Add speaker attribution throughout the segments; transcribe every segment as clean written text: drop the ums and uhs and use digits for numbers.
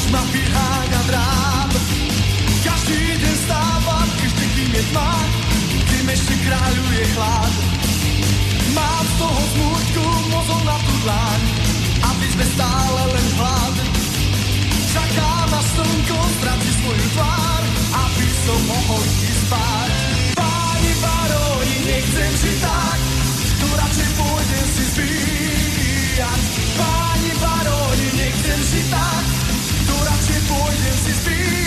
Speaker 1: ma vyháňa drám. Každý deň stávam, ešte kým je tma, kým ešte kráľuje chlad. Mám z toho smútku mozol na tú dlaň, aby sme stále len hlad. Čakám na slnko, stráti svoju tvár, aby som mohol ísť spať. Páni baróni, nechcem žiť tak, tu radšej pôjdem si zbíjať. Páni baróni, nechcem žiť tak, tu radšej pôjdem si zbíjať.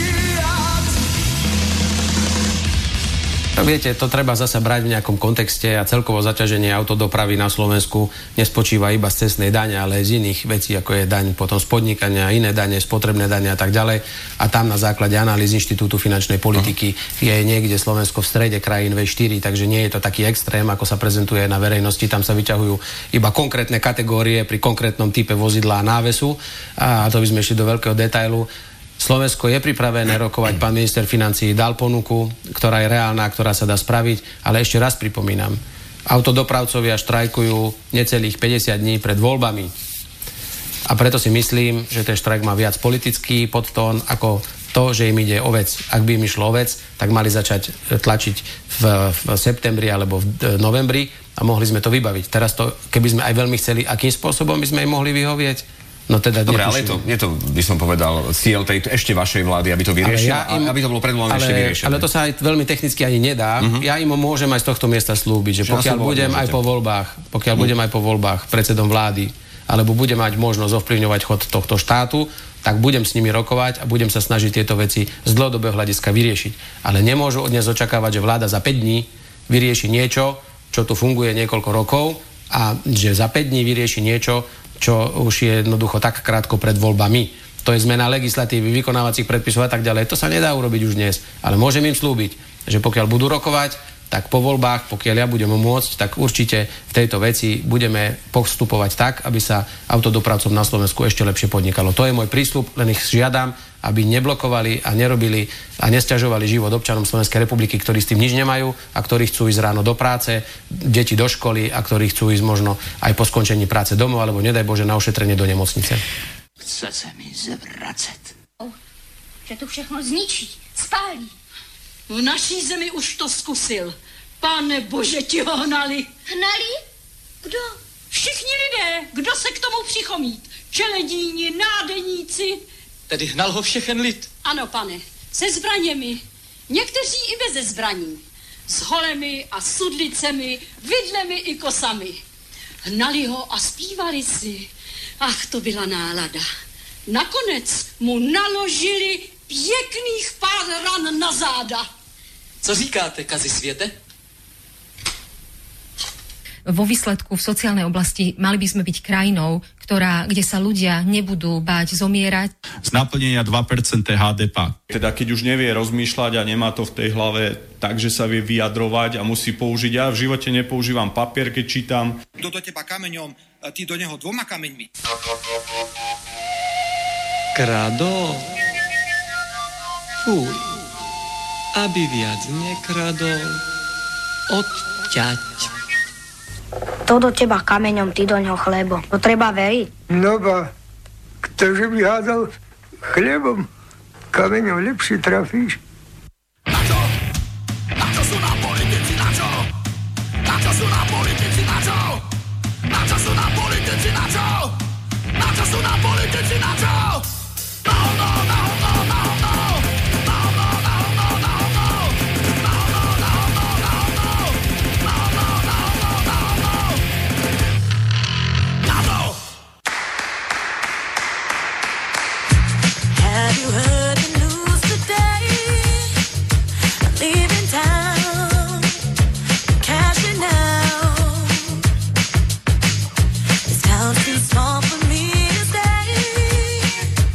Speaker 2: Viete, to treba zasa brať v nejakom kontexte a celkovo zaťaženie autodopravy na Slovensku nespočíva iba z cestnej dane, ale aj z iných vecí, ako je daň potom z podnikania, iné dane, spotrebné dane a tak ďalej. A tam na základe analýz Inštitútu finančnej politiky je niekde Slovensko v strede krajín V4, takže nie je to taký extrém, ako sa prezentuje na verejnosti. Tam sa vyťahujú iba konkrétne kategórie pri konkrétnom type vozidla a návesu. A to by sme išli do veľkého detailu. Slovensko je pripravené rokovať, pán minister financií dal ponuku, ktorá je reálna, ktorá sa dá spraviť, ale ešte raz pripomínam, autodopravcovia štrajkujú necelých 50 dní pred voľbami. A preto si myslím, že ten štrajk má viac politický podtón ako to, že im ide o vec. Ak by im išlo o vec, tak mali začať tlačiť v septembri alebo v novembri a mohli sme to vybaviť. Teraz to, keby sme aj veľmi chceli, akým spôsobom by sme im mohli vyhovieť? No teda
Speaker 3: dobre, ale je to, by som povedal, cieľ tej ešte vašej vlády, aby to vyriešila, aby to bolo pred voľbami ešte vyriešené.
Speaker 2: Ale to sa aj veľmi technicky ani nedá. Ja im môžem aj z tohto miesta slúbiť, že pokiaľ budem aj po voľbách predsedom vlády, alebo budem mať možnosť ovplyvňovať chod tohto štátu, tak budem s nimi rokovať a budem sa snažiť tieto veci z dlhodobého hľadiska vyriešiť. Ale nemôžu od dnes očakávať, že vláda za 5 dní vyrieši niečo, čo tu funguje niekoľko rokov a že za 5 dní vyrieši niečo, čo už je jednoducho tak krátko pred voľbami. To je zmena legislatívy, vykonávacích predpisov a tak ďalej. To sa nedá urobiť už dnes. Ale môžem im slúbiť, že pokiaľ budú rokovať, tak po voľbách, pokiaľ ja budem môcť, tak určite v tejto veci budeme postupovať tak, aby sa autodopravcom na Slovensku ešte lepšie podnikalo. To je môj prísľub, len ich žiadam, aby neblokovali a nerobili a nesťažovali život občanom Slovenskej republiky, ktorí s tým nič nemajú a ktorí chcú ísť ráno do práce, deti do školy a ktorí chcú ísť možno aj po skončení práce domov, alebo nedaj Bože na ošetrenie do nemocnice.
Speaker 4: Chce sa mi zvracet.
Speaker 5: Že to všechno zničí, spálí.
Speaker 6: V naší zemi už to zkusil. Pane Bože, ti ho hnali.
Speaker 5: Hnali? Kdo?
Speaker 6: Všichni lidé, kdo se k tomu přichomít. Čeledíni, nádeníci.
Speaker 4: Tedy hnal ho všechen lid.
Speaker 6: Ano, pane, se zbraněmi. Někteří i beze zbraní. S holemi a sudlicemi, vidlemi i kosami. Hnali ho a zpívali si. Ach, to byla nálada. Nakonec mu naložili pěkných pár ran na záda.
Speaker 4: Co říkáte, kazi světe?
Speaker 7: Vo výsledku v sociálnej oblasti mali by sme byť krajinou, kde sa ľudia nebudú báť zomierať.
Speaker 8: Z naplnenia 2% HDP. Teda keď už nevie rozmýšľať a nemá to v tej hlave tak, že sa vie vyjadrovať a musí použiť. Ja v živote nepoužívam papier, keď čítam.
Speaker 9: Kto do teba kameňom, ty do neho 2 kameňmi.
Speaker 10: Kradol. Fuj. Aby viac nekradol. Odťať.
Speaker 11: To do teba kameňom, ty do ňoho chlebom. To treba veriť.
Speaker 12: No ba, ktože by hádal chlebom, kameňom lepšie trafíš.
Speaker 1: Na čo? Na čo sú nám politici, na čo? Na čo sú nám politici, na čo? Na čo sú nám politici, na čo? Na čo sú nám politici, na čo? No, no, no, no, no, no.
Speaker 13: Have you heard the news today? I'm leaving town, cashing out. This town's too small for me to stay.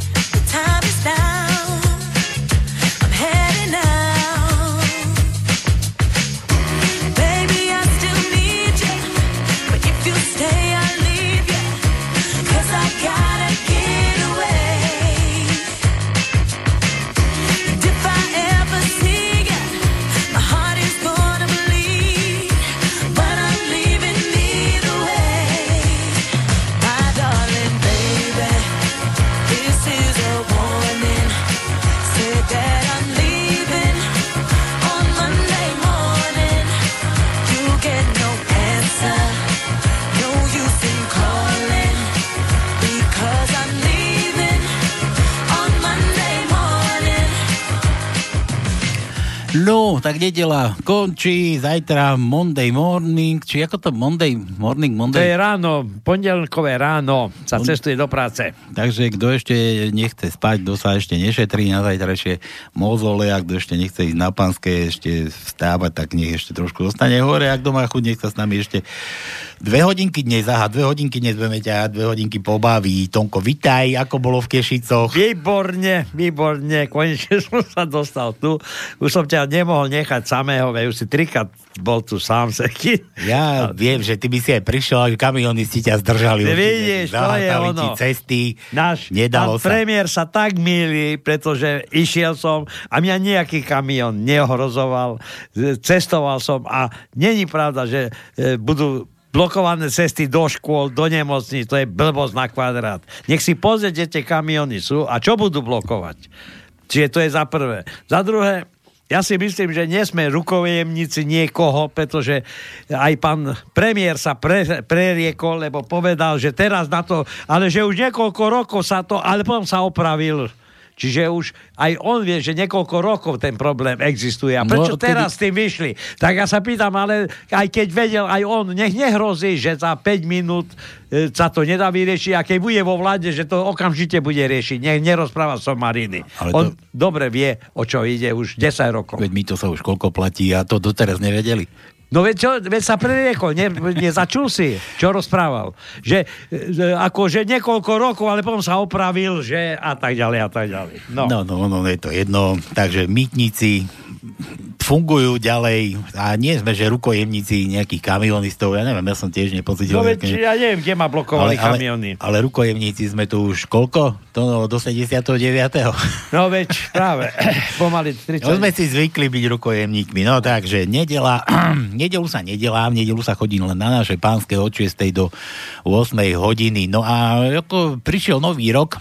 Speaker 14: No, tak nedeľa končí, zajtra Monday morning, či ako to Monday morning?
Speaker 15: To je ráno, pondelkové ráno, sa cestuje do práce.
Speaker 14: Takže kto ešte nechce spať, kto sa ešte nešetrí na zajtrajšie mozole, a kto ešte nechce ísť na Panské, ešte vstávať, tak nech ešte trošku zostane hore, ak doma chuť, nech sa s nami ešte 2 hodinky dnes, 2 hodinky dnes budeme ťa 2 hodinky pobaví. Tonko, vitaj, ako bolo v Kešicoch?
Speaker 15: Výborne, konečne som sa dostal tu. Už som ťa nemohol nechať samého, už si 3-krát bol tu sám seky.
Speaker 14: Ja viem, že ty by si aj prišiel, ale kamionisti ťa zdržali.
Speaker 15: Vidíš, to je ono.
Speaker 14: Cesty,
Speaker 15: nedalo sa. Premiér sa tak mýli, pretože išiel som a mňa nejaký kamión neohrozoval. Cestoval som a není pravda, že budú blokované cesty do škôl, do nemocníc, to je blbosť na kvadrát. Nech si pozrieť, kde tie kamióny sú a čo budú blokovať. Čiže to je za prvé. Za druhé, ja si myslím, že nie sme rukojemníci niekoho, pretože aj pán premiér sa preriekol, lebo povedal, že teraz na to, ale že už niekoľko rokov sa to, ale potom sa opravil. Čiže už aj on vie, že niekoľko rokov ten problém existuje. A prečo teraz s tým vyšli? Tak ja sa pýtam, ale aj keď vedel aj on, nech nehrozí, že za 5 minút sa to nedá vyriešiť a keď bude vo vláde, že to okamžite bude riešiť. Nech nerozpráva somariny. On dobre vie, o čo ide už 10 rokov.
Speaker 14: Veď mi to sa už koľko platí a to doteraz nevedeli.
Speaker 15: No veď sa preriekol, nezačul si, čo rozprával. Že akože niekoľko rokov, ale potom sa opravil, že a tak ďalej, a tak ďalej. No,
Speaker 14: je to jedno. Takže mýtnici fungujú ďalej a nie sme, že rukojemníci nejakých kamionistov, ja neviem, ja som tiež nepocítil.
Speaker 15: No veď ja neviem, kde ma blokovali kamiony.
Speaker 14: Ale rukojemníci sme tu už koľko? Do 79.
Speaker 15: No veď práve, pomaly 30.
Speaker 14: No sme si zvykli byť rukojemníkmi, no takže nedeľu sa nedelám, nedeľu sa chodí len na naše Pánske od 6. do 8. hodiny. No a ako prišiel nový rok,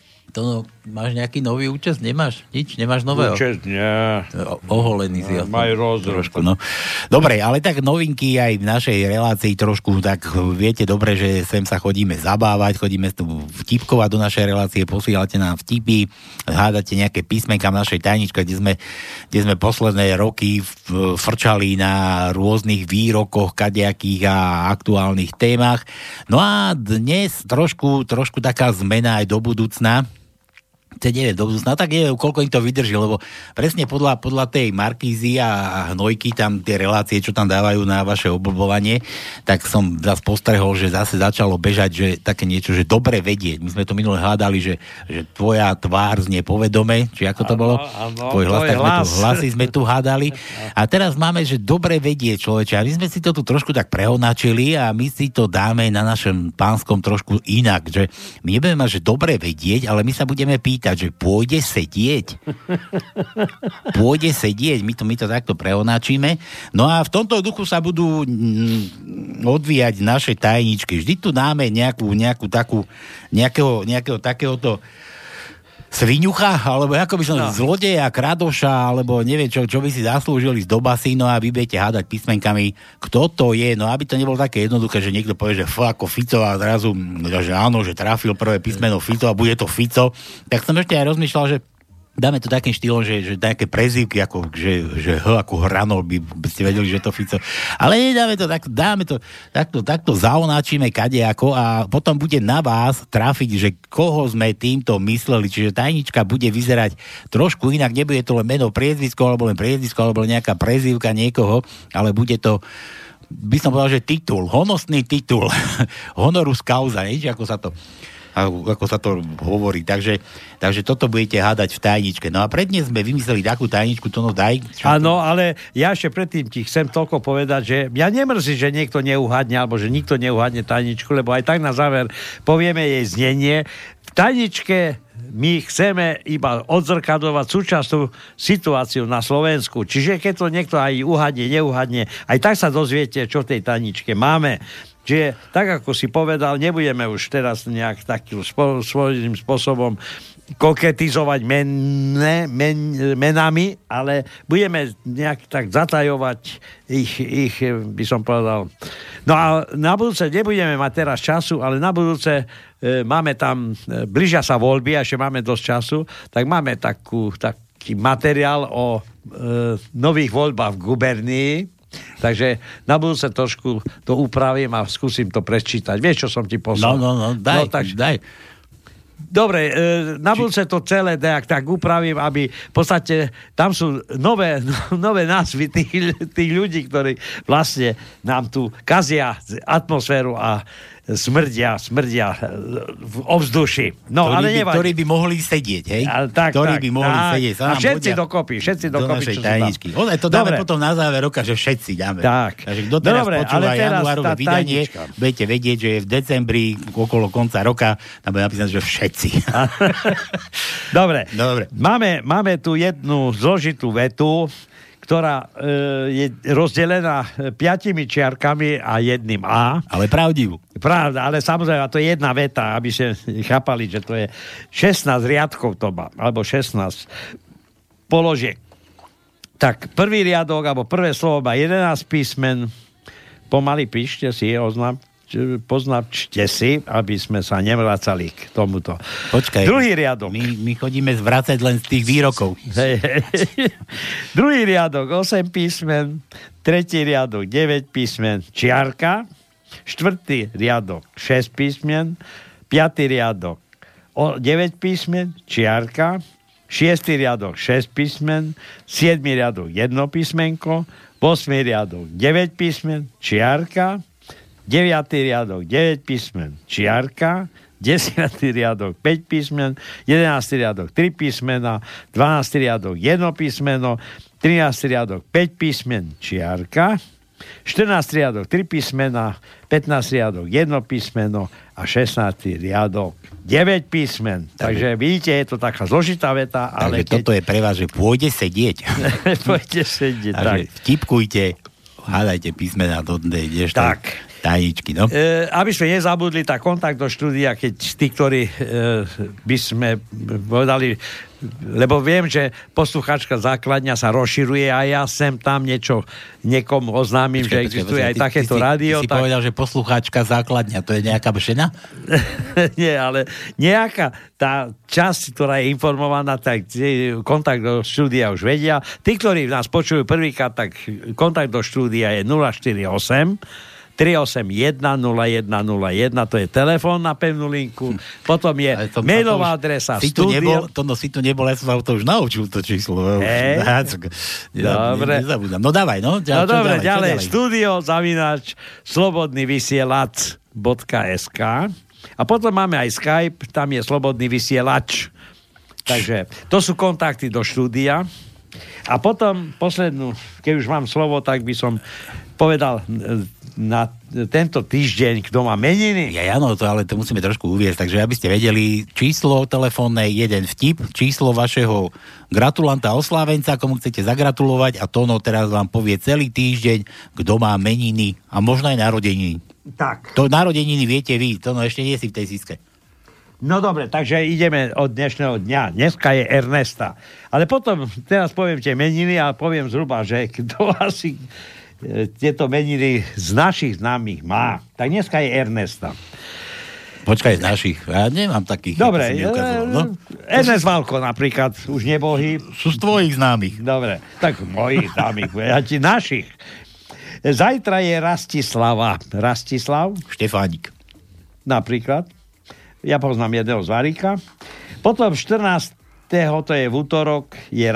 Speaker 14: to máš nejaký nový účest? Nemáš? Nič? Nemáš nového?
Speaker 15: Účest? Nie.
Speaker 14: Oholený si.
Speaker 15: Maj trošku.
Speaker 14: No. Dobre, ale tak novinky aj v našej relácii trošku, tak viete dobre, že sem sa chodíme zabávať, chodíme tu vtipkovať do našej relácie, posielate nám vtipy, hádate nejaké písmenka v našej tajničke, kde sme posledné roky frčali na rôznych výrokoch, kadejakých a aktuálnych témach. No a dnes trošku taká zmena aj do budúcna. C9 do budúcna, tak je, koľko im to vydrží, lebo presne podľa tej Markízy a Hnojky, tam tie relácie, čo tam dávajú na vaše obľúbovanie, tak som zase postrehol, že zase začalo bežať, že také niečo, že dobre vedieť. My sme to minule hľadali, že tvoja tvár znie povedome, či ako to bolo? Tvoj hlas, hlasy sme tu hádali. A teraz máme, že dobre vedieť, človeče. A my sme si to tu trošku tak prehonačili a my si to dáme na našom Pánskom trošku inak, že my nebudeme mať, že dobre vedieť, ale my sa budeme pýtať, že pôjde sedieť. My to takto prehonáčime. No a v tomto duchu sa budú odvíjať naše tajničky. Vždy tu dáme nejakú takú, nejakého takéhoto sviňucha, alebo ako by som zlodeja, kradoša, alebo neviem, čo by si zaslúžili z do basínu a vy budete hádať písmenkami, kto to je, no aby to nebolo také jednoduché, že niekto povie, že ako Fico a zrazu, že áno, že trafil prvé písmeno Fico a bude to Fico, tak som ešte aj rozmýšľal, že dáme to takým štýlom, že také prezývky, ako, že ako Hranol by ste vedeli, že to Fico. Ale nedáme to tak, dáme to takto zaonáčime kadejako a potom bude na vás trafiť, že koho sme týmto mysleli. Čiže tajnička bude vyzerať trošku inak, nebude to len meno, priezvisko, alebo nejaká prezývka niekoho, ale bude to, by som povedal, že titul, honosný titul, honorus causa, ako sa to hovorí. Takže toto budete hádať v tajničke. No a prednes sme vymysleli takú tajničku, to daj.
Speaker 15: Áno, ale ja ešte predtým ti chcem toľko povedať, že mňa nemrzí, že niekto neuhadne, alebo že nikto neuhadne tajničku, lebo aj tak na záver povieme jej znenie. V tajničke my chceme iba odzrkadlovať súčasnú situáciu na Slovensku. Čiže keď to niekto aj uhadne, neuhadne, aj tak sa dozviete, čo v tej tajničke máme. Čiže, tak ako si povedal, nebudeme už teraz nejak takým svojím spôsobom koketizovať menami, ale budeme nejak tak zatajovať ich, by som povedal. No a na budúce nebudeme mať teraz času, ale na budúce máme tam, blížia sa voľby, a ešte máme dosť času, tak máme takú taký materiál o nových voľbách v gubernii, takže na budúce trošku to upravím a skúsim to prečítať. Vieš, čo som ti poslal?
Speaker 14: No, daj.
Speaker 15: Dobre, na budúce to celé tak upravím, aby v podstate tam sú nové názvy tých ľudí, ktorí vlastne nám tu kazia atmosféru a smrdia v ovzduši. No, ale nevadí.
Speaker 14: Ktorí by mohli sedieť, hej? By mohli sedieť.
Speaker 15: A všetci dokopy,
Speaker 14: do našej tajničky. To dáme potom na záver roka, že všetci dáme.
Speaker 15: Tak.
Speaker 14: Takže kto teraz počúva januárové vydanie, budete vedieť, že je v decembri, okolo konca roka, tam bude napísané, že všetci.
Speaker 15: Dobre. Máme tu jednu zložitú vetu, ktorá je rozdelená 5 čiarkami a jedným A.
Speaker 14: Ale pravdivú.
Speaker 15: Pravda, ale samozrejme, to je jedna veta, aby ste chápali, že to je 16 riadkov to má, alebo 16 položiek. Tak, prvý riadok, alebo prvé slovo má 11 písmen. Pomaly píšte si, poznačte si, aby sme sa nevracali k tomuto.
Speaker 14: Počkaj.
Speaker 15: Druhý riadok.
Speaker 14: My chodíme zvracať len z tých výrokov.
Speaker 15: Druhý riadok 8 písmen, tretí riadok 9 písmen, čiarka, štvrtý riadok 6 písmen, piatý riadok 9 písmen, čiarka, šiestý riadok 6 písmen, siedmy riadok 1 písmenko, 8 riadok 9 písmen, čiarka, 9. riadok 9 písmen, čiarka, 10. riadok 5 písmen, 11. riadok 3 písmena, 12. riadok 1 písmeno, 13. riadok 5 písmen, čiarka, 14. riadok 3 písmena, 15. riadok 1 písmeno a 16. riadok 9 písmen. Takže vidíte, je to taká zložitá veta, ale...
Speaker 14: Takže toto je pre vás, že pôjde sedieť.
Speaker 15: Pôjde sedieť,
Speaker 14: tak. Vtipkujte, hádajte písmena do dnes.
Speaker 15: Tak.
Speaker 14: Tajničky, no.
Speaker 15: Aby sme nezabudli, tak kontakt do štúdia, keď tí, ktorí by sme povedali, lebo viem, že posluchačka základňa sa rozširuje a ja sem tam niečo niekomu oznámim, že existuje aj takéto rádio.
Speaker 14: Ty si povedal, že posluchačka základňa, to je nejaká žena?
Speaker 15: Nie, ale nejaká tá časť, ktorá je informovaná, tak kontakt do štúdia už vedia. Tí, ktorí nás počujú prvýkrát, tak kontakt do štúdia je 048 381 0101, to je telefón na pevnú linku, potom je mailová adresa studio.
Speaker 14: Si tu nebol, ja som sa to už naučil, to číslo.
Speaker 15: Dobre.
Speaker 14: Nezabudám. No dávaj, no.
Speaker 15: Dobre, ďalej. Studio @slobodnyvysielac.sk a potom máme aj Skype, tam je Slobodný vysielač. Takže to sú kontakty do štúdia. A potom poslednú, keď už mám slovo, tak by som povedal na tento týždeň, kto má meniny.
Speaker 14: Áno, ale to musíme trošku uviesť, takže aby ste vedeli, číslo telefónne, jeden vtip, číslo vašeho gratulanta, oslávenca, komu chcete zagratulovať a Tono teraz vám povie celý týždeň, kto má meniny a možno aj narodeniny.
Speaker 15: Tak.
Speaker 14: To narodeniny viete vy, Tono ešte nie si v tej síske.
Speaker 15: No dobre, takže ideme od dnešného dňa. Dneska je Ernesta. Ale potom, teraz poviem tie meniny a poviem zhruba, že kto asi tieto meniny z našich známych má. Tak dneska je Ernesta.
Speaker 14: Počkaj, z našich. Ja nemám takých.
Speaker 15: Dobre, Ernest Valko napríklad, už nebohý.
Speaker 14: Sú z tvojich známych.
Speaker 15: Dobre, tak mojich známych, našich. Zajtra je Rastislav.
Speaker 14: Štefánik.
Speaker 15: Napríklad. Ja poznám jedného z Varíka. Potom 14. to je v útorok, je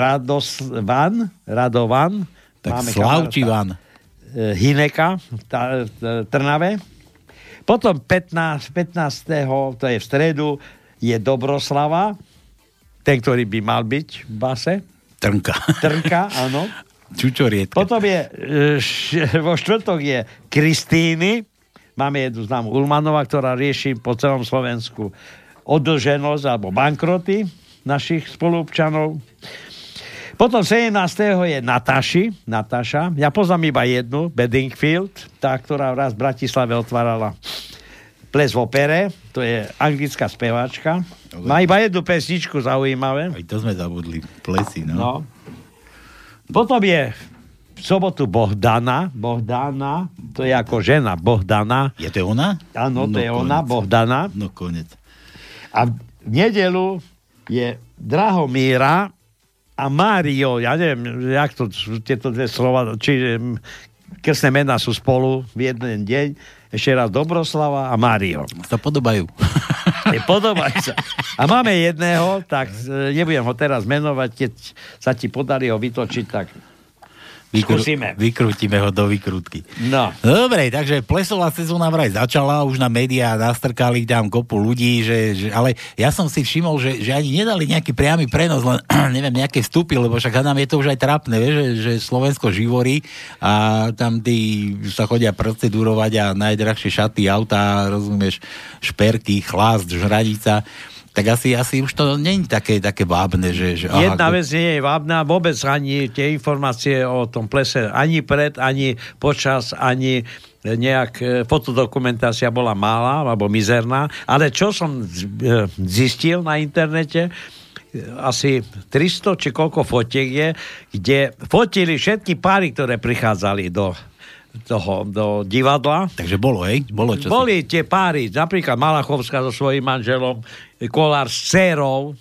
Speaker 15: Radovan.
Speaker 14: Tak Slavčivan.
Speaker 15: Hineka, Trnave. Potom 15. to je v stredu, je Dobroslava, ten, ktorý by mal byť v base. Trnka, áno.
Speaker 14: Čučorietka.
Speaker 15: Potom je vo štvrtok je Kristýny. Máme jednu známu Ulmanova, ktorá rieši po celom Slovensku odlženosť alebo bankroty našich spoluobčanov. Potom 17. je Natáša. Ja poznám iba jednu, Bedingfield, tá, ktorá raz v Bratislave otvárala ples v opere, to je anglická speváčka. Má iba jednu pesničku zaujímavé.
Speaker 14: Aj to sme zabudli, plesy, no.
Speaker 15: Potom je v sobotu Bohdana, to je ako žena, Bohdana.
Speaker 14: Je to ona?
Speaker 15: Áno, to je ona, Bohdana.
Speaker 14: No konec.
Speaker 15: A v nedelu je Drahomíra a Mário, ja neviem, jak to tieto dve slova, či krstné mená sú spolu v jeden deň. Ešte raz Dobroslava a Mário.
Speaker 14: Sa podobajú.
Speaker 15: Podobajú sa. A máme jedného, tak nebudem ho teraz menovať, keď sa ti podarí ho vytočiť, tak skúsime.
Speaker 14: Vykrútime ho do vykrútky.
Speaker 15: No.
Speaker 14: Dobre, takže plesová sezóna vraj začala, už na médiá nastrkali tam kopu ľudí, ale ja som si všimol, že ani nedali nejaký priamy prenos, len neviem, nejaké vstupy, lebo však nám je to už aj trápne, že Slovensko živorí a tam tí sa chodia procedúrovať a najdrahšie šaty, autá, rozumieš, šperky, chlast, žranica. Tak asi už to nie je také vábne, že
Speaker 15: jedna vec nie je vábna, vôbec ani tie informácie o tom plese, ani pred, ani počas, ani nejak fotodokumentácia bola mála, alebo mizerná, ale čo som zistil na internete, asi 300 či koľko fotiek je, kde fotili všetky páry, ktoré prichádzali do divadla.
Speaker 14: Takže bolo, hej?
Speaker 15: Boli tie páry, napríklad Malachovská so svojím manželom, Kolár s dcérou,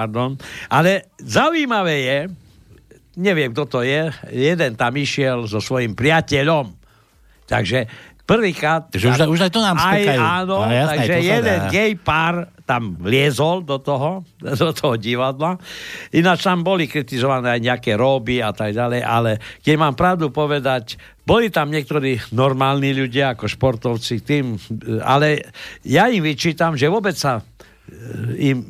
Speaker 15: ale zaujímavé je, neviem, kto to je, jeden tam išiel so svojím priateľom. Takže prvýkrát...
Speaker 14: Takže už aj to nám skakajú.
Speaker 15: Áno, takže jeden gej pár tam vliezol do toho divadla. Ináč tam boli kritizované aj nejaké róby a tak ďalej, ale keď mám pravdu povedať, boli tam niektorí normálni ľudia ako športovci, ale ja im vyčítam, že vôbec sa im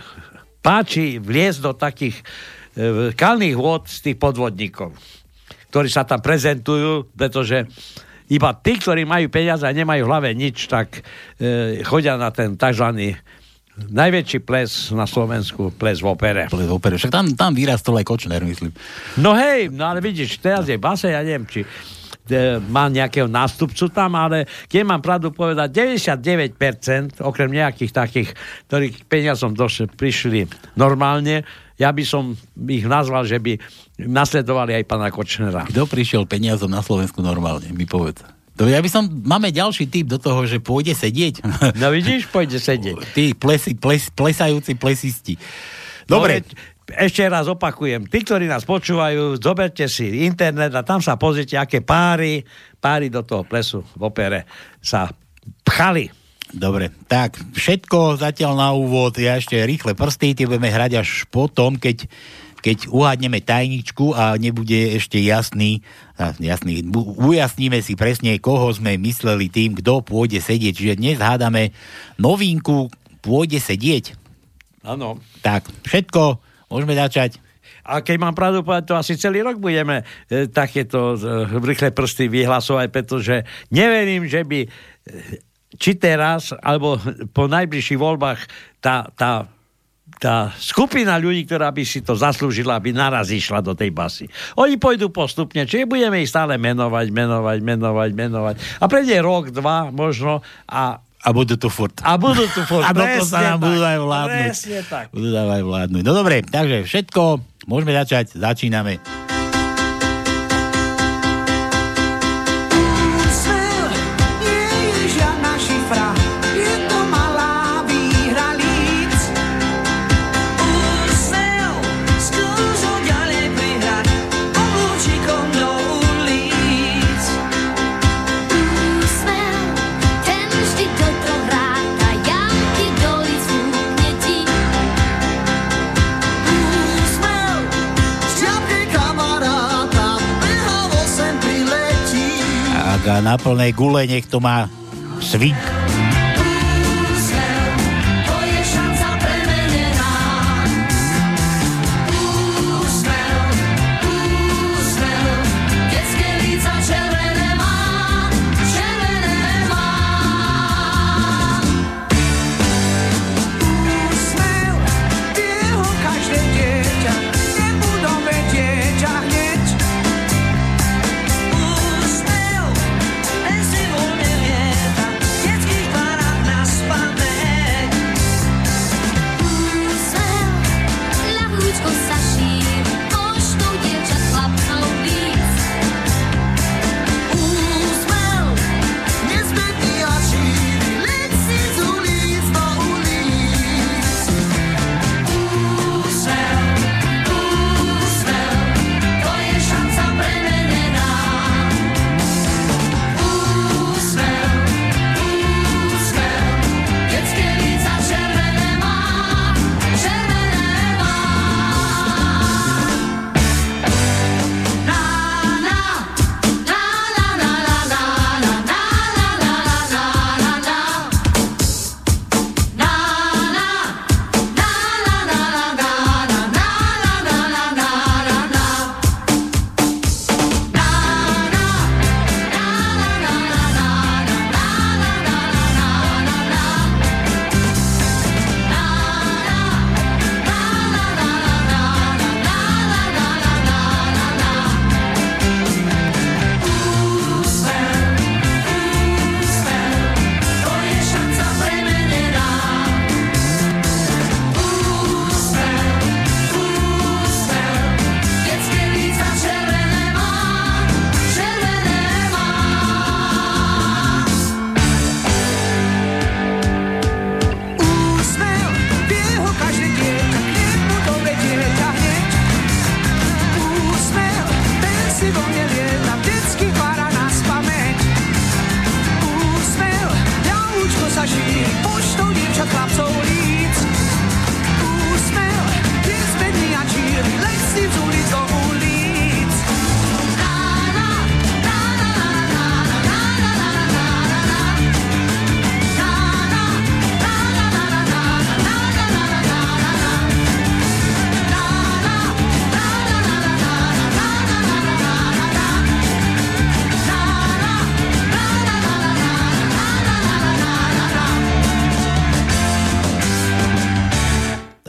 Speaker 15: páči vliezť do takých kalných vôd z tých podvodníkov, ktorí sa tam prezentujú, pretože iba tí, ktorí majú peniaze a nemajú v hlave nič, tak chodia na ten tzv. Najväčší ples na Slovensku, ples v opere.
Speaker 14: Ples v opere. Však tam vyrastol aj Kočner, myslím.
Speaker 15: No hej, no ale vidíš, teraz je base, ja neviem, či má nejakého nástupcu tam, ale keď mám pravdu povedať, 99%, okrem nejakých takých, ktorých peniazom prišli normálne, ja by som ich nazval, že by nasledovali aj pána Kočnera.
Speaker 14: Kto prišiel peniazom na Slovensku normálne, mi povedz. Máme ďalší typ do toho, že pôjde sedieť.
Speaker 15: No vidíš, pôjde sedieť.
Speaker 14: Tí plesajúci plesisti. Dobre.
Speaker 15: Ešte raz opakujem, tí, ktorí nás počúvajú, zoberte si internet a tam sa pozrite, aké páry do toho plesu v opere sa pchali.
Speaker 14: Dobre, tak všetko zatiaľ na úvod, ja ešte rýchle prsty, tie budeme hrať až potom, keď uhádneme tajničku a nebude ešte jasný, ujasníme si presne, koho sme mysleli tým, kto pôjde sedieť. Čiže dnes hádame novinku, pôjde sedieť.
Speaker 15: Áno.
Speaker 14: Tak, všetko, môžeme začať.
Speaker 15: A keď mám pravdu povedať, to asi celý rok budeme takéto rýchle prsty vyhlasovať, pretože neverím, že by či teraz, alebo po najbližších voľbách tá skupina ľudí, ktorá by si to zaslúžila, by naraz išla do tej basy. Oni pôjdu postupne, čiže budeme ich stále menovať. A prejde rok, dva možno a
Speaker 14: budú tu furt.
Speaker 15: A
Speaker 14: dokonca nám budú aj vládnuť.
Speaker 15: Presne tak.
Speaker 14: Budú aj vládnuť. No dobre, takže všetko, môžeme začať, začíname. A na plnej gule nech to má swing.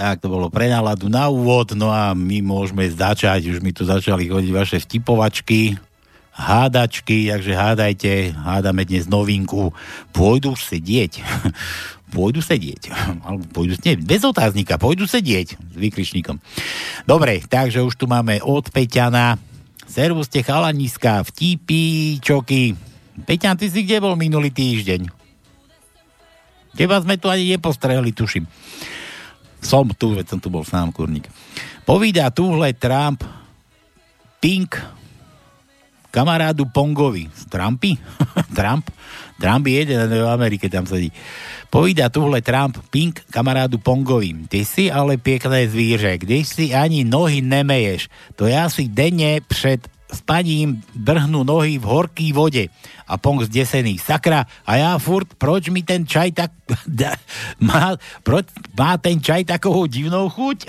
Speaker 14: Tak, to bolo pre náladu na úvod, no a my môžeme začať, už mi tu začali chodiť vaše vtipovačky, hádačky, takže hádame dnes novinku. Pôjdu sedieť. Bez otáznika, pôjdu sedieť s výkričníkom. Dobre, takže už tu máme od Peťana. Servus, ste chalaniska, vtipy, čoky. Peťan, ty si kde bol minulý týždeň? Teba sme tu ani nepostrehli, tuším. Som tu, veď som tu bol sám, kurník. Povídá túhle Trump Pink kamarádu Pongovi. Trumpy? Trump je jeden v Amerike, tam sedí. Povídá túhle Trump Pink kamarádu Pongovi. Ty si ale pekné zvíře, když si ani nohy nemeješ. To ja si denne pred spaním drhnú nohy v horký vode. A Pong zdesený. Sakra, a ja furt, proč mi ten čaj tak... má ten čaj takovou divnou chuť?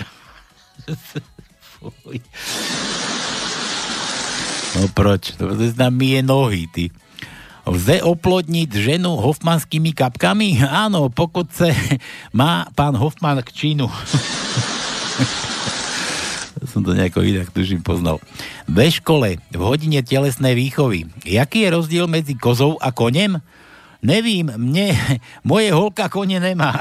Speaker 14: No proč? To nám myje nohy, ty. Lze oplodniť ženu hoffmanskými kapkami? Áno, pokud se má pán Hoffman k činu. Som to nejako inak tužím poznal. Ve škole, v hodine telesnej výchovy. Jaký je rozdiel medzi kozou a konem? Nevím, moje holka kone nemá.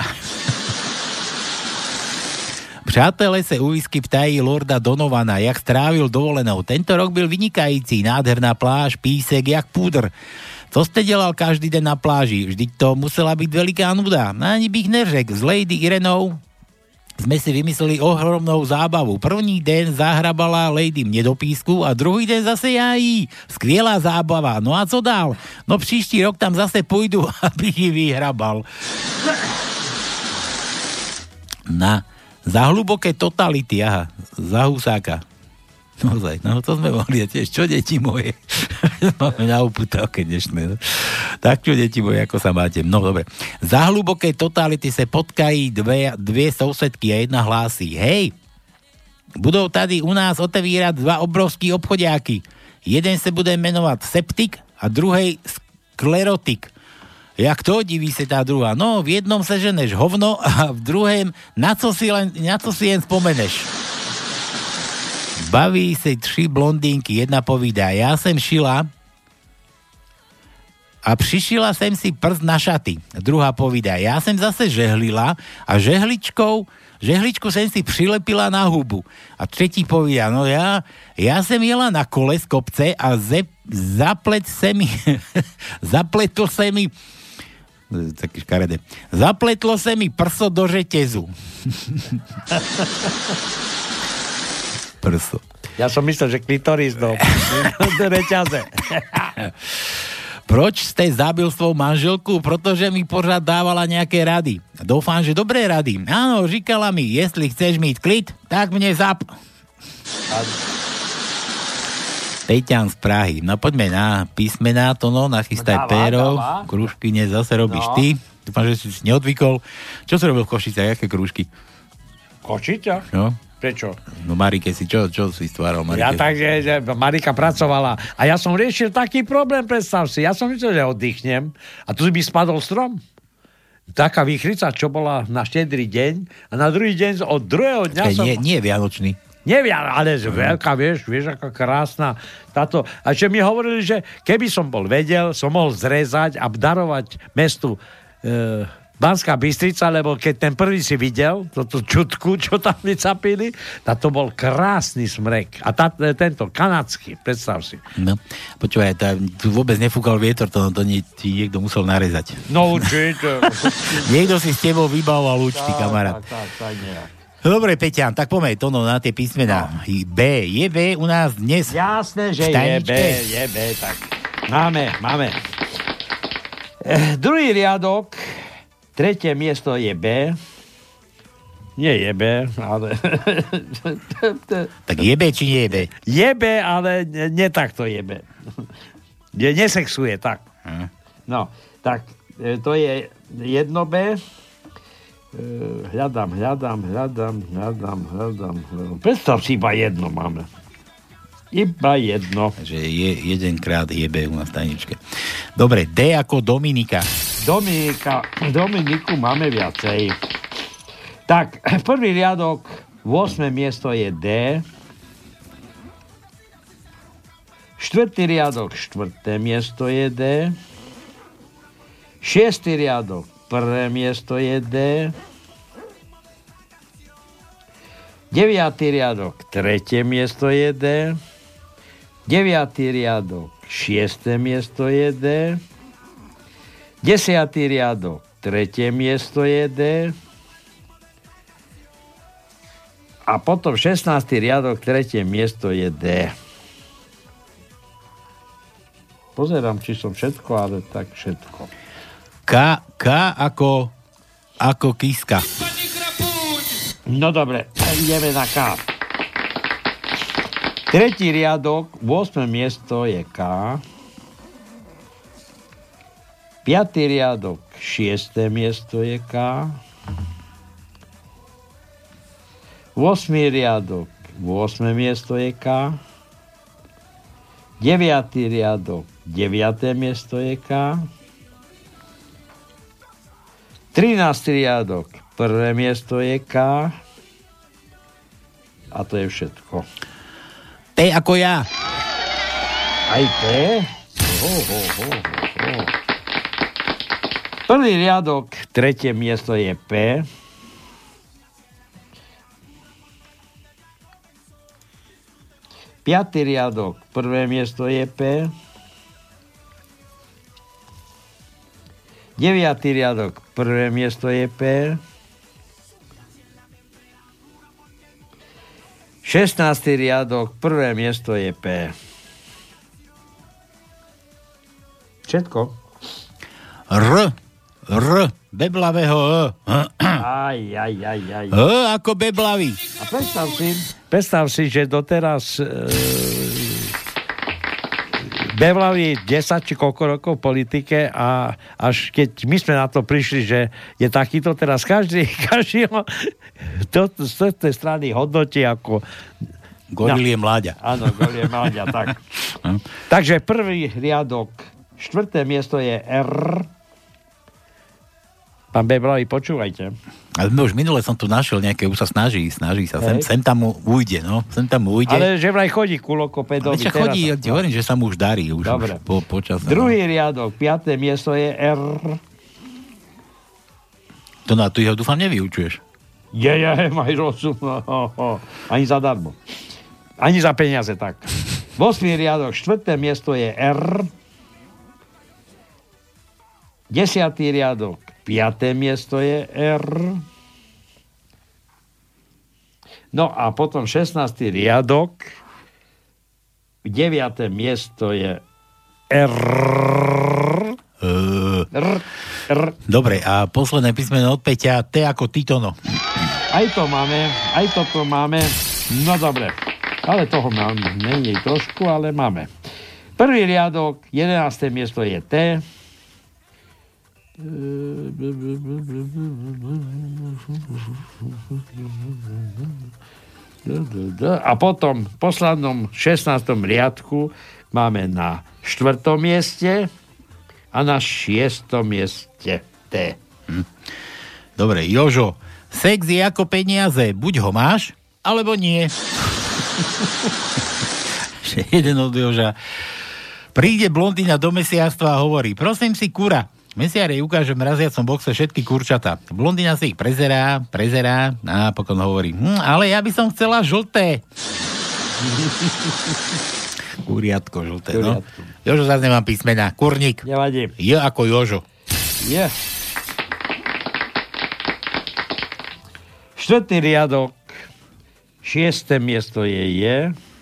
Speaker 14: Přátelé se u whisky ptají Lorda Donovana, jak strávil dovolenou. Tento rok byl vynikající, nádherná pláž, písek, jak púdr. Co ste delal každý den na pláži? Vždyť to musela byť veľká nuda. Ani bych neřekl. S Lady Irenou sme si vymysleli ohromnou zábavu. První den zahrabala Lady mne do písku a druhý den zase ja jí. Skvělá zábava. No a co dál? No příští rok tam zase pôjdu, aby ji vyhrabal. Za hluboké totality, aha, za Husáka. Naozaj, no to sme mohli tiež. Čo, deti moje? Máme na uputávke dnešné. No. Tak čo, deti moje, ako sa máte? No, dobre. Za hluboké totality se potkají dve sousedky a jedna hlásí. Hej, budou tady u nás otevírať dva obrovský obchodiáky. Jeden se bude menovať Septik a druhej Sklerotik. Jak to? Diví sa tá druhá. No, v jednom sa ženeš hovno a v druhém na co si jen spomeneš. Baví sa 3 blondínky. Jedna povídá, ja som šila a prišila som si prst na šaty. Druhá povídá, ja som zase žehlila a žehličku som si prilepila na hubu. A tretí povídá, no ja som jela na kole z kopce a zapletlo sa mi taký škaredé. Zapletlo sa mi prso do reťazu. Prso.
Speaker 15: Ja som myslel, že klitoris do reťaze.
Speaker 14: Proč ste zabil svoju manželku? Protože mi pořád dávala nejaké rady. Dúfam, že dobré rady. Áno, říkala mi, jestli chceš mít klid, tak mne Peťan z Prahy. No poďme na písmená, to no, nachystaj pérov. Krúžky dnes zase robíš ty. Dúfam, že si neodvykol. Čo si robil v Košicách? Jaké krúžky?
Speaker 15: Košicách?
Speaker 14: No.
Speaker 15: Prečo?
Speaker 14: No Marike si, čo si stváral Marike?
Speaker 15: Ja takže Marika pracovala a ja som riešil taký problém, predstav si. Ja som myslel, že oddychnem a tu by spadol strom. Taká výchrica, čo bola na štedrý deň a na druhý deň od druhého dňa som...
Speaker 14: Nie vianočný.
Speaker 15: Neviem, ale veľká, vieš, aká krásna táto... A že mi hovorili, že keby som bol vedel, som mohol zrezať a darovať mestu Banská Bystrica, lebo keď ten prvý si videl, toto čutku, čo tam vycapili, to bol krásny smrek. A tento kanadský, predstav si.
Speaker 14: No, počúvaj, tu vôbec nefúkal vietor, to ti niekto musel narezať.
Speaker 15: No určite.
Speaker 14: Niekto si s tebou vybavoval účty, kamarát.
Speaker 15: Tak,
Speaker 14: Dobre, Peťan, tak poďme to na tie písmená. No. B. Je B u nás dnes?
Speaker 15: Jasné, že je B, tak. Máme. Druhý riadok, tretie miesto je B. Nie je B, ale...
Speaker 14: Tak je B, či nie je B?
Speaker 15: Je B, ale nie takto je B. Nesexuje, tak. No, tak to je jedno B. Hľadám. Predstav si, iba jedno máme. Iba jedno.
Speaker 14: Takže jedenkrát je B u nás tajničke. Dobre, D ako Dominika.
Speaker 15: Dominiku máme viacej. Tak, prvý riadok, 8. miesto je D. Štvrtý riadok, 4. miesto je D. 6. riadok, 1. miesto je D. 9. riadok, 3. miesto je D. 9. riadok, 6. miesto je D. 10. riadok, 3. miesto je D. A potom 16. riadok, 3. miesto je D. Pozerám, či som všetko, ale tak všetko.
Speaker 14: K ako Kiska.
Speaker 15: No dobre, ideme na K. Tretí riadok, 8. miesto je K. 5. riadok, 6. miesto je K. 8. riadok, 8. miesto je K. 9. riadok, 9. miesto je K. 13. riadok, 1. miesto je K. A to je všetko.
Speaker 14: T ako ja.
Speaker 15: Aj T? Prvý riadok, 3. miesto je P. Piatý riadok, 1. miesto je P. 9. riadok, 1. miesto je P. 16. riadok, 1. miesto je P. Všetko.
Speaker 14: R, beblavého
Speaker 15: Aj.
Speaker 14: ako beblavý.
Speaker 15: A predstav si, že doteraz beblavý 10 či koľko rokov v politike a až keď my sme na to prišli, že je takýto teraz každý ho z tej strany hodnotí ako
Speaker 14: Gorilie mláďa.
Speaker 15: Áno, Gorilie mláďa, tak. Takže prvý riadok, 4. miesto je R. Pán Beblavý, počúvajte.
Speaker 14: Ale už minule som tu našiel nejaké, už sa snaží sa. Sem tam mu ujde, no.
Speaker 15: Ale že vraj chodí ku lokopedovi.
Speaker 14: Ale chodí, ja ti hovorím, že sa mu už darí. Už počas.
Speaker 15: Druhý riadok, 5. miesto je R.
Speaker 14: To na tu ho dúfam nevyučuješ.
Speaker 15: Maj rozum. Ani zadarmo. Ani za peniaze, tak. 8. riadok, 4. miesto je R. 10. riadok, 5. miesto je R. No a potom 16. riadok, 9. miesto je R.
Speaker 14: Dobre, a posledné písmeno od Peťa, T ako Titono.
Speaker 15: Aj to máme, aj toto máme. No dobre, ale toho mám menej trošku, ale máme. Prvý riadok, 11. miesto je T. A potom v poslednom 16. riadku máme na 4. mieste a na 6. mieste T.
Speaker 14: Dobre, Jožo, sex je ako peniaze, buď ho máš, alebo nie. Jeden od Joža. Príde blondína do mesiarstva a hovorí, prosím si, kura, mesiar jej ukáže v mraziacom boxe všetky kurčatá. Blondína si ich prezerá a potom hovorí, ale ja by som chcela žlté. Kuriatko žlté, no. Jožo, zase nemám písmena. Kurník.
Speaker 15: Nevadí.
Speaker 14: J ako Jožo.
Speaker 15: Je. 4. riadok, 6. miesto je J.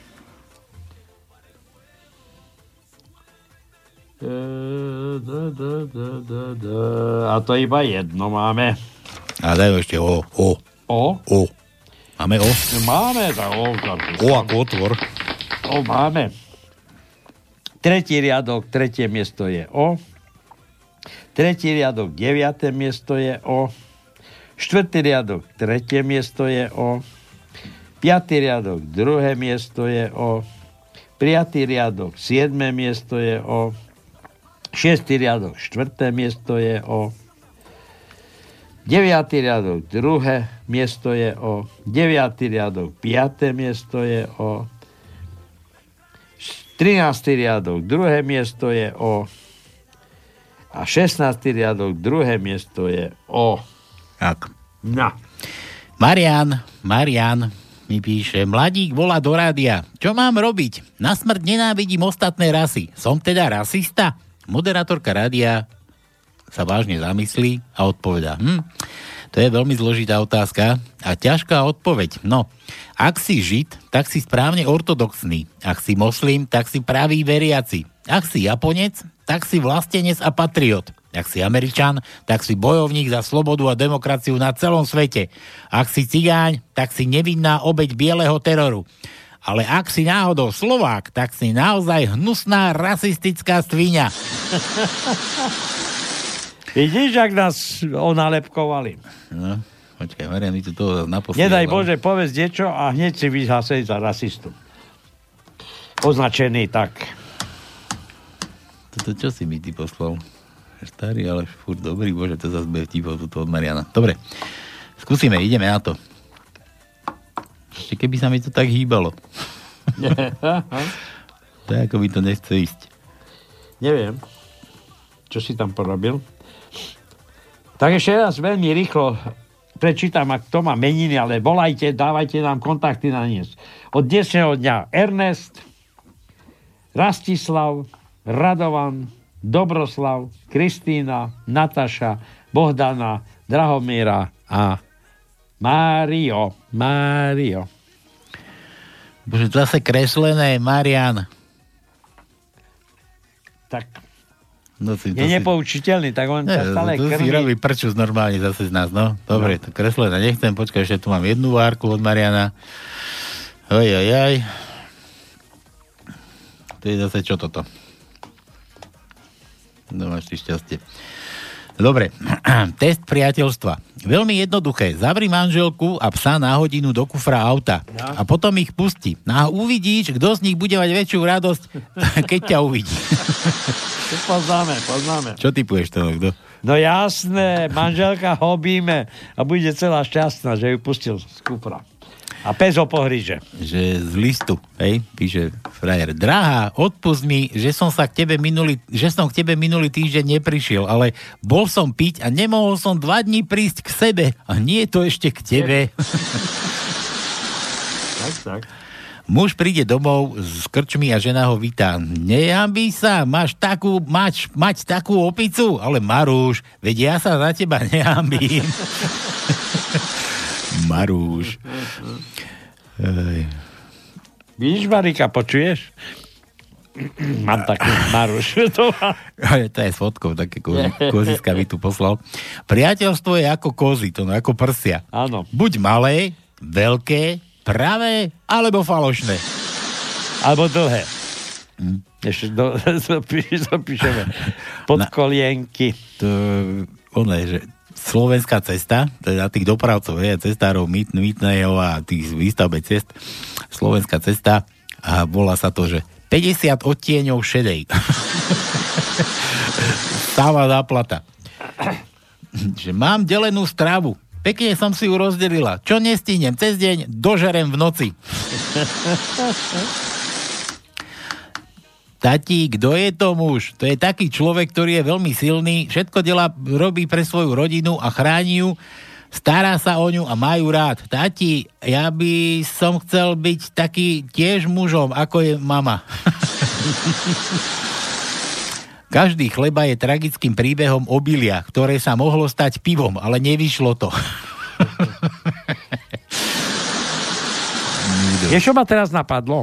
Speaker 15: A to iba jedno máme.
Speaker 14: A dajú ešte O.
Speaker 15: O?
Speaker 14: Máme O?
Speaker 15: Máme, tak O.
Speaker 14: O ako otvor.
Speaker 15: O máme. 3. riadok, 3. miesto je O. 3. riadok, 9. miesto je O. 4. riadok, 3. miesto je O. 5. riadok, 2. miesto je O. 5. riadok, 7. miesto je O. 6. riadok, 4. miesto je O. riadok, druhé miesto je O. 9. riadok, 5. miesto je O. 13. riadok, druhé miesto je O. A 16. riadok, druhé miesto je O.
Speaker 14: Tak.
Speaker 15: No.
Speaker 14: Marian mi píše, mladík volá do rádia. Čo mám robiť? Na smrť nenávidím ostatné rasy. Som teda rasista? Moderátorka rádia sa vážne zamyslí a odpovedá. To je veľmi zložitá otázka a ťažká odpoveď. No, ak si Žid, tak si správne ortodoxný. Ak si moslim, tak si pravý veriaci. Ak si Japonec, tak si vlastenec a patriot. Ak si Američan, tak si bojovník za slobodu a demokraciu na celom svete. Ak si cigáň, tak si nevinná obeť bieleho teroru. Ale ak si náhodou Slovák, tak si naozaj hnusná rasistická sviňa.
Speaker 15: Vidíš, ak nás onálepkovali.
Speaker 14: No, počkaj, Marian, mi tu toho naposlal.
Speaker 15: Nedaj Bože, povedz niečo a hneď si vyhlásiť za rasistu. Označený tak.
Speaker 14: Toto čo si mi ty poslal? Starý, ale furt dobrý, Bože, to zase bude vtipov tuto od Mariana. Dobre, skúsime, ideme na to. Ešte keby sa mi to tak hýbalo. To je, ako by to nechce ísť.
Speaker 15: Neviem, čo si tam porobil. Tak ešte raz veľmi rýchlo prečítam, ak to má meniny, ale volajte, dávajte nám kontakty na dnes. Od dnešného dňa Ernest, Rastislav, Radovan, Dobroslav, Kristína, Nataša, Bohdana, Drahomíra a Mário.
Speaker 14: Bože, zase kreslené, Marian.
Speaker 15: Tak
Speaker 14: no,
Speaker 15: je nepoučiteľný, tak on sa stále krmí.
Speaker 14: To si robí prčus normálne zase z nás, no. Dobre, to kreslené nechcem, počkaj, ešte tu mám jednu várku od Mariana. Ojojoj. To je zase čo toto? No máš ty šťastie. Dobre, test priateľstva. Veľmi jednoduché. Zavri manželku a psa na hodinu do kufra auta. A potom ich pusti. A uvidíš, kto z nich bude mať väčšiu radosť, keď ťa uvidí.
Speaker 15: Poznáme.
Speaker 14: Čo typuješ toho, kto?
Speaker 15: No jasné, manželka ho objíme a bude celá šťastná, že ju pustil z kufra. A pes ho pohríže.
Speaker 14: Že z listu, hej, píše frajer. Drahá, odpust mi, že som k tebe minulý týždeň neprišiel, ale bol som piť a nemohol som 2 dní prísť k sebe. A nie je to ešte k tebe.
Speaker 15: Tak.
Speaker 14: Muž príde domov s krčmi a žena ho vítá. Nehambí sa, mať takú opicu? Ale Marúš, veď ja sa za teba nehambím. Marúš.
Speaker 15: Vidíš, Marika, počuješ? Mám takú Marúš. To
Speaker 14: je s fotkou, také koziska mi tu poslal. Priateľstvo je ako kozy, to ako prsia.
Speaker 15: Áno.
Speaker 14: Buď malé, veľké, pravé, alebo falošné.
Speaker 15: Alebo dlhé. Ešte zapíšeme. Podkolienky.
Speaker 14: Že Slovenská cesta, teda tých dopravcov, cestárov mýtneho a tých výstavbe cest, Slovenská cesta a volá sa to, že 50 odtieňov šedej. Stáva záplata. Že mám delenú stravu. Pekne som si ju rozdelila. Čo nestihnem cez deň, dožerem v noci. Tati, kto je to muž? To je taký človek, ktorý je veľmi silný, všetko robí pre svoju rodinu a chráni ju, stará sa o ňu a má ju rád. Tati, ja by som chcel byť taký tiež mužom, ako je mama. Každý chleba je tragickým príbehom obilia, ktoré sa mohlo stať pivom, ale nevyšlo to.
Speaker 15: Čo ma teraz napadlo?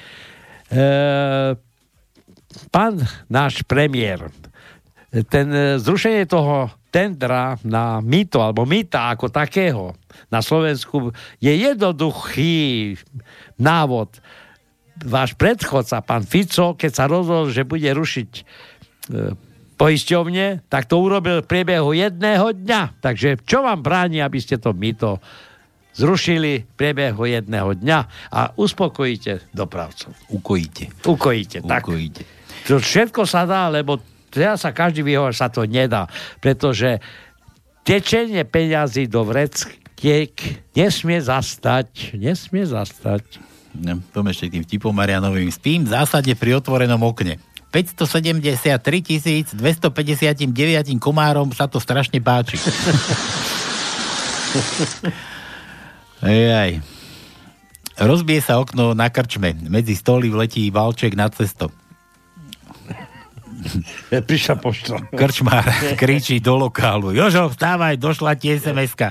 Speaker 15: Pán náš premiér, zrušenie toho tendra na mýto, alebo mýta ako takého na Slovensku je jednoduchý návod. Váš predchodca, pán Fico, keď sa rozhodol, že bude rušiť poisťovne, tak to urobil v priebehu 1 dňa. Takže čo vám bráni, aby ste to mýto zrušili v priebehu 1 dňa a uspokojíte dopravcov? Ukojíte. Tak. To všetko sa dá, lebo teraz sa každý vyhovorí, sa to nedá, pretože Tečenie peňazí do vreciek nesmie zastať.
Speaker 14: No, tom ešte tým vtipom Marianovým. Spím v zásade pri otvorenom okne. 573 259 komárom sa to strašne páči. Ejaj. Rozbije sa okno na krčme. Medzi stoly vletí valček na cesto.
Speaker 15: Prišla pošta.
Speaker 14: Krčmár kričí do lokálu. Jožo, vstávaj, došla ti SMS-ka.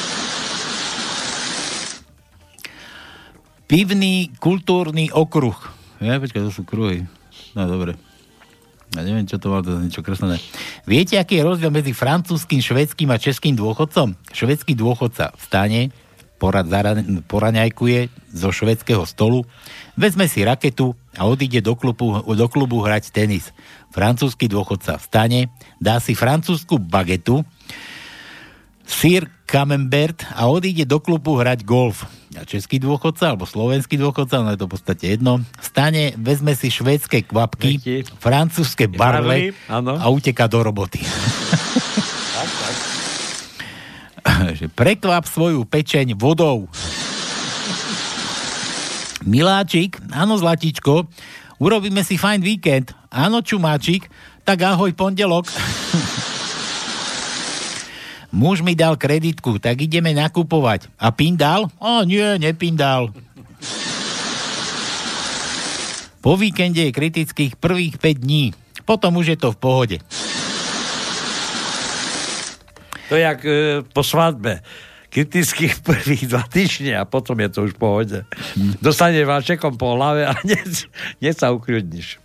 Speaker 14: Pivný kultúrny okruh. Počkaj, to sú kruhy. No, dobre. Ja neviem, čo to malo, to je niečo kreslené. Viete, aký je rozdiel medzi francúzským, švédským a českým dôchodcom? Švédsky dôchodca vstane, poraňajkuje zo švédskeho stolu, vezme si raketu a odíde do klubu hrať tenis. Francúzsky dôchodca vstane, dá si francúzsku bagetu, sír camembert a odíde do klubu hrať golf. A český dôchodca, alebo slovenský dôchodca, no je to v podstate jedno, vstane, vezme si švédske kvapky, francúzske barle a uteká do roboty. Tak. Prekvap svoju pečeň vodou. Miláčik, áno zlatíčko, urobíme si fajn víkend. Áno čumáčik, tak ahoj pondelok. Muž mi dal kreditku, tak ideme nakupovať. A PIN dal? Nie, nepin dal. Po víkende je kritických prvých 5 dní. Potom už je to v pohode.
Speaker 15: To je jak po svadbe. Kritických prvých 2 týždne a potom je to už v pohode. Dostaneš valčekom po hlave a hneď sa ukľudníš.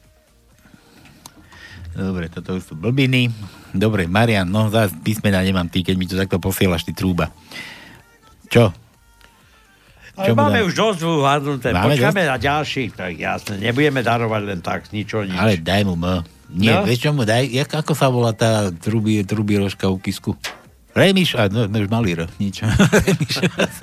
Speaker 14: Dobre, toto sú blbiny. Dobre, Marian, no zás písmena nemám ty, keď mi to takto posielaš, ty trúba. Čo?
Speaker 15: Ale máme už dosť vyhádnuté. Počkáme na ďalších, tak jasne. Nebudeme darovať len tak, nič.
Speaker 14: Ale daj mu Nie, vieš čo mu daj? Ako sa volá tá trubírožka u Kisku? Remiš, už malý nič. Remiš.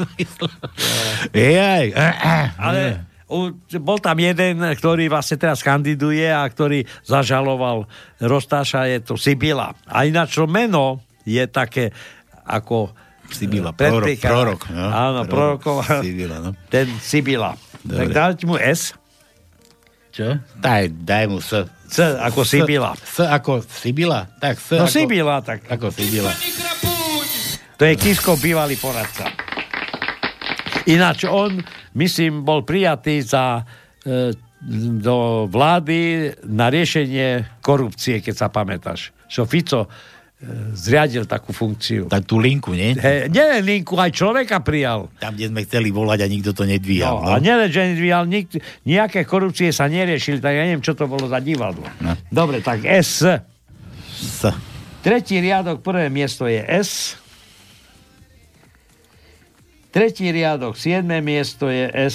Speaker 15: Ale bol tam jeden, ktorý vlastne teraz kandiduje a ktorý zažaloval Roztáša, je to Sibila. A ináč to meno je také ako
Speaker 14: Sibila, prorok. No?
Speaker 15: Áno, proroková.
Speaker 14: Sibila, no.
Speaker 15: Ten Sibila. Tak dať mu S.
Speaker 14: Čo? Daj mu S.
Speaker 15: S ako Sibila.
Speaker 14: S ako Sibila? Tak S
Speaker 15: no
Speaker 14: ako...
Speaker 15: Sibila, tak.
Speaker 14: Ako Sibila.
Speaker 15: To je Kisko bývalý poradca. Ináč on, myslím, bol prijatý za do vlády na riešenie korupcie, keď sa pamätáš. Čo Fico zriadil takú funkciu.
Speaker 14: Tak tú linku, nie?
Speaker 15: Nie linku, aj človeka prijal.
Speaker 14: Tam, kde sme chceli volať a nikto to nedvíhal.
Speaker 15: No. A nielen, že nedvíhal, nejaké korupcie sa neriešili, tak ja neviem, čo to bolo za divadlo. No. Dobre, tak S. Tretí riadok, prvé miesto je S. Tretí riadok, 7. miesto je S.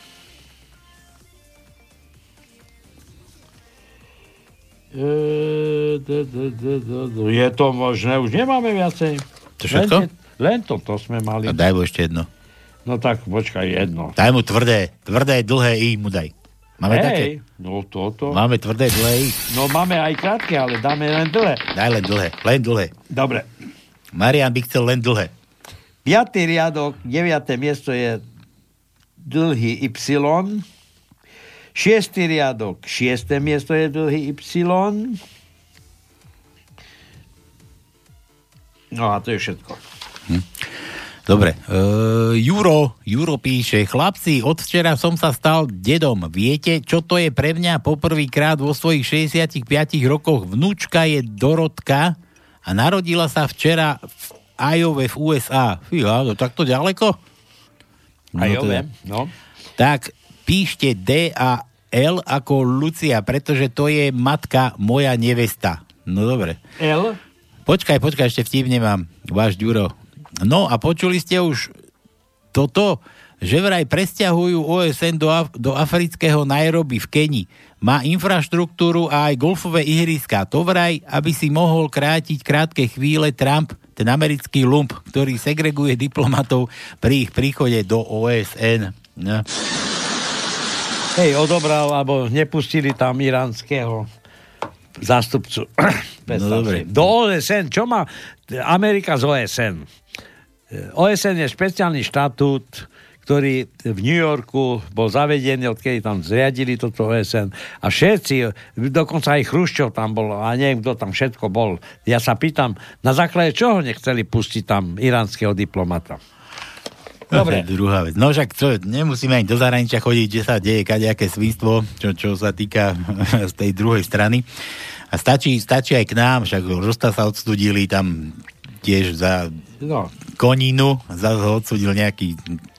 Speaker 15: Je to možné, už nemáme viacej.
Speaker 14: To všetko?
Speaker 15: Len toto sme mali.
Speaker 14: A daj mu ešte jedno.
Speaker 15: No tak, počkaj, jedno.
Speaker 14: Daj mu tvrdé, dlhé I mu daj. Máme také?
Speaker 15: No toto.
Speaker 14: Máme tvrdé, dlhé I.
Speaker 15: No máme aj krátke, ale dáme len dlhé.
Speaker 14: Daj len dlhé.
Speaker 15: Dobre.
Speaker 14: Marian by chcel len dlhé.
Speaker 15: 5. riadok, 9. miesto je dlhý Y. 6. riadok, 6. miesto je dlhý Y. No a to je všetko.
Speaker 14: Dobre. Juro píše, chlapci, od včera som sa stal dedom. Viete, čo to je pre mňa? Poprvýkrát vo svojich 65 rokoch vnúčka je Dorotka a narodila sa včera v Iowa v USA. Fíha, tak to ďaleko?
Speaker 15: Iowa, no.
Speaker 14: Tak píšte D-A-L ako Lucia, pretože to je matka moja nevesta. No dobre.
Speaker 15: L?
Speaker 14: Počkaj, ešte vtip nemám. Váš Ďuro. No a počuli ste už toto, že vraj presťahujú OSN do afrického Nairobi v Kenii. Má infraštruktúru a aj golfové ihriska. To vraj, aby si mohol krátiť krátke chvíle Trump, ten americký lump, ktorý segreguje diplomatov pri ich príchode do OSN. No.
Speaker 15: Hej, odobral, alebo nepustili tam iránskeho zástupcu.
Speaker 14: No, dobre.
Speaker 15: Do OSN, čo má Amerika z OSN. OSN je špeciálny štatút, ktorý v New Yorku bol zavedený, odkedy tam zriadili toto OSN. A všetci, dokonca aj Chruščov tam bol, a neviem, kto tam všetko bol. Ja sa pýtam, na základe čoho nechceli pustiť tam iránskeho diplomata? Dobre.
Speaker 14: Druhá vec. No však nemusíme ani do zahraničia chodiť, kde sa deje kadejaké svinstvo, čo sa týka z tej druhej strany. A stačí aj k nám, však Rosta sa odstudili tam tiež za koninu, za odsudil nejaký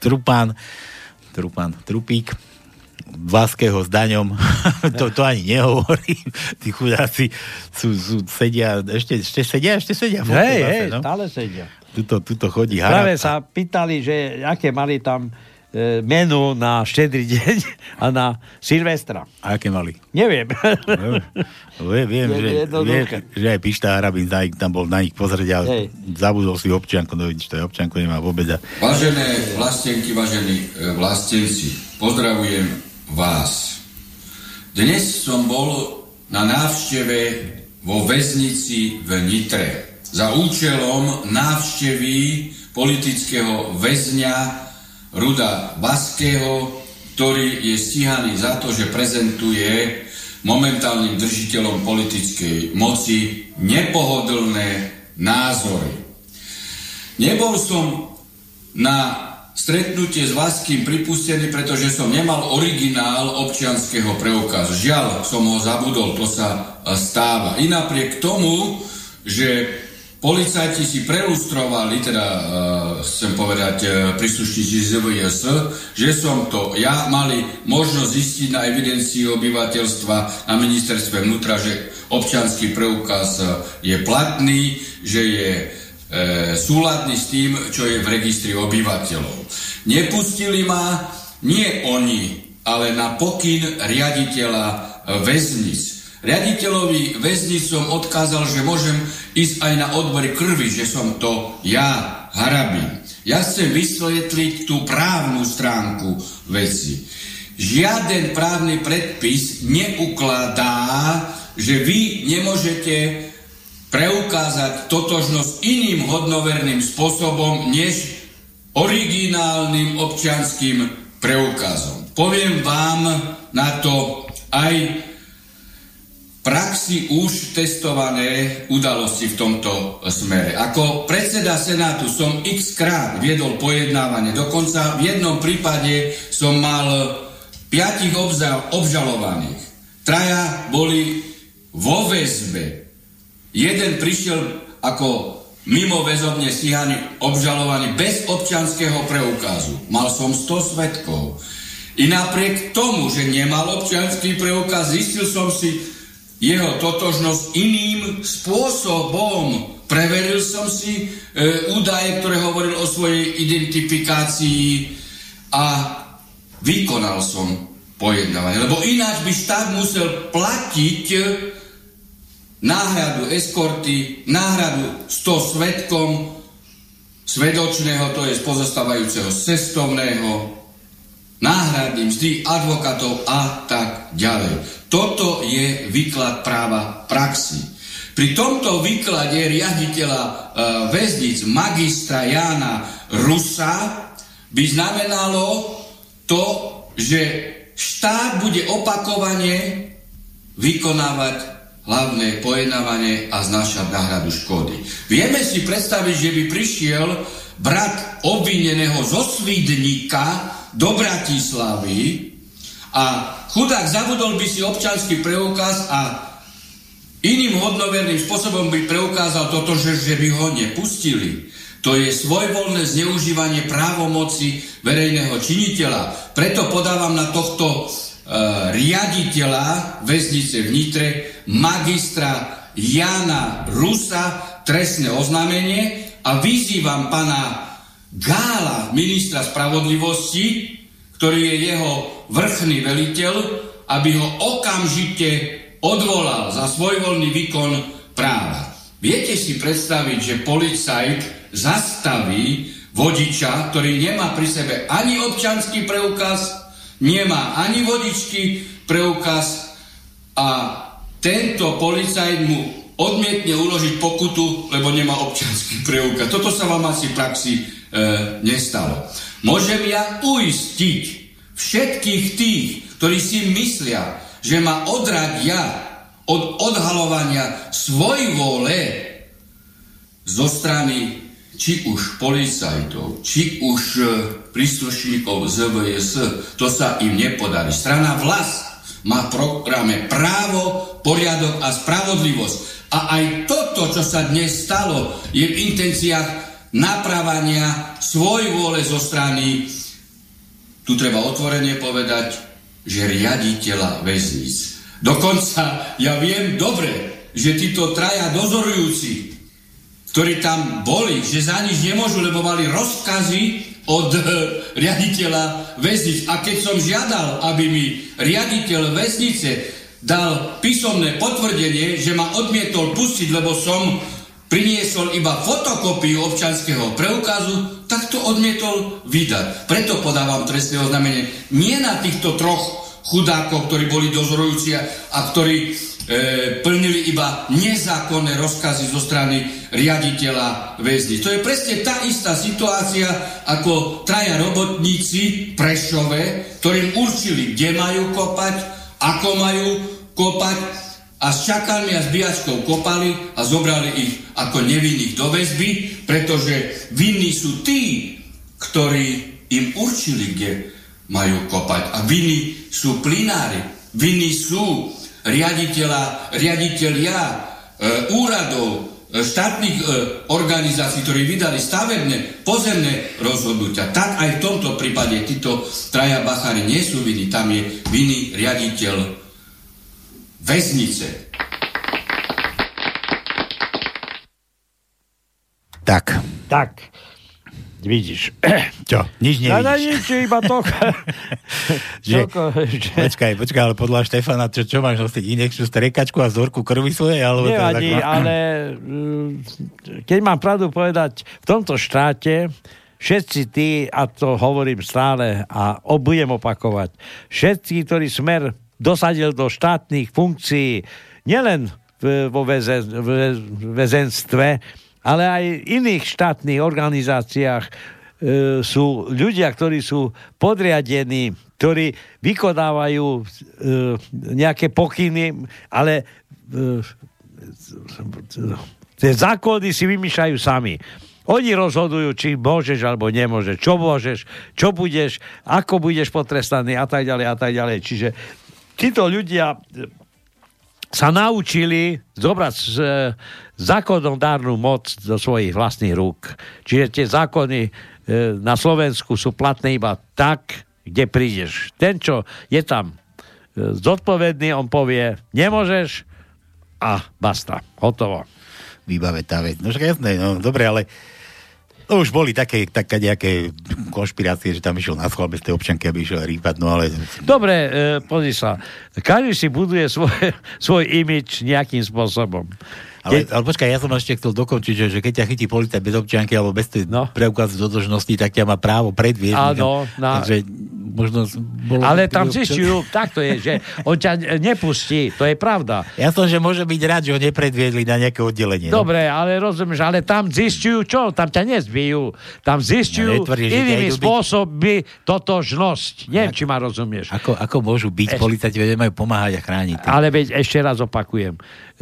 Speaker 14: trupík Vlaského s Daňom. to ani nehovorím. Tí chudáci sedia, ešte sedia.
Speaker 15: Hej, stále sedia.
Speaker 14: Tuto chodí harap.
Speaker 15: Práve sa pýtali, že aké mali tam menu na Štedrý deň a na Silvestra.
Speaker 14: A aké mali?
Speaker 15: Neviem.
Speaker 14: Viem, že aj Pišta Harabín tam bol na nich pozrieť, ale zabudol si občianku, no vidíš, to je občianku nemá vôbec.
Speaker 16: Vážené vlastenky, vážení vlastenci, pozdravujem vás. Dnes som bol na návšteve vo väznici v Nitre za účelom návštevy politického väzňa Ruda Vaského, ktorý je stíhaný za to, že prezentuje momentálnym držiteľom politickej moci nepohodlné názory. Nebol som na stretnutie s Vaským pripustený, pretože som nemal originál občianskeho preukazu. Žiaľ, som ho zabudol, to sa stáva. I napriek tomu, že policajti si prelustrovali, chcem povedať príslušníci z VS, že som to ja, mali možnosť zistiť na evidencii obyvateľstva na ministerstve vnútra, že občiansky preukaz je platný, že je súladný s tým, čo je v registri obyvateľov. Nepustili ma nie oni, ale na pokyn riaditeľa väznic. Riaditeľovi väznic som odkázal, že môžem ísť aj na odbory krvi, že som to ja, Harabín. Ja chcem vysvetliť tú právnu stránku veci. Žiaden právny predpis neukladá, že vy nemôžete preukázať totožnosť iným hodnoverným spôsobom, než originálnym občianským preukazom. Poviem vám na to aj praxi už testované udalosti v tomto smere. Ako predseda Senátu som x-krát viedol pojednávanie. Dokonca v jednom prípade som mal 5 obžalovaných. 3 boli vo väzbe. Jeden prišiel ako mimoväzobne stíhaný, obžalovaný bez občianskeho preukazu. Mal som 100 svedkov. I napriek tomu, že nemal občiansky preukaz, zistil som si jeho totožnosť iným spôsobom. Preveril som si údaje, ktoré hovoril o svojej identifikácii a vykonal som pojednávanie. Lebo ináč by štát musel platiť náhradu eskorty, náhradu 100 svedkom svedočného, to je pozostávajúceho z cestovného, náhrady, mzdy, advokátov a tak ďalej. Toto je výklad práva praxi. Pri tomto výklade riaditeľa väznic magistra Jána Rusa by znamenalo to, že štát bude opakovane vykonávať hlavné pojednávanie a znášať náhradu škody. Vieme si predstaviť, že by prišiel brat obvineného zo Svidníka do Bratislavy a chudák zabudol by si občiansky preukaz a iným hodnoverným spôsobom by preukázal toto, že by ho nepustili. To je svojvoľné zneužívanie právomoci verejného činiteľa. Preto podávam na tohto riaditeľa väznice v Nitre, magistra Jána Rusa, trestné oznámenie a vyzývam pana Gála, ministra spravodlivosti, ktorý je jeho vrchný veliteľ, aby ho okamžite odvolal za svojvoľný výkon práva. Viete si predstaviť, že policajt zastaví vodiča, ktorý nemá pri sebe ani občiansky preukaz, nemá ani vodičský preukaz a tento policajt mu odmietne uložiť pokutu, lebo nemá občiansky preukaz. Toto sa vám asi v praxi nestalo. Môžem ja uistiť všetkých tých, ktorí si myslia, že ma odradia od odhalovania svojvôle zo strany či už policajtov, či už príslušníkov ZVS, to sa im nepodarí. Strana Vlast má v programe právo, poriadok a spravodlivosť. A aj toto, čo sa dnes stalo, je v intenciách napravania svojvôle zo strany, tu treba otvorene povedať, že riaditeľa väzníc. Dokonca ja viem dobre, že títo traja dozorujúci, ktorí tam boli, že za nič nemôžu, lebo mali rozkazy od riaditeľa väznic. A keď som žiadal, aby mi riaditeľ väznice dal písomné potvrdenie, že ma odmietol pustiť, lebo som priniesol iba fotokopiu občianskeho preukazu, tak to odmietol vydať. Preto podávam trestné oznámenie nie na týchto troch chudákov, ktorí boli dozorujúci a ktorí plnili iba nezákonné rozkazy zo strany riaditeľa väznic. To je presne tá istá situácia ako traja robotníci v Prešove, ktorým určili, kde majú kopať, ako majú kopať a s čakalmi a zbíjačkou kopali a zobrali ich ako nevinných do väzby, pretože vinní sú tí, ktorí im určili, kde majú kopať. A vinní sú plynári, vinní sú riaditeľia úradov, štátnych organizácií, ktorí vydali stavebné, pozemné rozhodnutia. Tak aj v tomto prípade títo traja bachári nie sú vinní. Tam je vinný riaditeľ väznice.
Speaker 14: Tak.
Speaker 15: Vidíš.
Speaker 14: Čo? Nič nevidíš.
Speaker 15: No nič, iba to.
Speaker 14: Počkaj, ale podľa Štefana, čo máš nosiť? Inekšiu striekačku a vzorku krvi svojej?
Speaker 15: Nevadí, ale keď mám pravdu povedať, v tomto štáte všetci tí, a to hovorím stále a budem opakovať, všetci, ktorí Smer dosadil do štátnych funkcií, nielen vo väzenstve, ale aj v iných štátnych organizáciách sú ľudia, ktorí sú podriadení, ktorí vykonávajú nejaké pokyny, ale tie zákony si vymýšľajú sami. Oni rozhodujú, či môžeš alebo nemôžeš, čo môžeš, čo budeš, ako budeš potrestaný a tak ďalej. Čiže títo ľudia sa naučili zobrať zákonodárnu moc do svojich vlastných rúk. Čiže tie zákony na Slovensku sú platné iba tak, kde prídeš. Ten, čo je tam zodpovedný, on povie, nemôžeš a basta. Hotovo.
Speaker 14: Výbave tá vec. No jasné, no dobre, ale už boli také nejaké konšpirácie, že tam išiel na schvál bez tej občianky, aby išiel rýpať, no ale...
Speaker 15: Dobre, pozri sa. Každý si buduje svoj imidž nejakým spôsobom.
Speaker 14: Ale počkaj, ja som ešte chcel dokončiť, že keď ťa chytí policajt bez občianky alebo bez tej preukazu totožnosti, tak ťa má právo predviesť.
Speaker 15: Áno.
Speaker 14: Takže možno...
Speaker 15: Ale tam zistujú, tak to je, že on ťa nepustí, to je pravda.
Speaker 14: Ja som, že môže byť rád, že ho nepredviedli na nejaké oddelenie.
Speaker 15: Dobre, ale rozumieš, ale tam zistujú čo? Tam ťa nezbijú. Tam zistujú inými spôsoby totožnosť. Neviem, či ma rozumieš.
Speaker 14: Ako môžu byť policajti, veď majú pomáhať a chrániť.
Speaker 15: Ale veď ešte raz opakujem.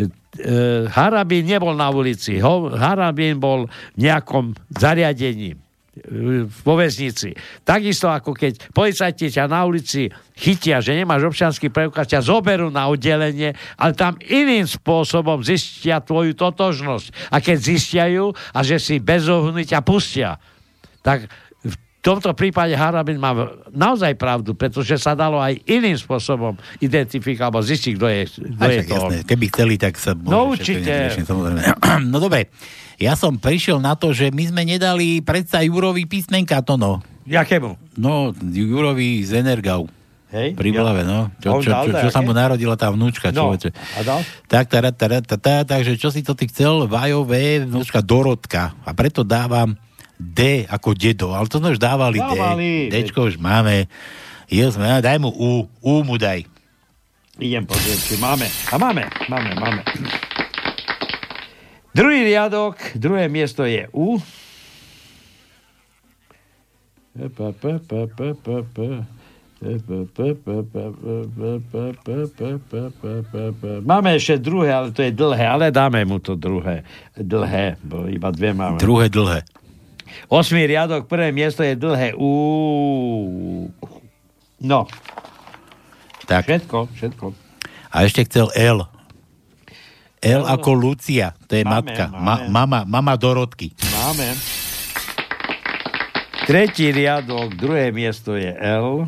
Speaker 15: Harabín nebol na ulici. Harabín bol v nejakom zariadení vo väznici. Takisto ako keď policajti ťa na ulici chytia, že nemáš občiansky preukaz, ťa zoberú na oddelenie, ale tam iným spôsobom zistia tvoju totožnosť. A keď zistia ju a že si bezohný, ťa pustia. Tak v tomto prípade Harabín má naozaj pravdu, pretože sa dalo aj iným spôsobom identifikovať, alebo zistiť, kto je to.
Speaker 14: Jasné. Keby chceli, tak sa...
Speaker 15: No určite.
Speaker 14: No dobre. Ja som prišiel na to, že my sme nedali predsa Jurovi písmenka to no.
Speaker 15: Jakému?
Speaker 14: No, Jurovi z Energau. Hej? Pri Blave, no. Čo sa mu narodila tá vnúčka, človeče.
Speaker 15: A dal?
Speaker 14: Takže čo si to ty chcel? Vajové vnúčka Dorotka. A preto dávam D ako dedo. Ale to sme už dávali. Dčko už máme. Daj mu U mu daj.
Speaker 15: Idem pozrieť, či máme. A máme. Druhý riadok, druhé miesto je U. Máme ešte druhé, ale to je dlhé, ale dáme mu to druhé. Dlhé, bo iba dve máme.
Speaker 14: Druhé dlhé.
Speaker 15: 8. riadok, prvé miesto je dlhé U. No.
Speaker 14: Tak.
Speaker 15: Všetko.
Speaker 14: A ešte chcel L. L ako Lucia, to je matka. Mama Dorotky.
Speaker 15: Máme. Tretí riadok, druhé miesto je L.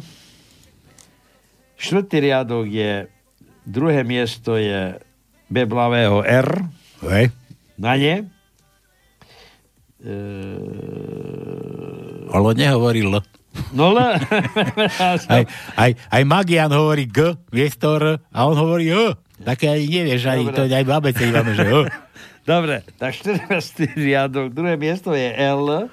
Speaker 15: Štvrtý riadok je, druhé miesto je beblavého R.
Speaker 14: Hej.
Speaker 15: Na ne.
Speaker 14: Ale nehovorí L.
Speaker 15: No L.
Speaker 14: aj Magian hovorí G, miesto R, a on hovorí H. Tak ani nevieš, ani to aj v abecede máme, že H.
Speaker 15: Dobre, tak 14. riadok, druhé miesto je L.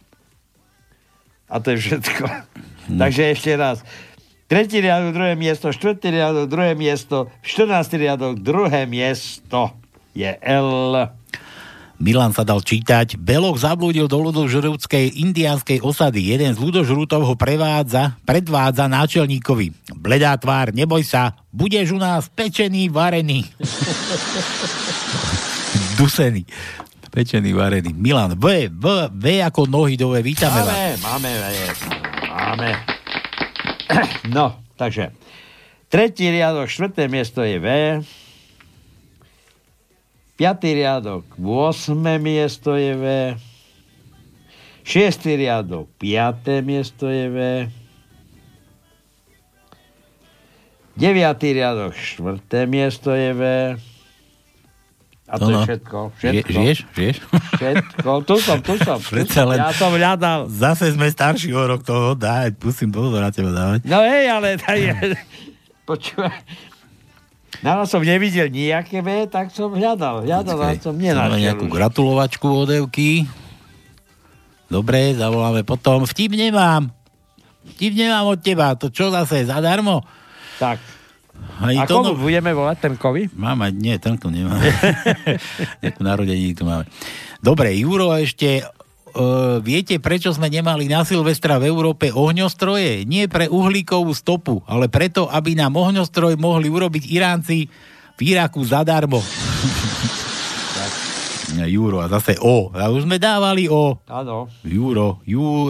Speaker 15: A to je všetko. Takže ešte raz. Tretí riadok, druhé miesto, štvrtý riadok, druhé miesto, 14. riadok, druhé miesto je L.
Speaker 14: Milan sa dal čítať. Beloch zablúdil do ľudožrúdskej indiánskej osady. Jeden z ľudožrútov ho predvádza náčelníkovi. Bledá tvár, neboj sa, budeš u nás pečený, varený. Dusený. Pečený, varený. Milan, V ako nohy do V, vítame vás.
Speaker 15: Máme. No, takže. Tretí riadok, štvrté miesto je V. Piatý riadok, 8. miesto je V. Šiestý riadok, 5. miesto je V. 9. riadok, 4. miesto je V. A to je všetko.
Speaker 14: Žiješ?
Speaker 15: Všetko. Tu som. Ja som hľadal.
Speaker 14: Zase sme starší o rok toho, daj, musím pozor na teba dávať.
Speaker 15: No hej, ale počúvaj. No, som nevidel nejaké V, tak som hľadal, ale som nenašiel.
Speaker 14: Máme nejakú gratulovačku od Evky. Dobre, zavoláme potom. Vtip nemám od teba. To čo zase, zadarmo?
Speaker 15: Tak. A komu budeme volať, Trnkovi?
Speaker 14: Nie, Trnko nemáme. Nejakú narodení tu máme. Dobre, Juro, ešte viete, prečo sme nemali na Silvestra v Európe ohňostroje? Nie pre uhlíkovú stopu, ale preto, aby nám ohňostroj mohli urobiť Iránci v Iraku zadarmo. Juro, a zase O. A už sme dávali O.
Speaker 15: Áno.
Speaker 14: Juro.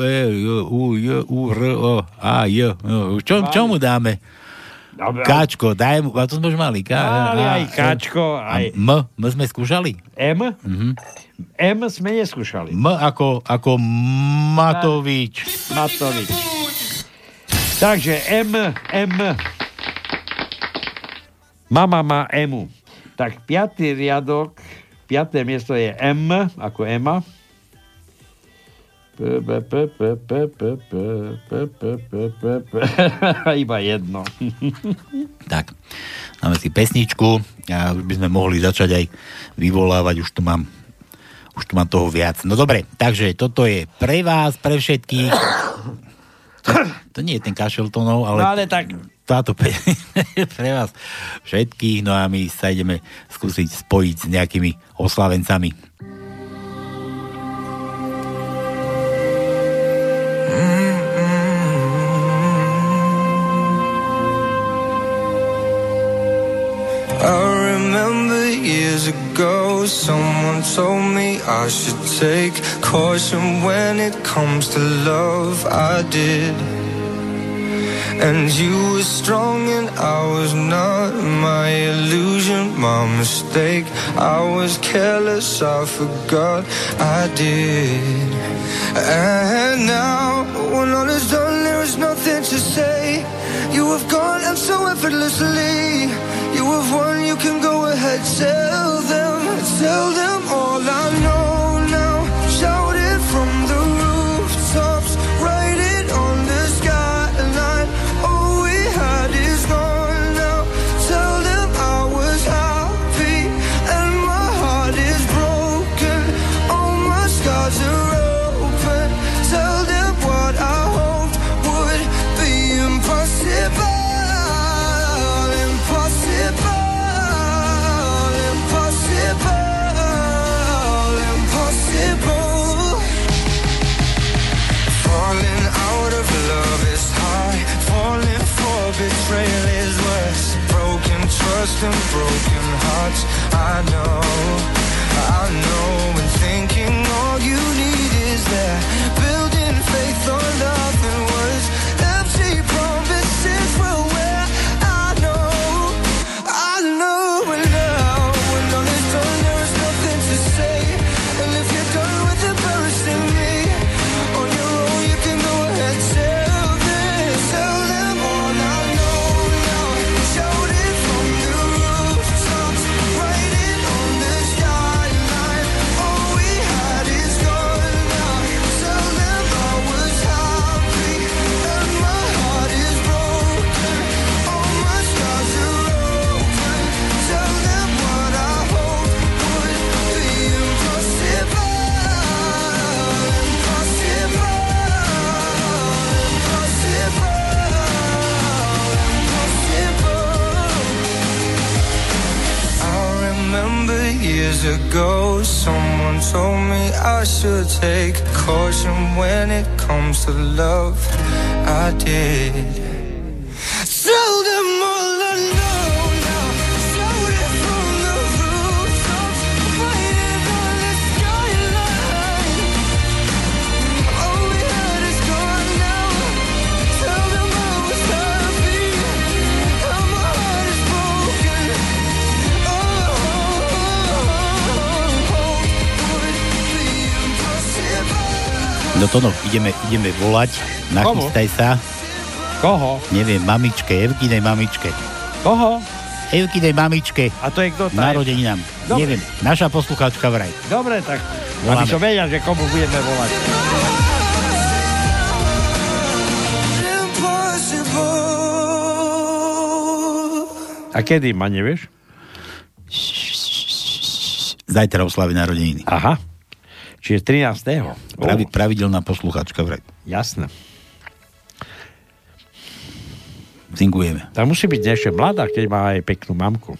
Speaker 14: Čomu dáme? Káčko, daj mu, a to sme už mali.
Speaker 15: Aj Káčko, aj...
Speaker 14: M sme skúšali?
Speaker 15: M? M sme neskúšali.
Speaker 14: M ako Matovič.
Speaker 15: Takže M. Mama má M. Tak 5. riadok, 5. miesto je M, ako Ema. Iba jedno.
Speaker 14: Tak, máme si pesničku a už by sme mohli začať aj vyvolávať, už tu mám toho viac. No dobre, takže toto je pre vás, pre všetkých. To nie je ten kašel tónov, ale
Speaker 15: tak...
Speaker 14: táto pre vás všetkých, no a my sa ideme skúsiť spojiť s nejakými oslavencami.
Speaker 1: Years ago, someone told me I should take caution when it comes to love. I did. And you were strong and I was not. My illusion, my mistake. I was careless, I forgot I did. And now, when all is done, there is nothing to say. You have gone and so effortlessly. You have won, you can go ahead, tell them all I know now. Shout it from the rooftops, write it on the skyline. All we had is gone now. Tell them I was happy and my heart is broken. All my scars are open. Tell them what I hoped would be impossible. and broken hearts. I know, and thinking all you need is that. Building faith on nothing was empty promises were where I know, and now when all is done there is nothing to say. And if you're done with embarrassing me on your own, you can go ahead, tell them all I know now. Shout it from the rooftops, write it on the skyline. All we had is gone now. Tell them I was happy and my heart is broken. All my scars are open. Tell them what I hope would be impossible. I remember years ago, someone told me I should take caution when it comes to love. I did. Tell them all I know now. Shout it from the rooftops, write it on the skyline. All we had is gone now. Tell them I was happy and my heart is broken.
Speaker 14: No to ideme volať. Nachystaj sa.
Speaker 15: Koho?
Speaker 14: Neviem, mamičke, Evkinej mamičke.
Speaker 15: Koho?
Speaker 14: Evkinej mamičke.
Speaker 15: A to je kto?
Speaker 14: Narodeninám. Neviem, naša poslucháčka vraj.
Speaker 15: Dobre, tak
Speaker 14: Voláme.
Speaker 15: aby som vedel, že komu budeme volať. A kedy ma nevieš?
Speaker 14: Zajtra oslaví narodeniny.
Speaker 15: Aha. Čiže 13.
Speaker 14: Pravidelná poslucháčka vraj.
Speaker 15: Jasné.
Speaker 14: Zingujeme.
Speaker 15: Tá musí byť ešte mladá, keď má aj peknú mamku.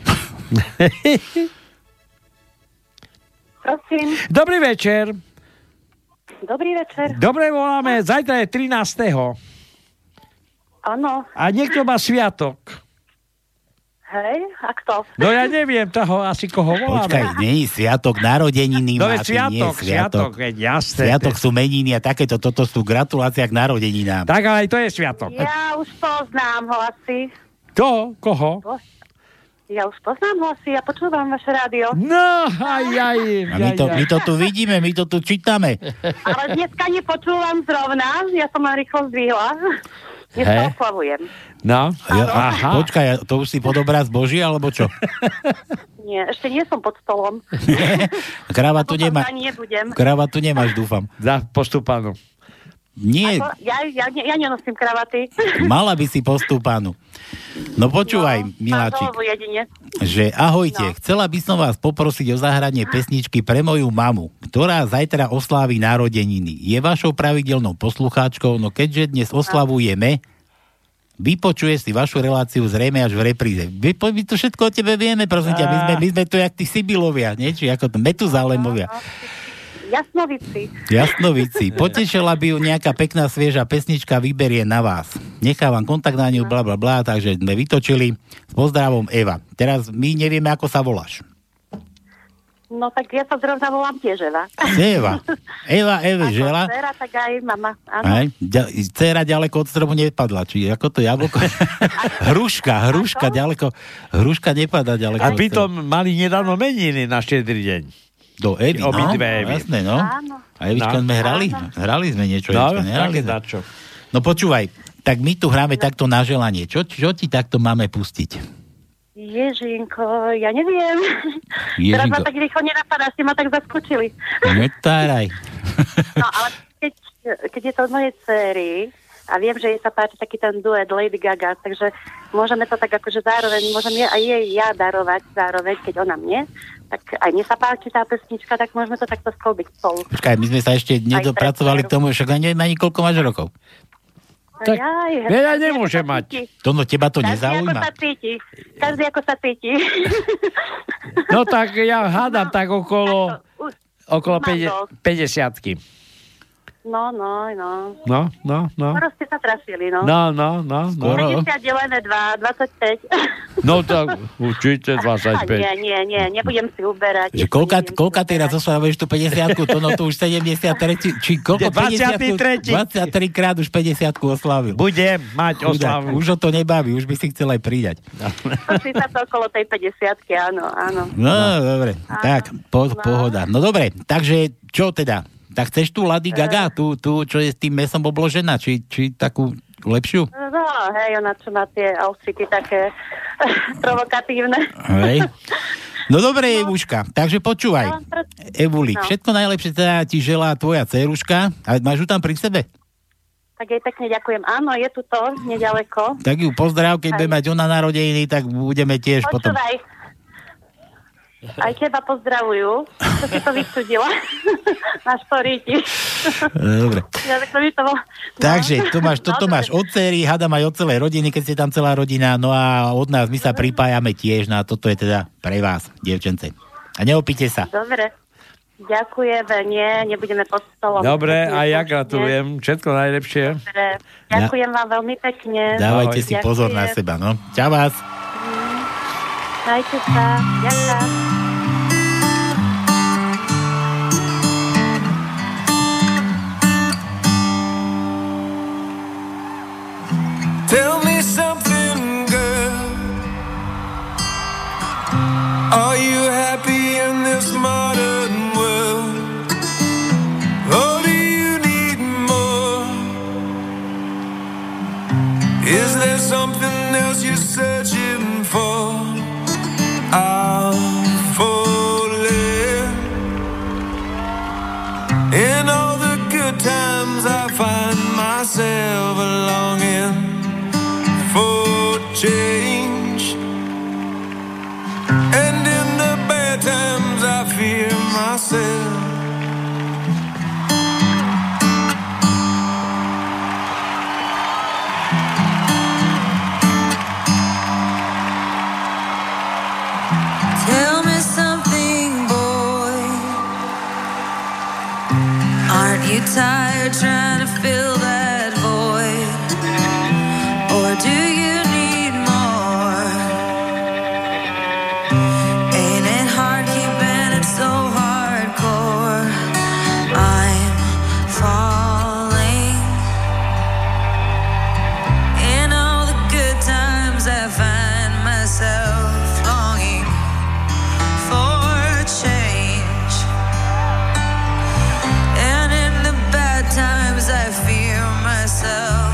Speaker 17: Prosím.
Speaker 15: Dobrý večer.
Speaker 17: Dobrý večer.
Speaker 15: Dobre, voláme. Zajtra je 13.
Speaker 17: Áno.
Speaker 15: A niekto má sviatok.
Speaker 17: Hej, a kto?
Speaker 15: No ja neviem toho asi koho voláme.
Speaker 14: Počkaj, nie je sviatok, narodeniny
Speaker 15: No
Speaker 14: máte, nie
Speaker 15: sviatok, veď jasné.
Speaker 14: Sviatok sú meniny a takéto, toto sú gratulácia k narodeninám.
Speaker 15: Tak, ale aj to je sviatok.
Speaker 17: Ja už poznám hlasy.
Speaker 15: To? Koho?
Speaker 17: Ja už poznám hlasy, ja počúvam vaše rádio.
Speaker 15: No, aj.
Speaker 14: A my to tu vidíme, my to tu čítame.
Speaker 17: Ale dneska nepočúvam zrovna, ja som len rýchlo zdvihla. Dneska oslavujem.
Speaker 15: No,
Speaker 14: aha. Počkaj, to už si pod obraz Boží, alebo čo?
Speaker 17: Nie, ešte nie som pod stolom.
Speaker 14: Kravatu Kravatu nemáš, dúfam.
Speaker 15: Za postúpanú.
Speaker 14: Nie.
Speaker 17: Ja nenosím kravaty.
Speaker 14: Mala by si postúpanú. No počúvaj, miláčik, že ahojte, chcela by som vás poprosiť o zahranie pesničky pre moju mamu, ktorá zajtra oslávi narodeniny. Je vašou pravidelnou poslucháčkou, no keďže dnes oslavujeme, vypočuje si vašu reláciu zrejme až v repríze. My to všetko o tebe vieme, prosím ťa, my sme tu jak tí Sibylovia, nie? Či ako Metuzalémovia. Jasnovici. Potešila by ju nejaká pekná svieža pesnička, vyberie na vás. Nechávam kontakt na ňu, blablabla, takže sme vytočili. S pozdravom, Eva. Teraz my nevieme, ako sa voláš.
Speaker 17: No tak ja sa zrovna volám tiež Eva.
Speaker 14: Eva žela.
Speaker 17: Ako dcera, tak aj mama.
Speaker 14: Dcera ďaleko od stromu nepadla. Či ako to jablko? Hruška ďaleko. Hruška nepadá ďaleko.
Speaker 15: A pritom mali nedávno meniny na štedrý deň.
Speaker 14: Do Evy,
Speaker 15: Obidve Evy.
Speaker 14: Jasné, no.
Speaker 17: Áno.
Speaker 14: A Evička sme hrali? Hrali sme niečo.
Speaker 15: No,
Speaker 14: také
Speaker 15: dačo.
Speaker 14: No počúvaj, tak my tu hráme takto na želanie. Čo ti takto máme pustiť?
Speaker 17: Ježinko, ja neviem. Teraz ma tak rýchlo nenapadá, ste ma tak zaskočili.
Speaker 14: Netáraj.
Speaker 17: No, ale keď je to od mojej dcery a viem, že jej sa páči taký ten duet Lady Gaga, takže môžeme to tak akože zároveň, môžem aj jej ja darovať zároveň, keď ona mne, tak aj mne sa páči tá pesnička, tak môžeme to takto sklbiť spolu.
Speaker 14: Počkaj, my sme sa ešte nedopracovali k tomu, však ani neviem, koľko máš rokov.
Speaker 15: Tak, ja nemôžem mať.
Speaker 14: Teba to nezaujíma.
Speaker 17: Každý ako sa cíti.
Speaker 15: No tak ja hádam tak okolo 50-ky.
Speaker 17: No.
Speaker 15: No.
Speaker 17: Skoro ste sa trafili, no.
Speaker 15: No.
Speaker 17: 50 delené 2, 25.
Speaker 15: No tak určite 25.
Speaker 17: Nie, nebudem si uberať.
Speaker 14: Že koľka ty raz oslavuješ tú 50-ku, to už 73, či koľko
Speaker 15: 23.
Speaker 14: 23 krát už 50-ku oslavil.
Speaker 15: Budem mať oslavu.
Speaker 14: Už o to nebaví, už by si chcel aj pridať.
Speaker 17: Točí sa to okolo tej 50-ky, áno.
Speaker 14: No, dobre, tak, pohoda. No dobre, takže čo teda? Tak chceš tú Lady Gaga, tú, čo je s tým mesom obložená, či takú lepšiu?
Speaker 17: No, hej, ona čo má tie outfity také provokatívne.
Speaker 14: Hej. No dobre, Evuška, takže počúvaj. Evulík, všetko najlepšie teda ti želá tvoja dceruška. A máš ju tam pri sebe?
Speaker 17: Tak jej pekne ďakujem. Áno, je tu to, nedaleko.
Speaker 14: Tak ju pozdrav, keď bude mať ona narodeniny, tak budeme tiež potom...
Speaker 17: Aj teba pozdravujú. To si to vysudila. Máš poríti.
Speaker 14: Dobre. Takže toto máš od dcery, hádam aj od celej rodiny, keď ste tam celá rodina, no a od nás my sa pripájame tiež, no a toto je teda pre vás, dievčence. A neopíte sa.
Speaker 17: Dobre. Ďakujeme, nebudeme pod stolom.
Speaker 15: Dobre, a ja gratulujem. Všetko najlepšie.
Speaker 17: Dobre. Ďakujem vám veľmi pekne.
Speaker 14: Dávajte si pozor na seba, no. Čau vás.
Speaker 17: Majte sa. Ďakujem.
Speaker 1: Tell me something, girl. Are you happy in this modern world? Or do you need more? Is there something else you're searching for? I'm falling. In all the good times I find myself longing for change, and in the bad times I fear myself.
Speaker 13: Tell me something, boy. Aren't you tired trying to fill that void? Or do you need more? Ain't it hard keeping it so hardcore? I'm falling. In all the good times I find myself longing for change, and in the bad times I fear myself.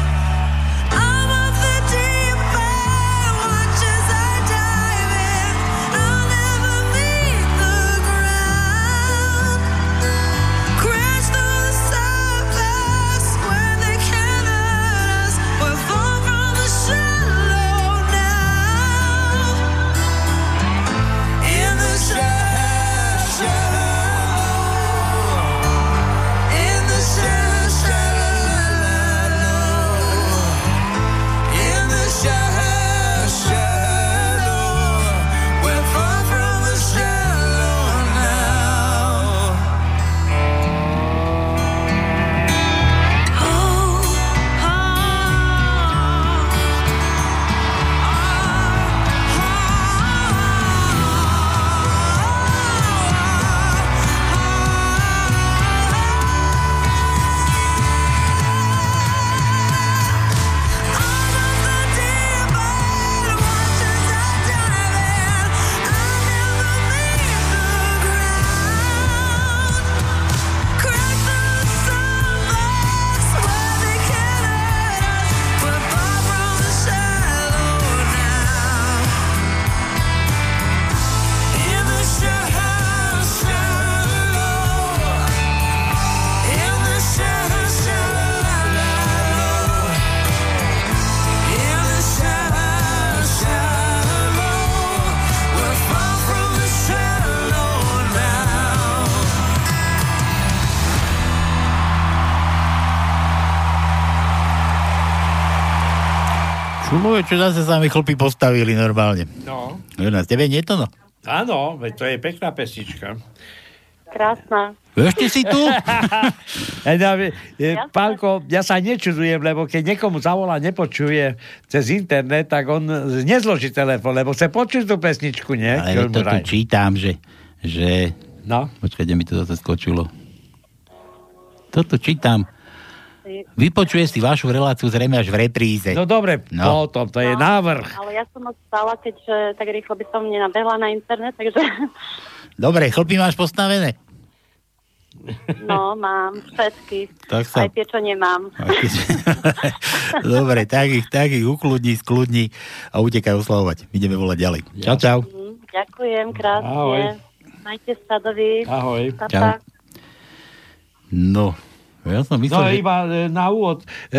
Speaker 14: Šumové, čo zase sa mi chlpy postavili normálne.
Speaker 15: No.
Speaker 14: Na tebe nie to, no?
Speaker 15: Áno, veď to je pekná pesnička.
Speaker 17: krásna.
Speaker 14: Ešte si tu?
Speaker 15: Pálko, ja sa nečudujem, lebo keď niekomu zavolá, nepočuje cez internet, tak on nezloží telefón, lebo chce počuť tú pesničku, nie?
Speaker 14: Ale to tu čítam, že...
Speaker 15: No?
Speaker 14: Počkajte, mi to zase skočilo. Toto čítam. Vypočuje si vašu reláciu zrejme až v repríze.
Speaker 15: No dobre, potom, to je návrh.
Speaker 17: Ale ja som ostala, keďže tak rýchlo by som nenabehla na internet, takže...
Speaker 14: Dobre, chlpy máš postavené?
Speaker 17: No, mám všetky.
Speaker 14: Aj
Speaker 17: tie, čo nemám.
Speaker 14: Dobre, tak ich ukludni, skľudni a utekaj oslavovať. Ideme volať ďalej. Čau, čau.
Speaker 17: Ďakujem, krásne. Ahoj. Majte sa, dovi.
Speaker 15: Ahoj.
Speaker 14: Čau. No, ja som myslel,
Speaker 15: že... iba na úvod.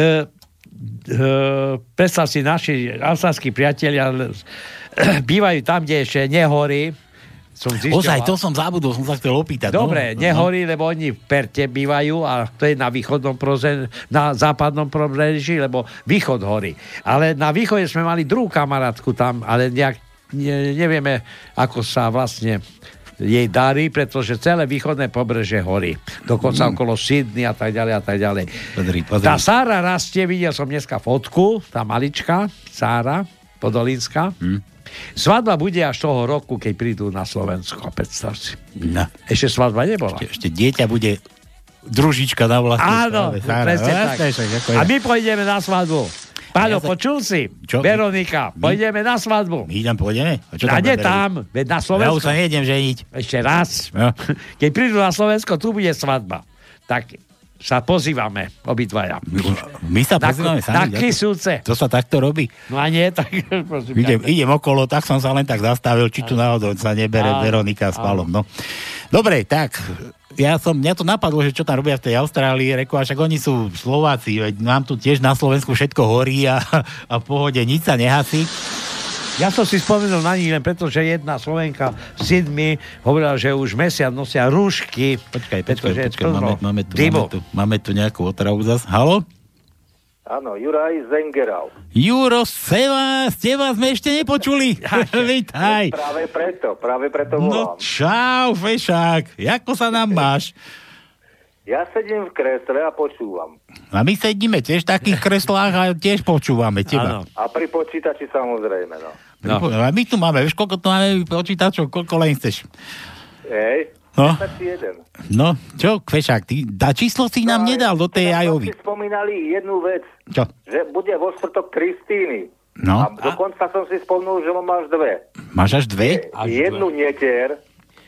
Speaker 15: Predstav si, naši alsaskí priatelia bývajú tam, kde ešte nehorí.
Speaker 14: Ozaj, to som zabudol, som sa chcel opýtať.
Speaker 15: Dobre, nehorí, lebo oni v Perte bývajú a to je na východnom na západnom pobreží, lebo východ horí. Ale na východe sme mali druhú kamarátku tam, ale nejak nevieme, ako sa vlastne jej darí, pretože celé východné pobrežie horí. Dokonca okolo Sydney a tak ďalej a tak ďalej.
Speaker 14: Pozri.
Speaker 15: Tá Sára rastie, videl som dneska fotku, tá malička, Sára Podolínska. Svadba bude až toho roku, keď prídu na Slovensko, predstav si.
Speaker 14: No.
Speaker 15: Ešte svadba nebola.
Speaker 14: Ešte dieťa bude družička na vlastnej
Speaker 15: správe. Áno, presne tak. A my pôjdeme na svadbu. Páľo, počul si? Čo? Veronika, pôjdeme na svadbu.
Speaker 14: My tam pôjdeme?
Speaker 15: A nie tam, na Slovensko.
Speaker 14: Ja už sa nejdem ženiť.
Speaker 15: Ešte raz. No. Keď prídu na Slovensko, tu bude svadba. Tak sa pozývame obidvaja.
Speaker 14: My sa pozývame sami.
Speaker 15: Na Kisúce.
Speaker 14: To sa takto robí.
Speaker 15: No a nie, tak...
Speaker 14: Idem okolo, tak som sa len tak zastavil, či tu náhodou sa nebere Veronika s Pálom. No. Dobre, tak... Mňa to napadlo, že čo tam robia v tej Austrálii, reku, a však oni sú Slováci, veď nám tu tiež na Slovensku všetko horí a v pohode nič sa nehasí.
Speaker 15: Ja som si spomenul na nich len preto, že jedna Slovenka v Sydney hovorila, že už mesiac nosia rúšky.
Speaker 14: Počkaj, máme tu nejakú otravu zas. Haló?
Speaker 18: Áno, Juraj Zengeral.
Speaker 14: Juro, z teba sme ešte nepočuli. Vítaj.
Speaker 18: Práve preto volám.
Speaker 14: No čau, fešák. Ako sa nám máš?
Speaker 18: Ja sedím v kresle a počúvam.
Speaker 14: A my sedíme tiež v takých kreslách a tiež počúvame teba.
Speaker 18: Áno. A pri počítači samozrejme, no.
Speaker 14: A my tu máme, vieš, koľko tu máme počítačov, koľko len chceš. No, čo, Kvešák, tá číslo si nám nedal do tej Ajovy.
Speaker 18: Si spomínali jednu vec,
Speaker 14: čo?
Speaker 18: Že bude vo štvrtok Kristíny.
Speaker 14: No.
Speaker 18: A dokonca som si spomnul, že mám až dve.
Speaker 14: Máš až dve?
Speaker 18: Jednu netier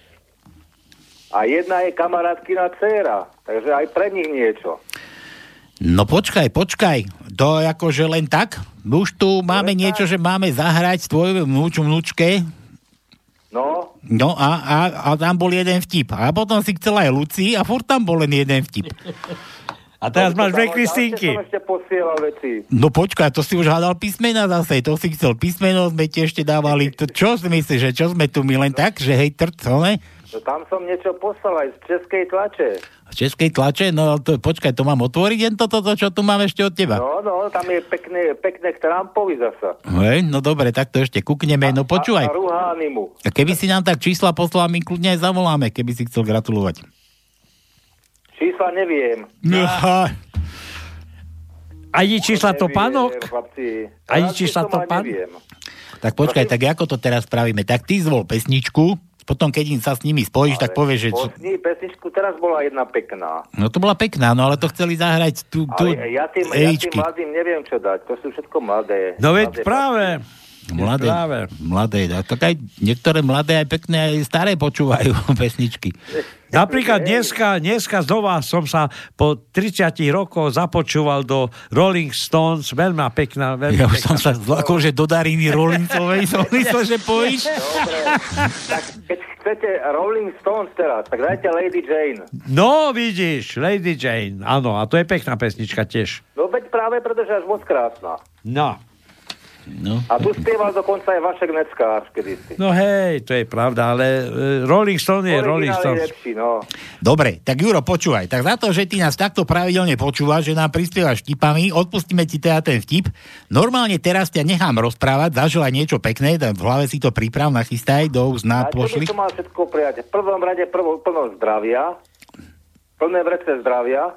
Speaker 18: a jedna je kamarátkina dcéra. Takže aj pre nich niečo.
Speaker 14: No počkaj. To akože len tak? Už tu máme niečo, že máme zahrať tvojej vnúčke. No a tam bol jeden vtip. A potom si chcel aj Luci a furt tam bol len jeden vtip.
Speaker 15: A teraz máš dve Kristínky.
Speaker 14: No počkaj, to si už hádal písmena zase. To si chcel písmeno, sme ti ešte dávali. Čo si myslíš, že čo sme tu my len tak? Že hej, ne?
Speaker 18: No tam som niečo poslal aj z českej tlače.
Speaker 14: Z českej tlače? No počkaj, to mám otvoriť jen toto, čo tu mám ešte od teba.
Speaker 18: No, tam je pekné k Trumpovi zasa.
Speaker 14: Hej, no dobre, tak to ešte kúkneme. No počúvaj. A keby si nám tak čísla poslal, my kľudne aj zavoláme, keby si chcel gratulovať.
Speaker 18: Čísla neviem.
Speaker 15: Ani čísla to pánok? Ani čísla to pán?
Speaker 14: Tak počkaj, tak ako to teraz spravíme? Tak ty zvol pesničku, potom keď im sa s nimi spojíš, tak povieš, že...
Speaker 18: Pesničku teraz bola jedna pekná.
Speaker 14: No to bola pekná, no ale to chceli zahrať tu
Speaker 18: ja tým mladým neviem čo dať, to sú všetko mladé.
Speaker 15: No veď práve.
Speaker 14: Mladé. Tak aj niektoré mladé, aj pekné, aj staré počúvajú pesničky.
Speaker 15: Napríklad dneska znova som sa po 30 rokoch započúval do Rolling Stones, veľmi pekná.
Speaker 14: Ja už som sa zlakol, že do Dariny Rollingsovej som myslel, že pojíš.
Speaker 18: Dobre, tak keď chcete Rolling Stones teraz, tak dajte Lady Jane.
Speaker 15: No vidíš, Lady Jane, áno, a to je pekná pesnička tiež.
Speaker 18: No veď práve, pretože až moc krásna.
Speaker 15: No.
Speaker 14: No.
Speaker 18: A tu spieval dokonca aj Vašek Neckář kedysi.
Speaker 15: No hej, to je pravda, ale Rolling Stone je Rolling Stone.
Speaker 18: Lepší, no.
Speaker 14: Dobre, tak Juro, počúvaj. Tak za to, že ty nás takto pravidelne počúvaš, že nám prispievaš vtipami, odpustíme ti teda ten vtip. Normálne teraz ťa nechám rozprávať, zaželaj niečo pekné, v hlave si to priprav, nachystaj, do úst pošli.
Speaker 18: A čo by som mal všetko prijať? V prvom rade plno zdravia, plné vrece zdravia,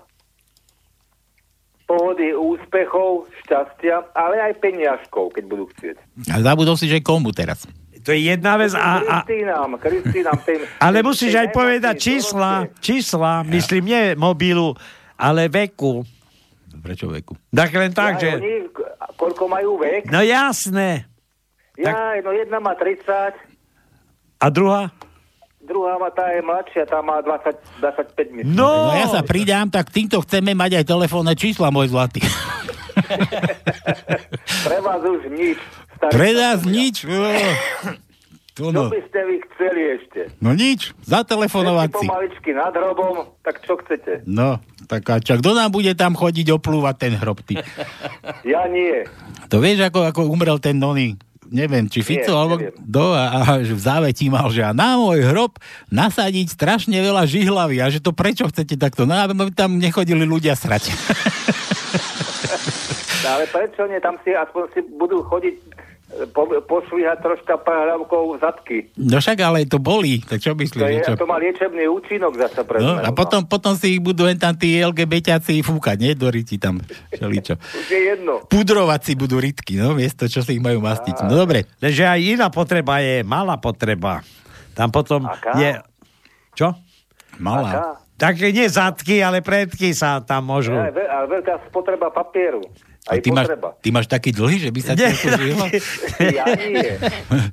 Speaker 18: pohody, úspechov, šťastia, ale aj peniažkov, keď budú chcieť.
Speaker 14: A zabudol si, že komu teraz?
Speaker 15: To je jedna vec
Speaker 18: Kristínam.
Speaker 15: Ale musíš aj povedať čísla, myslím, nie mobilu, ale veku.
Speaker 14: Prečo veku?
Speaker 15: Tak len tak, že...
Speaker 18: Oni, koľko majú vek?
Speaker 15: No jasné.
Speaker 18: No jedna má 30.
Speaker 15: A druhá?
Speaker 18: Druhá tá je mladšia, tá má 25 myslím.
Speaker 14: No ja sa pridám, tak týmto chceme mať aj telefónne čísla, môj zlatý.
Speaker 18: Pre vás už nič.
Speaker 14: Pre nás nič?
Speaker 18: Čo by ste vy chceli ešte?
Speaker 14: No nič, zatelefonovať si.
Speaker 18: Pomaličky nad hrobom, tak čo chcete?
Speaker 14: No, tak a čo, kto nám bude tam chodiť oplúvať ten hrob, ty?
Speaker 18: Ja nie.
Speaker 14: To vieš, ako umrel ten Nony? Neviem, či Fico, alebo kto a v závetí mal, že a na môj hrob nasadiť strašne veľa žihlavy a že to prečo chcete takto? No aby tam nechodili ľudia srať.
Speaker 18: Ale prečo nie? Tam si aspoň si budú chodiť pošvíhať troška prehľavkou zadky.
Speaker 14: No však, ale to bolí. Tak čo myslíš?
Speaker 18: To má liečebný účinok zase pre
Speaker 14: no, a potom si ich budú tam tí LGBTáci fúkať, nie? Do ryti tam. Šeličo.
Speaker 18: Už je jedno.
Speaker 14: Pudrovať si budú rytky, no? Miesto, čo si ich majú mastiť. No dobre.
Speaker 15: Leže aj iná potreba je malá potreba. Tam potom je... Čo?
Speaker 14: Malá.
Speaker 15: Tak nie zadky, ale predky sa tam môžu...
Speaker 18: Ale veľká spotreba papieru.
Speaker 14: A ty máš taký dlhý, že by sa ti zvýhlo?
Speaker 18: Ja nie.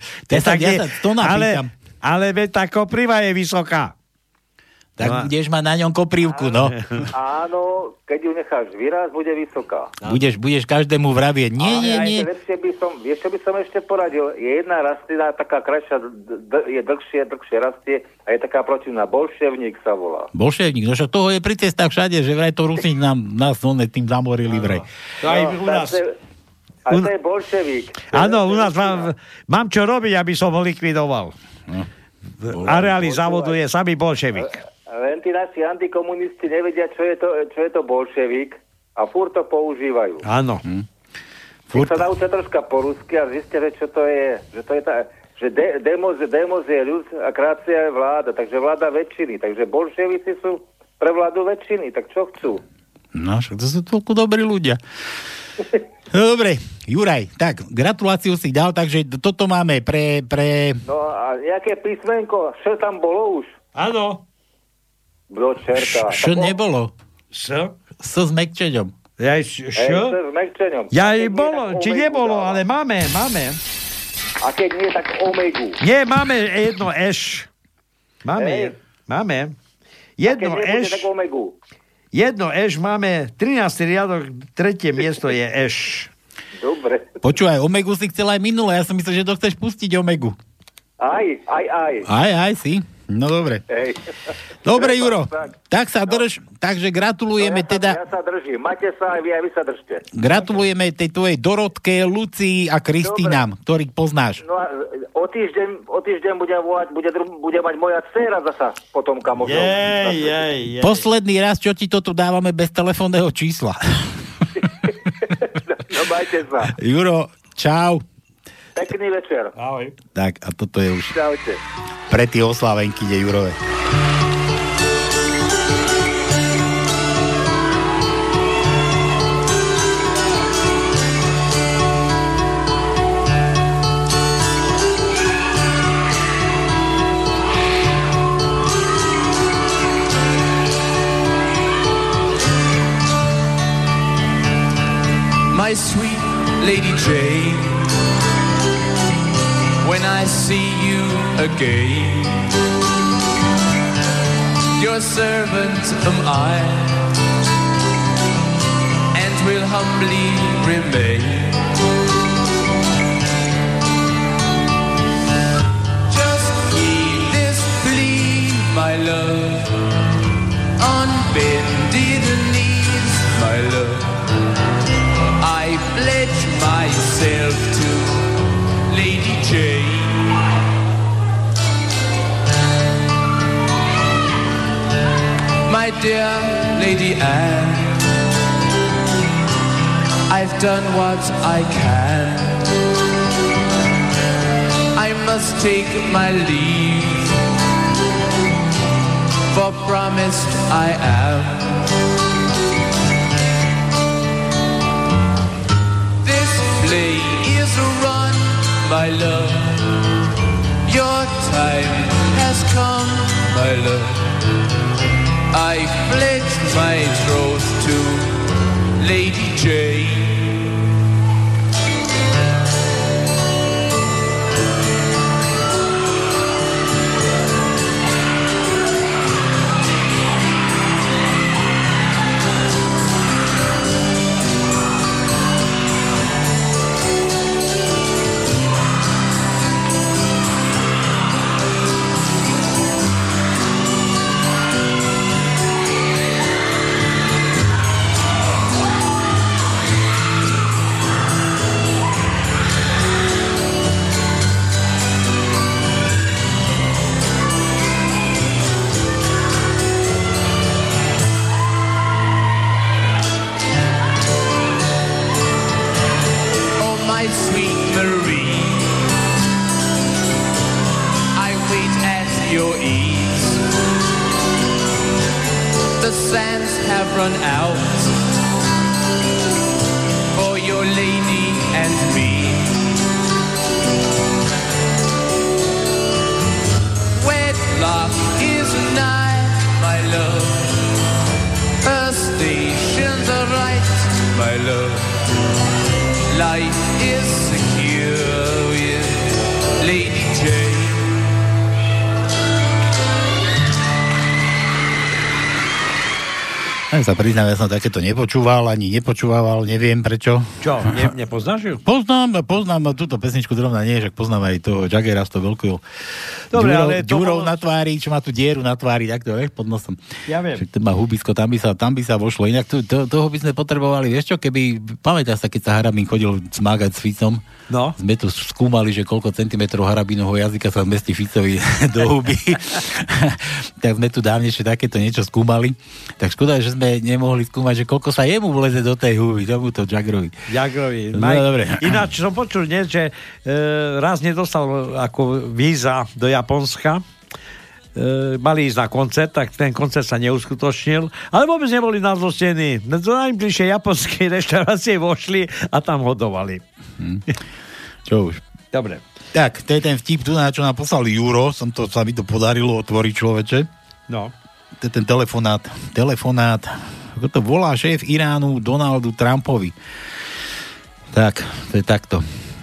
Speaker 15: Ale tá kopriva je vysoká.
Speaker 14: Tak budeš mať na ňom koprivku, no.
Speaker 18: Áno, keď ju necháš vyraz, bude vysoká.
Speaker 14: Budeš každému vravieť. Nie.
Speaker 18: Vieš, čo by som ešte poradil? Je jedna rastlina, taká krajšia, je dlhšie rastie a je taká protivná. Bolševník sa volá.
Speaker 14: Bolševník, no však toho je pri cestách všade, že vraj to Rusi nás tým zamorili vraj.
Speaker 15: To aj u nás...
Speaker 18: A to je bolševík.
Speaker 15: Áno, u nás mám čo robiť, aby som ho likvidoval. Areály závodu je samý bolševik.
Speaker 18: Len tí naši antikomunisti nevedia, čo je to bolševík a furt to používajú.
Speaker 15: Áno.
Speaker 18: Keď sa naučia troška po rusky a zistia, že čo to je. Že demos je ľud a krácia je vláda. Takže vláda väčšiny. Takže bolševici sú pre vládu väčšiny. Tak čo chcú?
Speaker 14: No, však to sú toľko dobrí ľudia. Dobre, Juraj, tak, gratuláciu si dal, takže toto máme pre...
Speaker 18: No a nejaké písmenko? Čo tam bolo už?
Speaker 15: Áno.
Speaker 18: Do čerta.
Speaker 14: Čo nebolo?
Speaker 15: Čo?
Speaker 14: S mekčeňom.
Speaker 15: Čo?
Speaker 18: S mekčeňom.
Speaker 15: Bolo, či nebolo, ale máme.
Speaker 18: A keď nie, tak omegu.
Speaker 15: Nie, máme jedno eš. Máme. Jedno eš.
Speaker 18: Tak omegu.
Speaker 15: Jedno eš máme, 13. riadok, 3. miesto je eš.
Speaker 18: Dobre.
Speaker 14: Počúvaj, omegu si chcel aj minule, ja som myslel, že to chceš pustiť omegu. Aj si. No dobre.
Speaker 18: Hej.
Speaker 14: Dobre, Juro, tak sa drž, takže gratulujeme
Speaker 18: Ja sa držím, majte sa aj vy sa držte.
Speaker 14: Gratulujeme tej tvojej Dorotke, Lucii a Kristínám, ktorých poznáš.
Speaker 18: No a o týždeň budem volať, bude mať moja dcéra zasa potomka možno.
Speaker 14: Posledný raz, čo ti to tu dávame bez telefónneho čísla.
Speaker 18: No majte sa.
Speaker 14: Juro, čau.
Speaker 18: Pekný večer.
Speaker 15: Ahoj.
Speaker 14: Tak, a toto je už
Speaker 18: Čaute.
Speaker 14: pre tie oslávenky, Jurové.
Speaker 1: My sweet Lady Jane, when I see you again, your servant am I, and will humbly remain. Just heed this plea, my love, on bended knees, my love, I pledge my
Speaker 19: myself to Lady Jane. My dear Lady Anne, I've done what I can. I must take my leave, for promised I am. This play is run, my love. Your time has come, my love. I pledged my troth to Lady Jane. Run out for your lady and me. Wedlock is nigh, my love. Her stations are right, my love. Life is secure with Lady Jane.
Speaker 14: Ja sa priznám, ja som takéto nepočúval, ani nepočúval, neviem prečo.
Speaker 15: Čo, nepoznáš ju?
Speaker 14: Poznám túto pesničku zrovna nie, že poznám aj to Jaggera s to veľkou ďurou na tvári, čo má tu dieru na tvári, takto, vieš, pod nosom.
Speaker 15: Ja viem.
Speaker 14: Však ten má hubisko, tam by sa vošlo. Inak toho by sme potrebovali, vieš čo, keby, pamätáš sa, keď sa Harabín chodil smágať s Ficom,
Speaker 15: no.
Speaker 14: Sme tu skúmali, že koľko centimetrov Harabínovho jazyka sa zmestí Ficovi do huby. Tak sme tu dávnejšie takéto niečo skúmali. Tak škoda, že sme nemohli skúmať, že koľko sa jemu vleze do tej huby, tomuto Jaggerovi.
Speaker 15: No, dobre. Ináč som počul, že raz nedostal ako víza do Japonska, mali ísť na koncert, tak ten koncert sa neuskutočnil, ale vôbec neboli nazlostení. Do najbližšej japonskej reštaurácie vošli a tam hodovali.
Speaker 14: Čo už?
Speaker 15: Dobre.
Speaker 14: Tak, to je ten vtip tu, na čo nám poslal Juro, sa mi to podarilo otvoriť, človeče.
Speaker 15: No.
Speaker 14: To je ten telefonát, ako to volá šéf Iránu Donaldu Trumpovi. Tak, to je takto.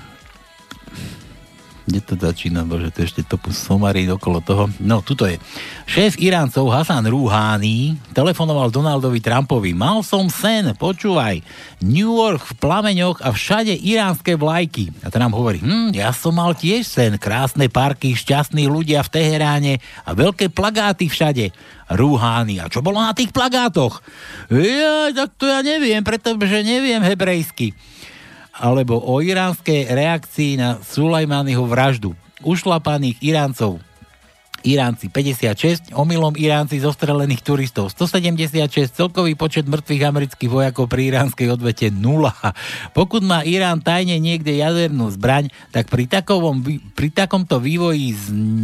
Speaker 14: Kde to začína? Bože, to ešte to somarí okolo toho. No, tuto je. Šéf Iráncov Hasan Rouhani telefonoval Donaldovi Trumpovi. Mal som sen, počúvaj. New York v plameňoch a všade iránske vlajky. A Trump hovorí, ja som mal tiež sen. Krásne parky, šťastní ľudia v Teheráne a veľké plagáty všade. Rouhani. A čo bolo na tých plagátoch? Tak to ja neviem, pretože neviem hebrejsky. Alebo o iránskej reakcii na Sulajmányho vraždu. Ušlapaných Iráncov. Iránci 56, omylom Iránci zostrelených turistov 176, celkový počet mŕtvych amerických vojakov pri iránskej odvete 0. Pokud má Irán tajne niekde jadernú zbraň, tak pri takomto vývoji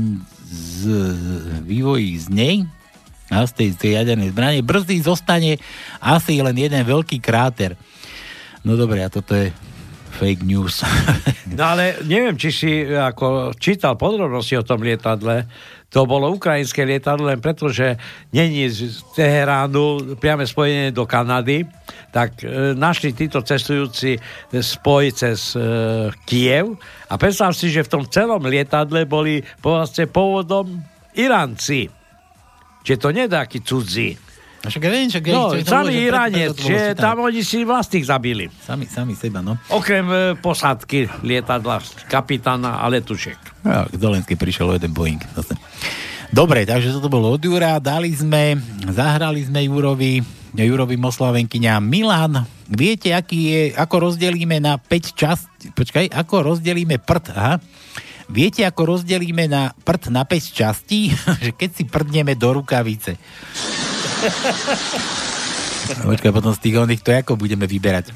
Speaker 14: z nej, z tej jadernej zbrane, brzy zostane asi len jeden veľký kráter. No dobre, a toto je fake news.
Speaker 15: No ale neviem, či si ako čítal podrobnosti o tom lietadle. To bolo ukrajinské lietadlo, len preto, že není z Teheránu priame spojenie do Kanady, tak našli títo cestujúci spoj cez Kiev a predstav si, že v tom celom lietadle boli vlastne pôvodom Iránci. Čiže to nie je taký cudzí. Sami Iránec, že tam oni si vlastných zabili.
Speaker 14: Sami seba, no.
Speaker 15: Okrem posádky lietadla, kapitána a letušek.
Speaker 14: Ja, k Zelenskej prišiel o jeden Boeing. Zase. Dobre, takže toto bolo od Jura, zahrali sme Jurovi ju robím oslavenkyňa. Milan, viete, ako rozdelíme na 5 častí? Počkaj, ako rozdelíme prd? Aha. Viete, ako rozdelíme na prd na 5 častí? Že keď si prdneme do rukavice. Počkaj, potom z tých oných to ako budeme vyberať.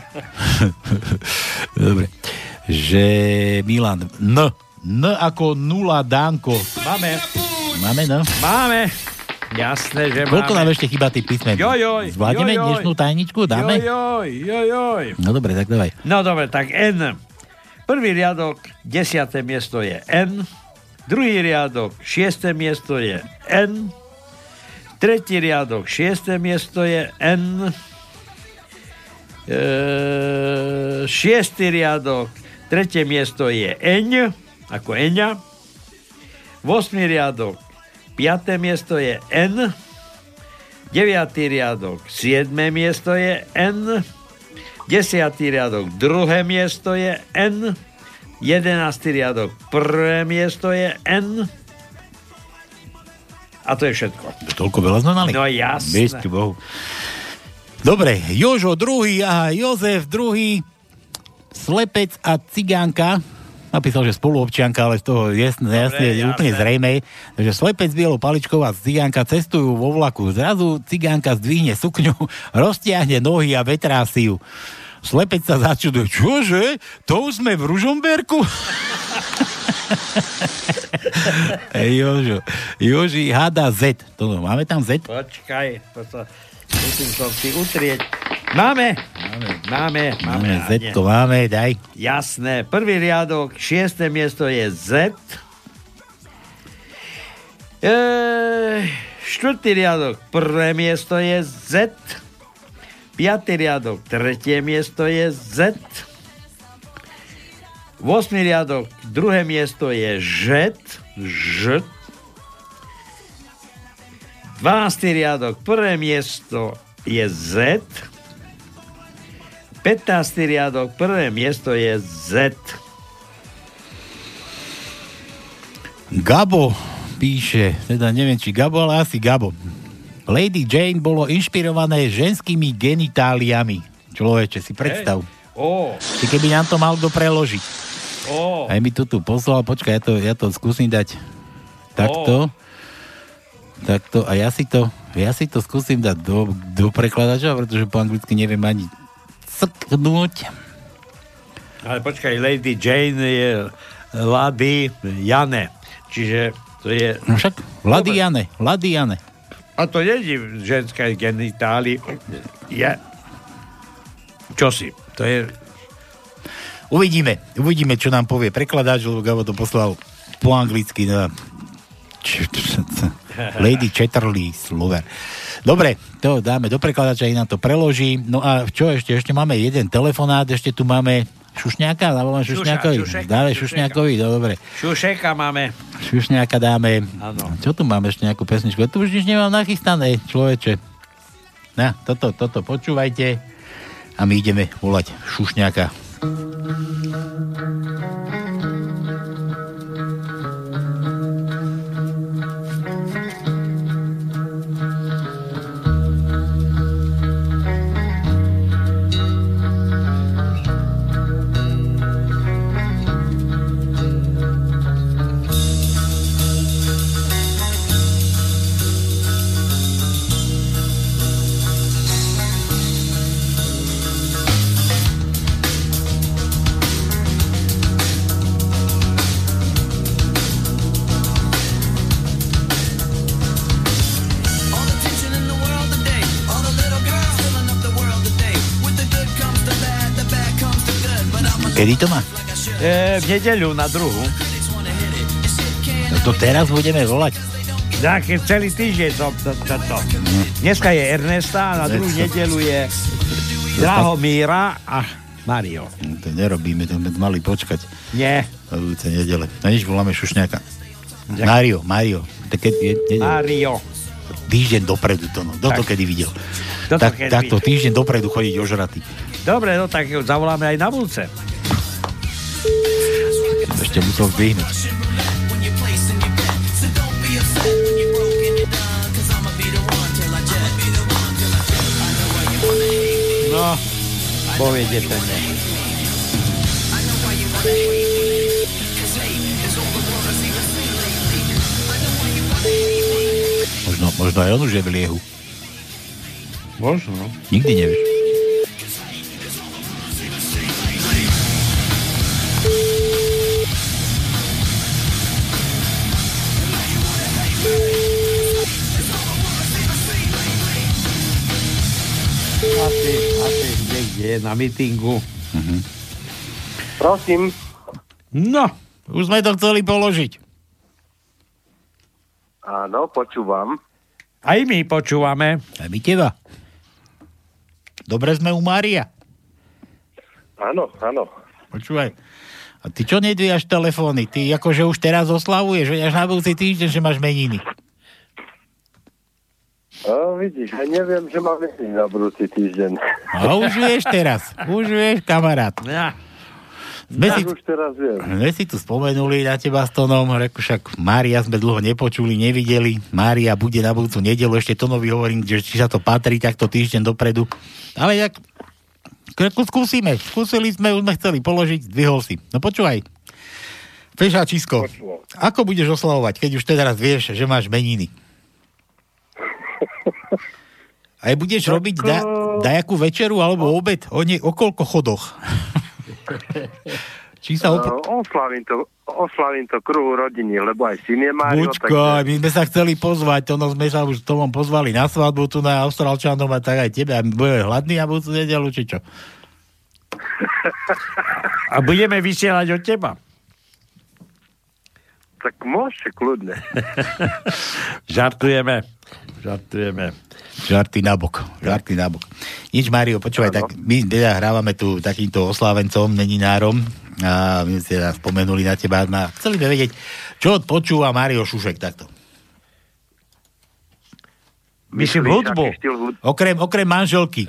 Speaker 14: Dobre. Že Milan, N ako nula, Danko. Máme, no? Máme. Jasné, že
Speaker 15: Koľko
Speaker 14: nám ešte chýba tých písmen? Zvládneme dnešnú tajničku? Dáme?
Speaker 15: Joj.
Speaker 14: No dobre, tak dávaj.
Speaker 15: No dobre, tak N. Prvý riadok, 10. miesto je N. Druhý riadok, 6. miesto je N. Tretí riadok, 6. miesto je N. 6. riadok, 3. miesto je N, ako Eňa. 8. riadok, 5. miesto je N. 9. riadok, 7. miesto je N. 10. riadok, 2. miesto je N. 11. riadok, 1. miesto je N. A to je všetko.
Speaker 14: Toľko veľa sme mali?
Speaker 15: No jasné.
Speaker 14: Viesť Bohu. Dobre, Jožo druhý, aha, Jozef druhý, Slepec a Cigánka. Napísal, že spoluobčianka, ale z toho jasne je úplne zrejme. Takže Slepec s bielou paličkou a Cigánka cestujú vo vlaku. Zrazu Cigánka zdvihne sukňu, roztiahne nohy a vetrási ju. Slepec sa začuduje. Čože? To už sme v Ružomberku? Joži hada Z. Máme tam Z?
Speaker 15: Počkaj, musím som si utrieť. Máme.
Speaker 14: Z-ko máme, daj.
Speaker 15: Jasné. Prvý riadok, 6. miesto je Z. Štvrtý riadok, 1. miesto je Z. 5. riadok, 3. miesto je Z. 8. riadok, 2. miesto je Ž. 12. riadok, 1. miesto je Z. 15. riadok, 1. miesto je Z.
Speaker 14: Gabo píše, teda neviem, či Gabo, ale asi Gabo. Lady Jane bolo inšpirované ženskými genitáliami. Človeče, si predstav. Si keby nám to mal kto preložiť. Aj mi to tu poslal, počkaj, ja to skúsim dať takto a ja si to skúsim dať do prekladača, pretože po anglicky neviem ani crknúť.
Speaker 15: Ale počkaj, Lady Jane je Lady Jane, čiže to je...
Speaker 14: No však, Lady Jane.
Speaker 15: A to nie je ženská genitáli. Čosi, to je...
Speaker 14: Uvidíme, čo nám povie prekladáč, lebo Gabo to poslal po anglicky na Lady Chatterley Slover. Dobre, to dáme do prekladača, nám to preloží. No a čo ešte? Ešte máme jeden telefonát, ešte tu máme Šušňáka, zavoláme Šušňákovi. Dáme Šušňákovi, dobre.
Speaker 15: Šušeka máme.
Speaker 14: Šušňáka dáme.
Speaker 15: Áno.
Speaker 14: Čo tu máme ešte nejakú pesničku? Tu už nič nemám nachystané, človeče. Na, toto počúvajte a my ideme volať Šušňáka. Kedy to má?
Speaker 15: V nedeľu na 2.
Speaker 14: No to teraz budeme volať.
Speaker 15: Tak, celý týždeň som to. Dneska je Ernesta a na druhú nedeľu je Drahomíra a Mario.
Speaker 14: To nerobíme, to sme mali počkať.
Speaker 15: Nie.
Speaker 14: Na budúce nedele. Na nič voláme Šušňáka. Mario.
Speaker 15: Mario.
Speaker 14: Týždeň dopredu to, no. Kto to kedy videl? Takto týždeň dopredu chodiť ožratý.
Speaker 15: Dobre, no tak zavoláme aj na budúce.
Speaker 14: Ešte musel zdvihnúť.
Speaker 15: No, povede ten ne.
Speaker 14: Možno aj on už je v liehu.
Speaker 15: Možno.
Speaker 14: Nikdy nevieš.
Speaker 15: Asi niekde je na mítingu.
Speaker 18: Prosím.
Speaker 15: No.
Speaker 14: Už sme to chceli položiť.
Speaker 18: Áno, počúvam.
Speaker 15: Aj my počúvame.
Speaker 14: Aj my teba. Dobre sme u Mária.
Speaker 18: Áno.
Speaker 14: Počúvaj. A ty čo nedvíjaš telefóny? Ty akože už teraz oslavuješ, až na budúci týždeň, že máš meniny.
Speaker 18: Vidíš, ja neviem, že mám meniny na budúci týždeň.
Speaker 14: A už vieš teraz. Už vieš, kamarát.
Speaker 15: Ja.
Speaker 18: Už teraz viem.
Speaker 14: My si tu spomenuli na teba s Tonom, reku však Mária sme dlho nepočuli, nevideli. Mária bude na budúcu nedeľu, ešte Tonovi hovorím, že či sa to patrí takto týždeň dopredu. Ale jak skúsili sme, už sme chceli položiť, zdvihol si. No počúvaj, Fešáčisko, ako budeš oslavovať, keď už teraz vieš, že máš meniny? Aj budeš robiť dajakú večeru alebo obed? O koľko chodoch? Či sa
Speaker 18: oslavím to kruhu rodiny, lebo aj syn je Mário.
Speaker 14: Počkaj, my sme sa chceli pozvať, sme sa už Tomom pozvali na svadbu tu na Austrálčanom a tak aj tebe. A my budeme hladní a budú nedelu, či čo?
Speaker 15: A budeme vysielať od teba.
Speaker 18: Tak môžete kľudne.
Speaker 15: Žartujeme.
Speaker 14: Žarty na bok. Nič, Mário, počúvaj, tak my teda hrávame tu takýmto oslávencom, neninárom a my ste nás spomenuli na teba. Chceli by vedieť, čo počúva Mário Šušek takto.
Speaker 15: Myslím hudbu.
Speaker 14: Okrem manželky.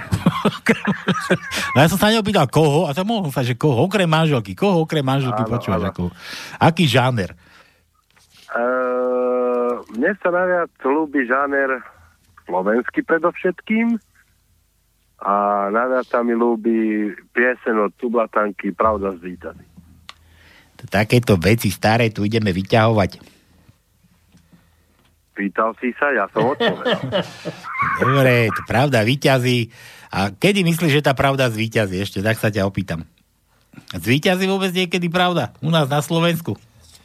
Speaker 14: Ja som sa neopýtal koho, a to mohol sa, že koho, okrem manželky počúvaš. Aký žáner?
Speaker 18: Mne sa najviac ľúbi žáner slovenský predovšetkým a najviac sa mi ľúbi pieseň od Tublatanky Pravda zvíťazí.
Speaker 14: Takéto veci staré tu ideme vyťahovať.
Speaker 18: Pýtal si sa, ja som odpovedal.
Speaker 14: Dobre, to pravda víťazí. A kedy myslíš, že tá pravda zvíťazí? Ešte tak sa ťa opýtam. Zvíťazí vôbec niekedy pravda? U nás na Slovensku?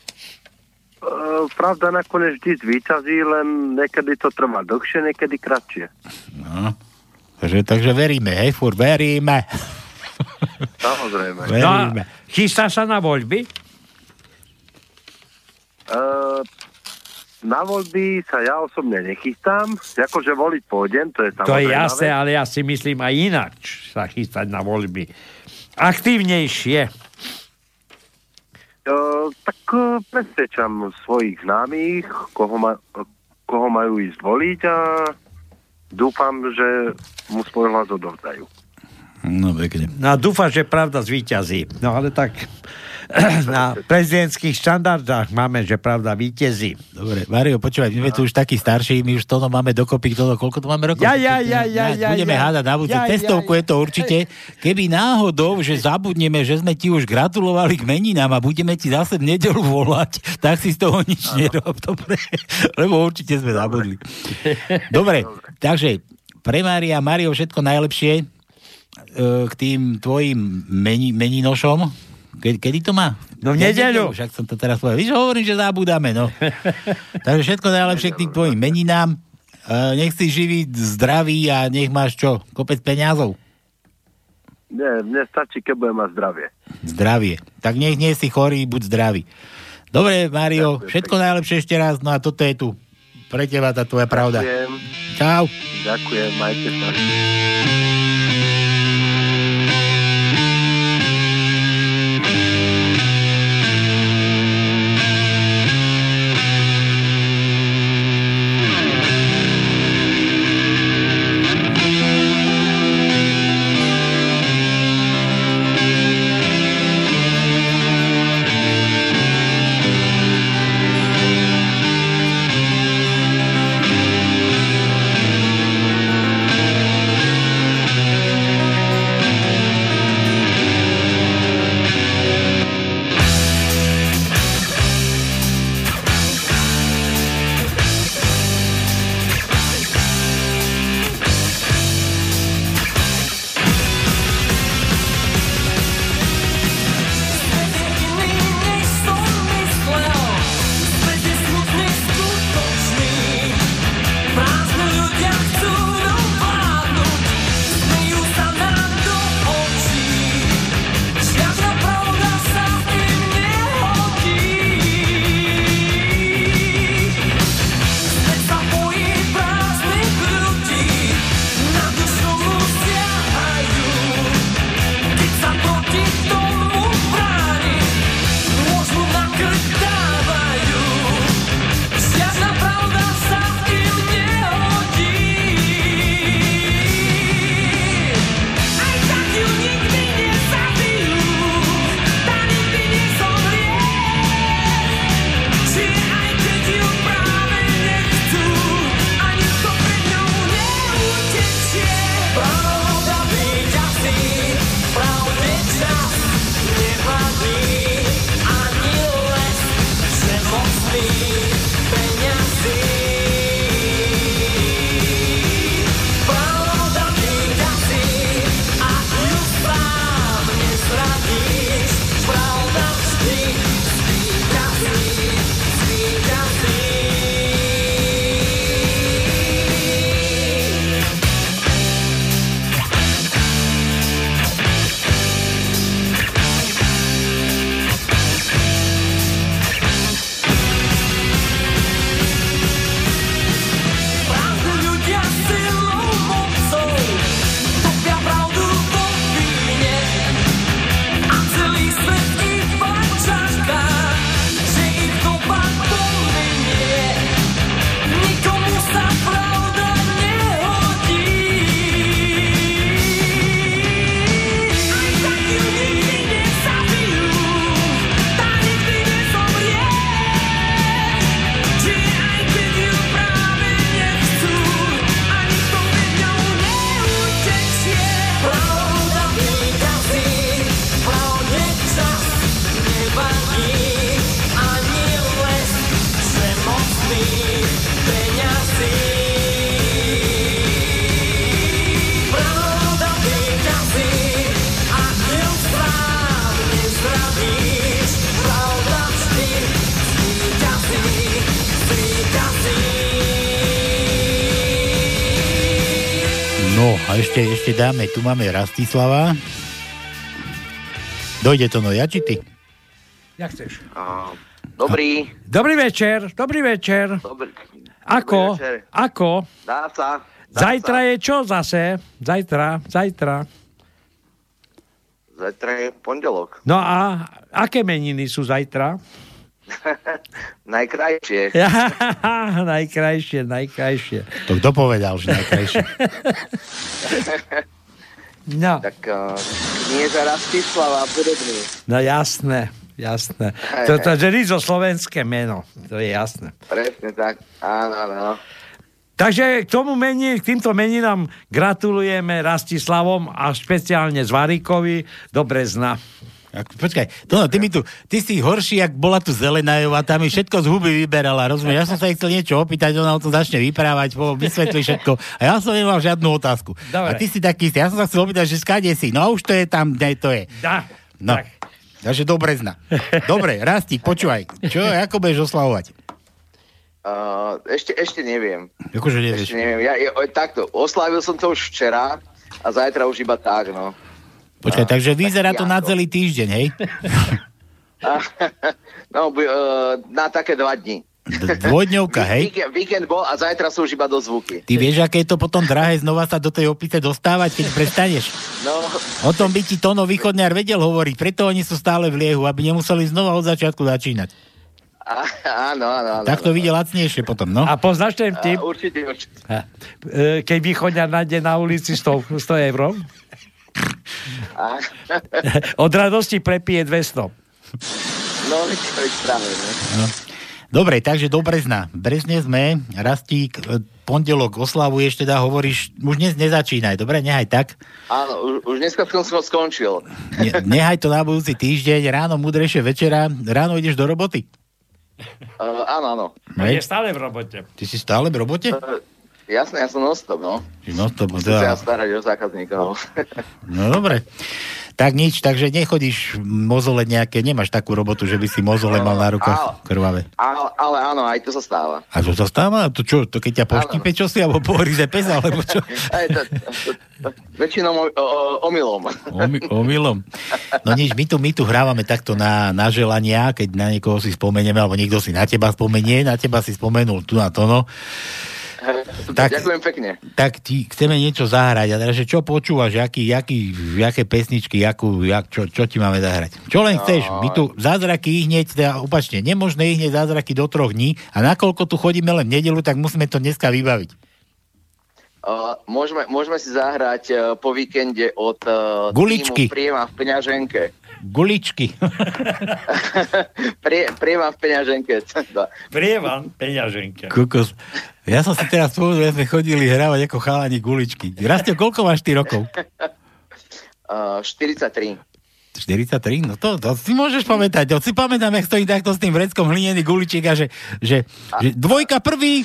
Speaker 18: Pravda nakoniec vždy zvíťazí, len niekedy to trvá dlhšie, niekedy kratšie.
Speaker 14: No, takže veríme, hej, furt veríme.
Speaker 18: Samozrejme.
Speaker 15: Veríme. No, chystá sa na voľby?
Speaker 18: Na voľby sa ja osobne nechystám. Akože voliť pôjdem, to je samozrejme.
Speaker 15: To je jasné, ale ja si myslím aj ináč sa chystať na voľby. Aktívnejšie.
Speaker 18: Tak presvedčam svojich známych, koho majú ísť voliť a dúfam, že mu svoj hlas odovzdajú.
Speaker 14: No, pekne.
Speaker 15: No a dúfam, že pravda zvíťazí. No ale tak na prezidentských štandardách máme, že pravda víťazí.
Speaker 14: Dobre, Mário, počúvaj, my sme tu už takí starší, my už to máme dokopy, koľko to máme rokov? Budeme hádať na budúce. Testovku je to určite. Keby náhodou, že zabudneme, že sme ti už gratulovali k meninám a budeme ti zase v nedeľu volať, tak si z toho nič nerob. Dobre, lebo určite sme zabudli. Dobre, takže pre Mário všetko najlepšie k tým tvojim meninošom. Kedy to má?
Speaker 15: No v nedeľu.
Speaker 14: Však som to teraz povedal. Víš, hovorím, že zabúdame, no. Takže všetko najlepšie k tým tvojim meninám. Nech si živý, zdravý a nech máš čo? Kopec peňazov?
Speaker 18: Nie, mne stačí, keď budem mať zdravie.
Speaker 14: Zdravie. Tak nech nie si chorý, buď zdravý. Dobre, Mário, všetko najlepšie ešte raz. No a toto je tu pre teba tá tvoja pravda.
Speaker 18: Ďakujem.
Speaker 14: Čau.
Speaker 18: Ďakujem, majte sa.
Speaker 14: A ešte dáme, tu máme Rastislava. Dojde to, no ja či ty?
Speaker 15: Jak chceš?
Speaker 20: Dobrý.
Speaker 15: Dobrý večer.
Speaker 20: Dobrý večer.
Speaker 15: Ako?
Speaker 20: Dá sa.
Speaker 15: Zajtra je čo zase? Zajtra.
Speaker 20: Zajtra je pondelok.
Speaker 15: No a aké meniny sú zajtra?
Speaker 20: Najkrajšie.
Speaker 15: Najkrajšie.
Speaker 14: To kto povedal, že najkrajšie?
Speaker 15: No.
Speaker 20: Tak knieža Rastislava a podobne.
Speaker 15: No jasné. To je rizo slovenské meno, to je jasné.
Speaker 20: Presne tak, áno.
Speaker 15: Takže k týmto meninám gratulujeme Rastislavom a špeciálne Zvarikovi do Brezna.
Speaker 14: Počkaj, ty si horší, jak bola tu Zelenajová, tam mi všetko z huby vyberala, rozumieš? Ja som sa chcel niečo opýtať, ona o tom začne vyprávať, vysvetlí všetko a ja som nemal žiadnu otázku.
Speaker 15: Dobre.
Speaker 14: A ty si taký, ja som sa chcel opýtať, že skade si, no a už to je tam, to je. No, takže do Brezna. Dobre, Rastík, počúvaj, ako budeš oslavovať?
Speaker 20: Ešte neviem.
Speaker 14: Akože nevieš?
Speaker 20: Ešte neviem. Takto, oslavil som to už včera a zajtra už iba tak, no.
Speaker 14: Počkaj, takže vyzerá to na celý týždeň, hej?
Speaker 20: Na také 2 dni.
Speaker 14: Dvojdňovka, hej?
Speaker 20: Víkend bol a zajtra sú už iba dozvuky.
Speaker 14: Ty vieš, aké je to potom drahé znova sa do tej opice dostávať, keď prestaneš?
Speaker 20: No.
Speaker 14: O tom by ti Tono Východňar vedel hovoriť, preto oni sú stále v liehu, aby nemuseli znova od začiatku začínať.
Speaker 20: Áno.
Speaker 14: Tak to vidie lacnejšie potom, no.
Speaker 15: A poznáš ten tip?
Speaker 20: Určite.
Speaker 15: Keď Východňar nájde na ulici 100 €, od radosti prepije 200.
Speaker 20: No, to je práve,
Speaker 14: no. Dobre, takže do Brezna. V Brezne sme, Rastík, pondelok oslavuješ, teda hovoríš, už dnes nezačínaj, dobre, nehaj tak.
Speaker 20: Áno, už dneska som skončil.
Speaker 14: Nehaj to na budúci týždeň, ráno múdrejšie večera, ráno ideš do roboty?
Speaker 20: Áno.
Speaker 15: Je stále v robote.
Speaker 14: Ty si stále v robote?
Speaker 20: Jasné, ja som non-stop, no. Musím sa starať o zákazníkov.
Speaker 14: No dobre. Tak nič, takže nechodíš mozole nejaké, nemáš takú robotu, že by si mozole mal na rukách krvavé.
Speaker 20: Ale áno, aj to sa stáva.
Speaker 14: A to sa stáva? To čo, to keď ťa poštípe čosi, alebo pohríze pes, alebo čo?
Speaker 20: Väčšinou omylom.
Speaker 14: Omylom. No nič, my tu hrávame takto na želania, keď na niekoho si spomenieme, alebo niekto si na teba spomenie, na teba si spomenul tu na Tono.
Speaker 20: Tak, ďakujem pekne.
Speaker 14: Tak ti chceme niečo zahrať. A teda, že čo počúvaš, jaké pesničky, čo ti máme zahrať? Čo len chceš? My tu zázraky hneď, teda opačne, nemožné hneď zázraky do 3 dní a nakoľko tu chodíme len v nedeľu, tak musíme to dneska vybaviť.
Speaker 20: Môžeme si zahrať po víkende od
Speaker 14: Guličky.
Speaker 20: Týmu Priema v peňaženke.
Speaker 14: Guličky.
Speaker 20: Prievan v peňaženke.
Speaker 15: Prievan v peňaženke.
Speaker 14: Kukos. Ja som si teraz povedal, že sme chodili hrávať ako chalani guličky. Rastio, koľko máš ty rokov?
Speaker 20: 43.
Speaker 14: 43? No to si môžeš pamätať. To si pamätám, jak stojím takto s tým vreckom hlinený guličík a že 2 prvý,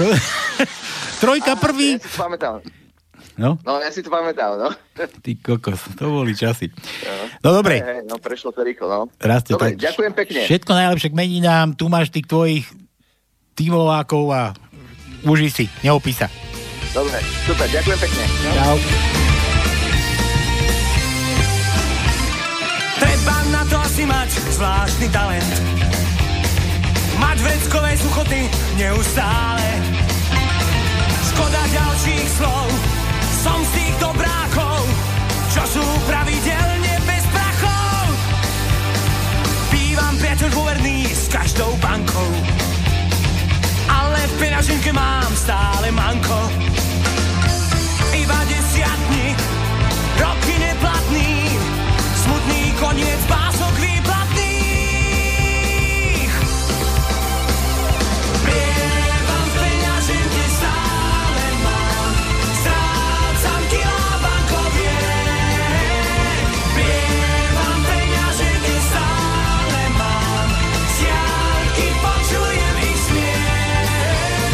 Speaker 14: 3 prvý.
Speaker 20: Ja si to pamätám.
Speaker 14: No,
Speaker 20: ja si to pamätám, no.
Speaker 14: Ty kokos, to boli časy. No dobre.
Speaker 20: No prešlo to rýchlo, no.
Speaker 14: Rastio,
Speaker 20: dobre, ďakujem pekne.
Speaker 14: Všetko najlepšie k meninám, tu máš tých tvojich tímovákov a uži si, neopí sa.
Speaker 20: Dobre, super, ďakujem pekne.
Speaker 14: Čau.
Speaker 1: Treba na to asi mať zvláštny talent. Mať vreckové suchoty neustále. Škoda ďalších slov, som z tých dobrákov, čo sú pravidelne bez prachov. Bývam priateľ dôverný s každou bankou, ale v peňaženke mám stále manko. Iba 10 dní, roky neplatný, smutný koniec pások výplatných. Prievam v peňaženke stále mám, strácam kilá bankoviek. Prievam v peňaženke stále mám, z diaľky počujem ich smiech.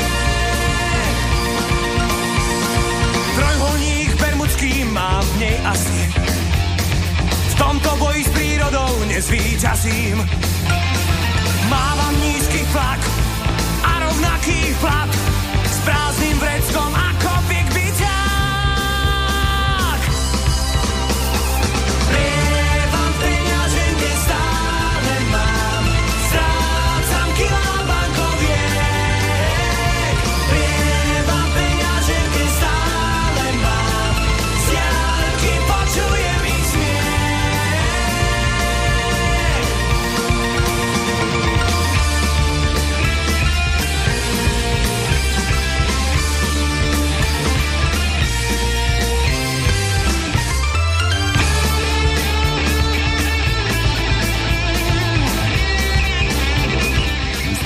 Speaker 1: Trojholník bermudský mám v nej asi, v tomto boji s prírodou nezvíťazím. Mávam nízky flak a rovnaký flap, s prázdnym vreckom ako Big Byťák.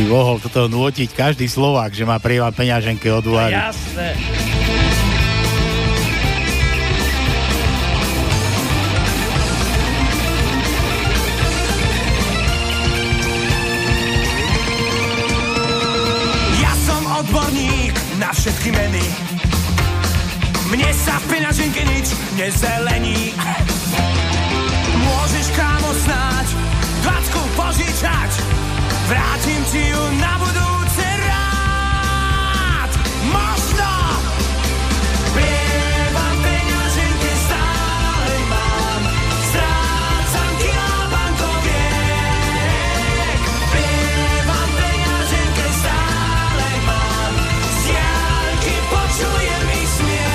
Speaker 14: mohol toto nútiť každý Slovák, že má prievan peňaženke od vlády.
Speaker 15: Jasné.
Speaker 1: Ja som odborník na všetky meny. Mne sa v peňaženke nič nezelení. Môžeš, kámo, snáď 20 požičať, vrátim ti ju na budúce rád. Možno prievan peňaženke stále mám, strácam kila bankoviek. Prievan peňaženke stále mám, z diaľky počujem ich smiech.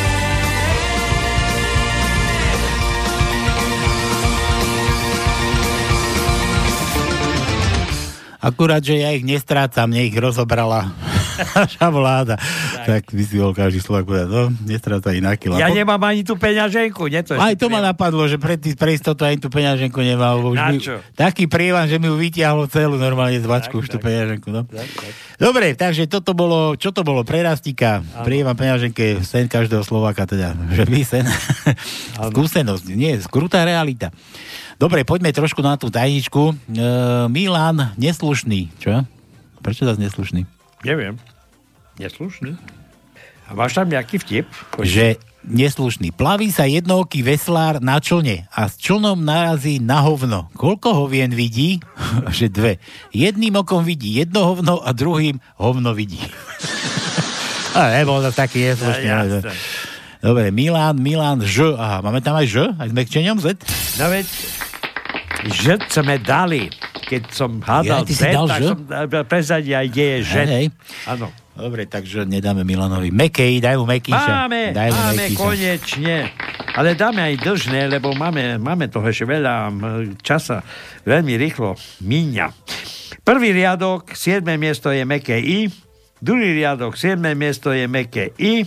Speaker 14: Akurát, že ja ich nestrácam, mne ich rozobrala naša vláda. Tak by si bol každý Slovák povedať, no, nestráca iná kila.
Speaker 15: Ja nemám ani tú peňaženku.
Speaker 14: Aj to ma napadlo, že pre istotu ani tú peňaženku nemal.
Speaker 15: Na čo?
Speaker 14: Taký prievan, že mi ju vytiahlo celú normálne z vačku už tú peňaženku. No. Tak. Dobre, takže toto bolo, čo to bolo? Prerastika, prievan peňaženke, sen každého Slováka, teda, že by sen. Skúsenosť, nie, skrutá realita. Dobre, poďme trošku na tú tajničku. Milan, neslušný. Čo? Prečo zase neslušný?
Speaker 15: Neviem. Neslušný? A máš tam nejaký vtip?
Speaker 14: Že neslušný. Plaví sa jednooký veslár na člne a s člnom narazí na hovno. Koľko hovien vidí? Že 2. Jedným okom vidí jedno hovno a druhým hovno vidí. A nebol to taký neslušný. Dobre, Milan, Ž. Aha, máme tam aj Ž? Aj s mekčením Z?
Speaker 15: No veď, Ž sme dali. Keď som hádal Z, tak som prezadil aj, kde je Ž. Áno.
Speaker 14: Dobre, takže nedáme Milanovi Mekej, daj mu Mekíša.
Speaker 15: Máme konečne. Ale dáme aj dlžné, lebo máme toho ešte veľa časa. Veľmi rýchlo míňa. Prvý riadok, 7. miesto je meké I. Druhý riadok, 7. miesto je meké I.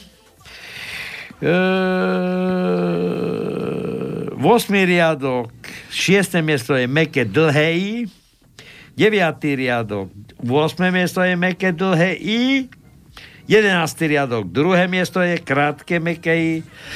Speaker 15: 8. riadok, 6. miesto je meké dlhé I. 9. riadok, 8. miesto je meké dlhé I. 11. riadok, 2. miesto je krátke meké I.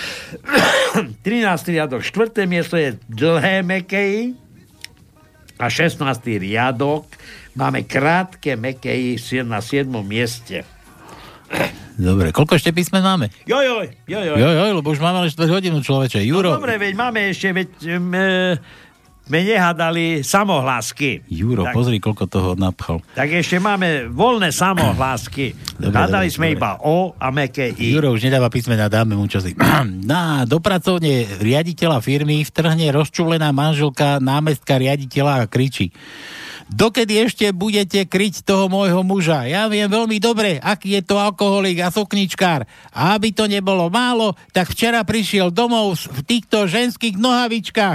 Speaker 15: 13. riadok, 4. miesto je dlhé meké I. A 16. riadok máme krátke meké I na 7. mieste.
Speaker 14: Dobre, koľko ešte písmen máme?
Speaker 15: Joj,
Speaker 14: lebo už máme len 4 hodinu, človeče. Juro.
Speaker 15: No dobre, veď máme ešte, sme nehádali samohlásky.
Speaker 14: Juro, tak, pozri, koľko toho napchal.
Speaker 15: Tak ešte máme voľné samohlásky. Hádali sme iba O a meké I.
Speaker 14: Juro už nedáva písmena, dáme mu časy. Na dopracovne riaditeľa firmy vtrhne rozčúlená manželka námestka riaditeľa a kričí: dokedy ešte budete kryť toho môjho muža? Ja viem veľmi dobre, aký je to alkoholik a sukničkár. A aby to nebolo málo, tak včera prišiel domov v týchto ženských nohavičkách.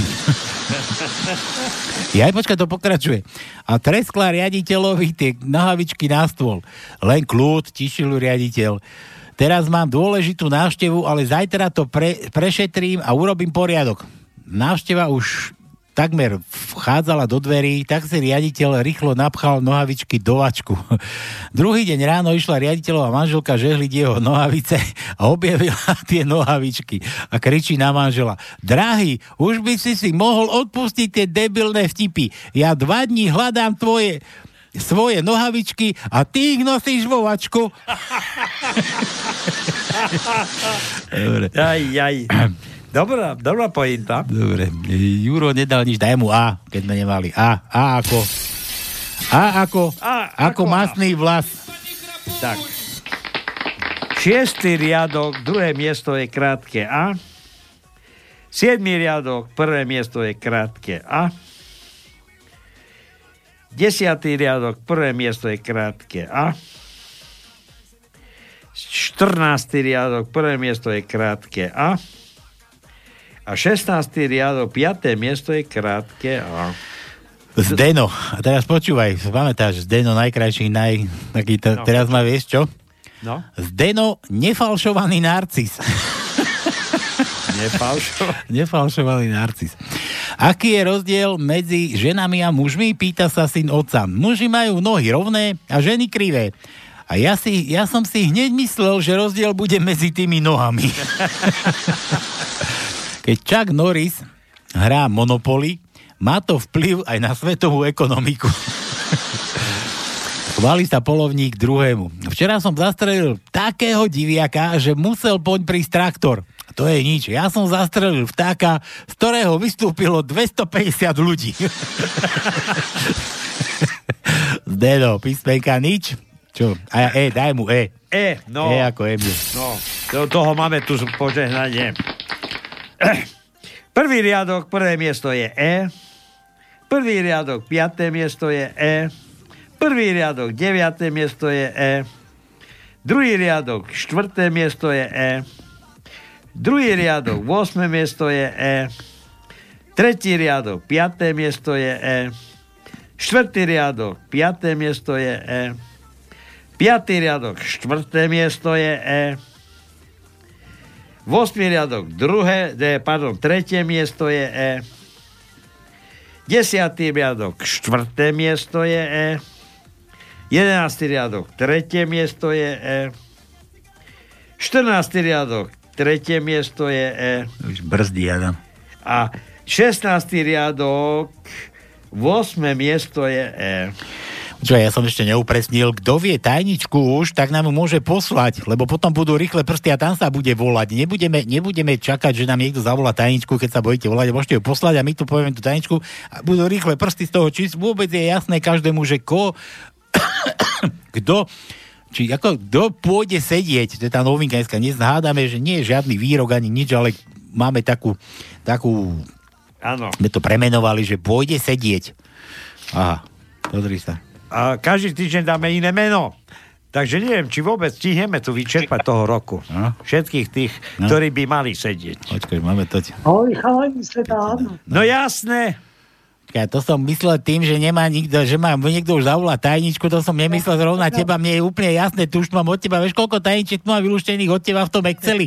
Speaker 14: Ja aj počkaj, to pokračuje. A treskla riaditeľovi tie nohavičky na stôl. Len kľud, tišil riaditeľ. Teraz mám dôležitú návštevu, ale zajtra to prešetrím a urobím poriadok. Návšteva už takmer vchádzala do dverí, tak si riaditeľ rýchlo napchal nohavičky do vačku. Druhý deň ráno išla riaditeľová manželka žehliť jeho nohavice a objavila tie nohavičky a kričí na manžela: drahý, už by si mohol odpustiť tie debilné vtipy. Ja 2 dní hľadám svoje nohavičky a ty ich nosíš vo vačku. Dobre.
Speaker 15: Dobrá pointa.
Speaker 14: Dobre. Juro nedal nič, daj mu A, keď sme nemali. A ako masný vlas.
Speaker 15: Tak. 6. riadok, 2. miesto je krátke A. 7. riadok, 1. miesto je krátke A. 10. riadok, 1. miesto je krátke A. 14. riadok, 1. miesto je krátke A. A 16. riadok, 5. miesto je krátke A.
Speaker 14: Zdeno. A teraz počúvaj, pamätáš, Zdeno najkrajší, teraz ma vieš čo?
Speaker 15: No.
Speaker 14: Zdeno, nefalšovaný narcis.
Speaker 15: Nefalšovaný
Speaker 14: narcis. Aký je rozdiel medzi ženami a mužmi? Pýta sa syn otca. Muži majú nohy rovné a ženy krivé. A ja som si hneď myslel, že rozdiel bude medzi tými nohami. Keď Chuck Norris hrá Monopoly, má to vplyv aj na svetovú ekonomiku. Chváli sa polovník druhému. Včera som zastrelil takého diviaka, že musel poň prísť traktor. To je nič. Ja som zastrelil vtáka, z ktorého vystúpilo 250 ľudí. Zdeno, písmenka nič. Čo? A daj mu E.
Speaker 15: No.
Speaker 14: E ako Emil.
Speaker 15: No, toho máme tu požehnanie. Prvý riadok, prvé miesto je E. Prvý riadok, 5. miesto je E. Prvý riadok, 9. miesto je E. Druhý riadok, 4. miesto je E. Druhý riadok, 8. miesto je E. Tretí riadok, 5. miesto je E. Štvrtý riadok, 5. miesto je E. Piatý riadok, 4. miesto je E. 8. riadok, 3. miesto je E. 10. riadok, 4. miesto je E. 11. riadok, 3. miesto je E. 14. riadok, 3. miesto je E.
Speaker 14: Už brzdí, Adam.
Speaker 15: A 16. riadok, 8. miesto je E.
Speaker 14: Čo, ja som ešte neupresnil, kto vie tajničku už, tak nám môže poslať, lebo potom budú rýchle prsty a tam sa bude volať. Nebudeme čakať, že nám niekto zavolá tajničku, keď sa bojíte volať, môžete ju poslať a my tu povieme tú tajničku a budú rýchle prsty z toho, či vôbec je jasné každému, že kto pôjde sedieť, to je tá novinka dneska, nezhádame, že nie je žiadny výrok ani nič, ale máme takú
Speaker 15: áno.
Speaker 14: My to premenovali, že pôjde sedieť. Aha, pozri sa.
Speaker 15: A každý týždeň dáme iné meno. Takže neviem, či vôbec stihneme tu vyčerpať toho roku.
Speaker 14: No.
Speaker 15: Všetkých tých, ktorí by mali sedieť.
Speaker 14: Počkaj, máme to.
Speaker 21: Ahoj, chalani, ste tam.
Speaker 15: No jasné.
Speaker 14: To som myslel tým, že nemá nikto, že má niekto už zavolať tajničku, to som nemyslel zrovna teba, mne je úplne jasné, tu už mám od teba, vieš, koľko tajničiek tu mám vylúštených od teba v tom Exceli?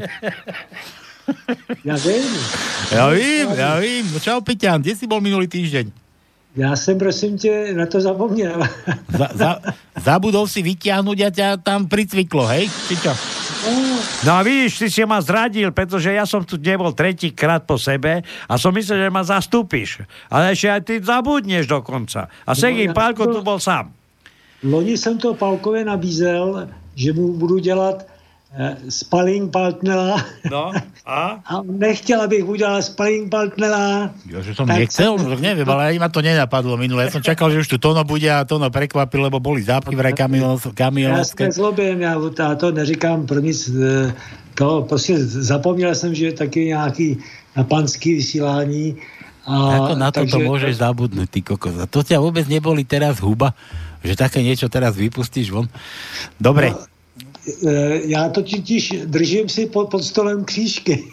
Speaker 21: Ja vím.
Speaker 14: Ja vím. Čau, Peťan, kde si bol minulý týždeň?
Speaker 21: Ja som, prosím te, na to zapomněl.
Speaker 14: Zabudol si vytiahnuť a ťa tam pricviklo, hej? Či čo?
Speaker 15: No a vidíš, ty si ma zradil, pretože ja som tu nebol tretíkrát po sebe a som myslel, že ma zastúpiš. Ale ešte aj ty zabudneš dokonca. A Segin Pálko tu bol sám.
Speaker 21: Loni jsem to Pálkové nabízel, že mu budu dělat sparring partnera.
Speaker 15: No, a
Speaker 21: nechtěl, abych udělal sparring partnera.
Speaker 14: Ja, že som nechcel, neviem, ale aj ma to nenapadlo minule. Ja som čakal, že už tu Tono bude a Tono prekvapil, lebo boli zápky vraj kamionské.
Speaker 21: Já se zlobím, já to neříkám pro nic. To prostě zapomněl jsem, že je taky nějaký na panský vysílání.
Speaker 14: Ako na toto môžeš zabudnúť, ty kokos. A to ťa vôbec neboli teraz huba, že také niečo teraz vypustíš von. Dobre.
Speaker 21: No, já totiž držím si pod stolem křížky.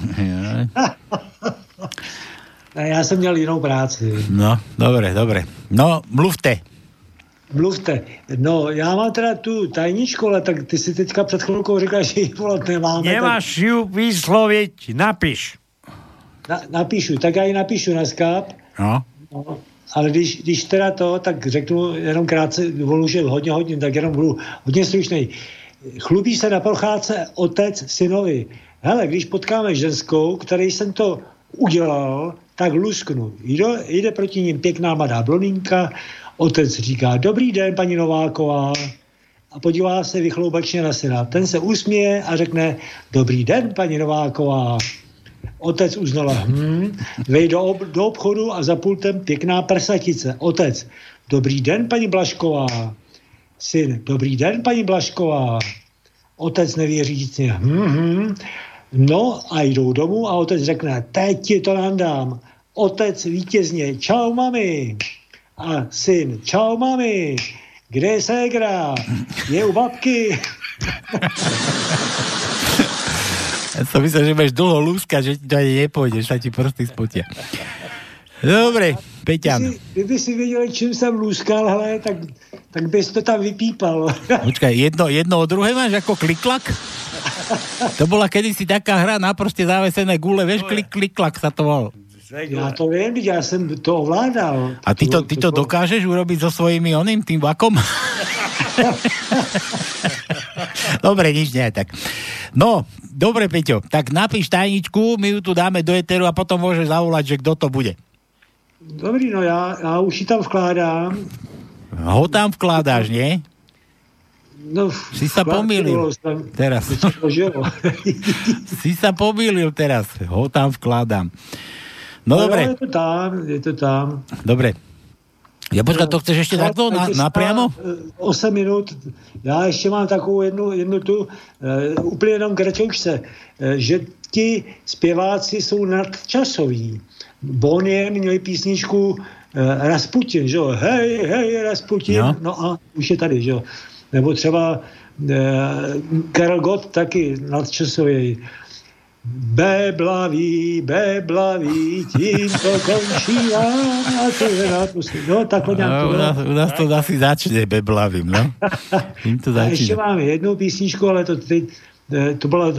Speaker 21: Já jsem měl jinou práci.
Speaker 14: No, dobre. No, mluvte.
Speaker 21: No, já mám teda tu tajničku, ale tak ty si teďka před chvilkou říkáš, že ji volat nemáme.
Speaker 15: Nemáš ju vysloviť, napíš.
Speaker 21: Napíšu, tak já ji napíšu na Skype.
Speaker 14: No.
Speaker 21: Ale když teda to, tak řeknu jenom krátce, volu, že hodně, tak jenom budu hodně stručnej. Chlubí se na procházce otec synovi. Hele, když potkáme ženskou, který jsem to udělal, tak lusknu. Jde proti ním pěkná mladá blondýnka, otec říká, dobrý den, paní Nováková, a podívá se vychloubačně na syna. Ten se usměje a řekne, dobrý den, paní Nováková. Otec uznala, vejde do obchodu a za pultem pěkná prsatice. Otec, dobrý den, paní Blašková. Syn, dobrý den, paní Blašková. Otec nevěřícně, No a jdou domů a otec řekne, teď ti to nandám. Otec vítězně, čau mami. A syn, čau mami. Kde je ségra? Je u babky.
Speaker 14: Ja som myslel, že máš dlho lúskať, že ti to ani nepôjdeš, sa ti prsty spotia. Dobre, Peťan.
Speaker 21: Kdyby si videl, čím jsem lúskal, hele, tak bys to tam vypípal.
Speaker 14: Počkaj, jedno o druhé máš ako kliklak? To bola kedysi taká hra na proste závesené gule, vieš, kliklak sa to volalo.
Speaker 21: Ja to viem, ja som to ovládal.
Speaker 14: A ty to dokážeš urobiť so svojimi tým vakom? Dobre, nič nie, tak. No, dobre, Peťo, tak napíš tajničku, my ju tu dáme do eteru a potom môžeš zavolať, že kto to bude.
Speaker 21: Dobrý, no ja už si tam vkládám.
Speaker 14: Ho tam vkladáš, nie?
Speaker 21: No,
Speaker 14: si sa pomýlil teraz. Si sa pomýlil teraz. Ho tam vkladám. No dobre.
Speaker 21: Je to tam.
Speaker 14: Dobre. Ja počkaj, to chceš ešte takto napriamo?
Speaker 21: 8 minút. Já ještě mám takovou jednu tu úplně jenom k rečoučce, že ti zpěváci jsou nadčasoví. Bonnie měli písničku Rasputin, že jo? Hej, Rasputin. No a už je tady, že jo? Nebo třeba Karel Gott taky nadčasový. Béblaví, tím to končí a to je nápustý. No, takhle nějak
Speaker 14: u nás to asi začne béblavým, no. Tím to začne.
Speaker 21: A ještě mám jednu písničku, ale to byla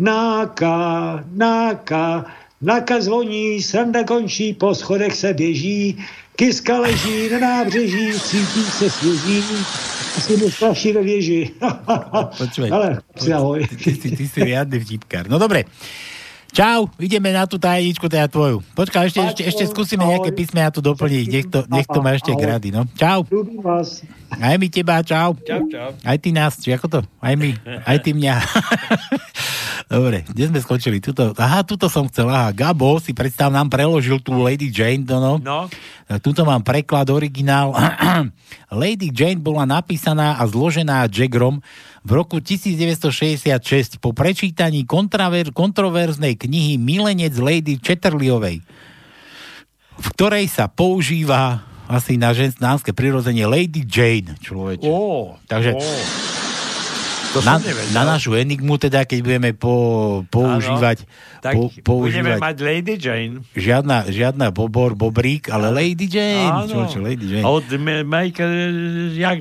Speaker 21: Náka zvoní, sranda končí, po schodech se běží, kyska leží na nábřeží, cítí se svěží, asi mu straší ve věži.
Speaker 14: Počuj,
Speaker 21: ale ahoj.
Speaker 14: Ty si riadny vtipkár. No dobre. Čau, ideme na tú tajničku, teda tvoju. Počkaj, ešte skúsime nejaké písmena tu doplniť. Nech to má ešte grady, no. Čau.
Speaker 21: Ľúbim vás.
Speaker 14: Aj my teba, čau.
Speaker 15: Čau.
Speaker 14: Aj ty nás, či ako to? Aj my, aj ty mňa. Dobre, kde sme skončili? Tuto som chcel. Gabo si predstav nám preložil tú Lady Jane, no. Tuto mám preklad, originál. Lady Jane bola napísaná a zložená Jaggerom v roku 1966 po prečítaní kontroverznej knihy Milenec Lady Chatterleyovej, v ktorej sa používa asi na ženské prirodzenie Lady Jane, človeče. Takže na našu enigmu, teda, keď budeme používať...
Speaker 15: budeme mať Lady Jane.
Speaker 14: Žiadna bobrík, ale Lady Jane. Človeče, Lady Jane.
Speaker 15: A od Michael, jak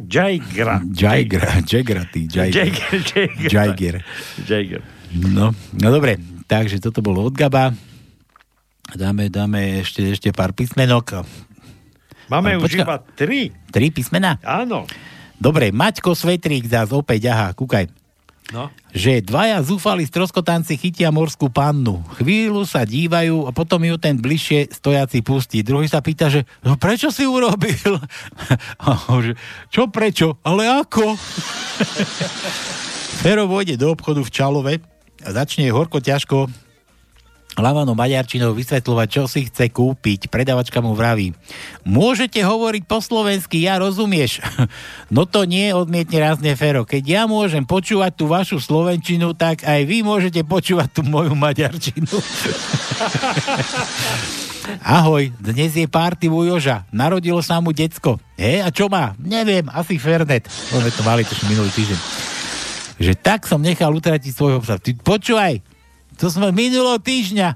Speaker 15: Jagger.
Speaker 14: No dobre, takže toto bolo od Gaba. Dáme ešte pár písmenok.
Speaker 15: Máme už iba 3.
Speaker 14: 3 písmena?
Speaker 15: Áno.
Speaker 14: Dobre, Maťko Svetrík zás opäť, kúkaj.
Speaker 15: No.
Speaker 14: Že dvaja zúfali stroskotanci chytia morskú pannu. Chvíľu sa dívajú a potom ju ten bližšie stojaci pustí. Druhý sa pýta, že prečo si urobil? Čo prečo? Ale ako? Fero vôjde do obchodu v Čalove a začne horko ťažko lavanou maďarčinou vysvetľovať, čo si chce kúpiť. Predavačka mu vraví: môžete hovoriť po slovensky, ja rozumieš? No to nie, odmietne rázne Fero. Keď ja môžem počúvať tú vašu slovenčinu, tak aj vy môžete počúvať tú moju maďarčinu. Ahoj, dnes je party u Joža. Narodilo sa mu decko. A čo má? Neviem, asi Fernet. Sme to mali minulý týždeň. Že tak som nechal utratiť svojho psa. Ty počúvaj, to sme minulého týždňa.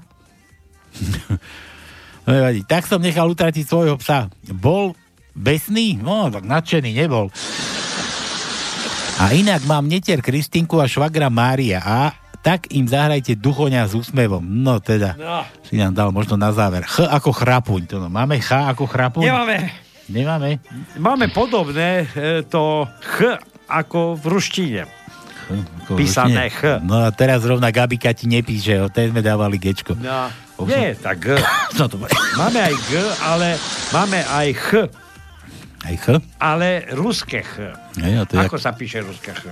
Speaker 14: Tak som nechal utratiť svojho psa. Bol besný? No, tak nadšený nebol. A inak mám netier Kristinku a švagra Mária. A tak im zahrajte Duchoňa s úsmevom. No teda, si nám dal možno na záver. Ch ako chrapuň. To no. Máme Ch ako chrapuň? Nemáme.
Speaker 15: Máme podobné to Ch ako v ruštine. Písané Ch.
Speaker 14: No a teraz rovna Gabika ti nepíše, tej sme dávali Gčko.
Speaker 15: No, nie, tak G. Máme aj G, ale máme aj Ch.
Speaker 14: Aj Ch?
Speaker 15: Ale ruské Ch. Ako sa píše ruské Ch?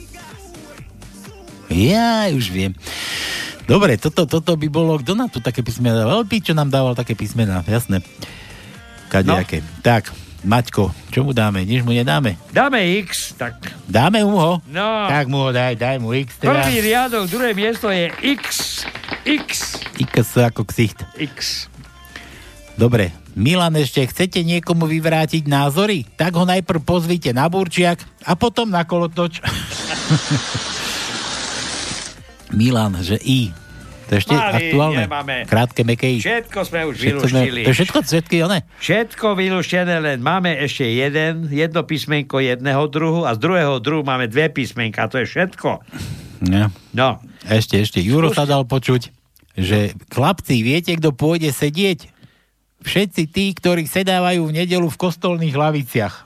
Speaker 14: Ja už viem. Dobre, toto by bolo, kto nám tu také písmena dával? Čo nám dával také písmena, jasné. Kadejaké. No. Tak, Maťko, čo mu dáme? Nič mu nedáme?
Speaker 15: Dáme X, tak.
Speaker 14: Dáme mu ho?
Speaker 15: No.
Speaker 14: Tak mu ho daj mu X. Teda.
Speaker 15: Prvý riadok, druhé miesto je X.
Speaker 14: X ako ksicht.
Speaker 15: X.
Speaker 14: Dobre, Milan, ešte chcete niekomu vyvrátiť názory? Tak ho najprv pozvite na Burčiak a potom na kolotoč. Milan, že I. To je ešte aktuálne.
Speaker 15: Nemáme.
Speaker 14: Krátke, meké I.
Speaker 15: Všetko sme už vylúštili.
Speaker 14: To je všetky one?
Speaker 15: Všetko vylúštené, len máme ešte jedno písmenko jedného druhu a z druhého druhu máme 2 písmenka. To je všetko.
Speaker 14: No. Ešte. Juro sa dal počuť. že chlapci, viete, kto pôjde sedieť? Všetci tí, ktorí sedávajú v nedeľu v kostolných laviciach.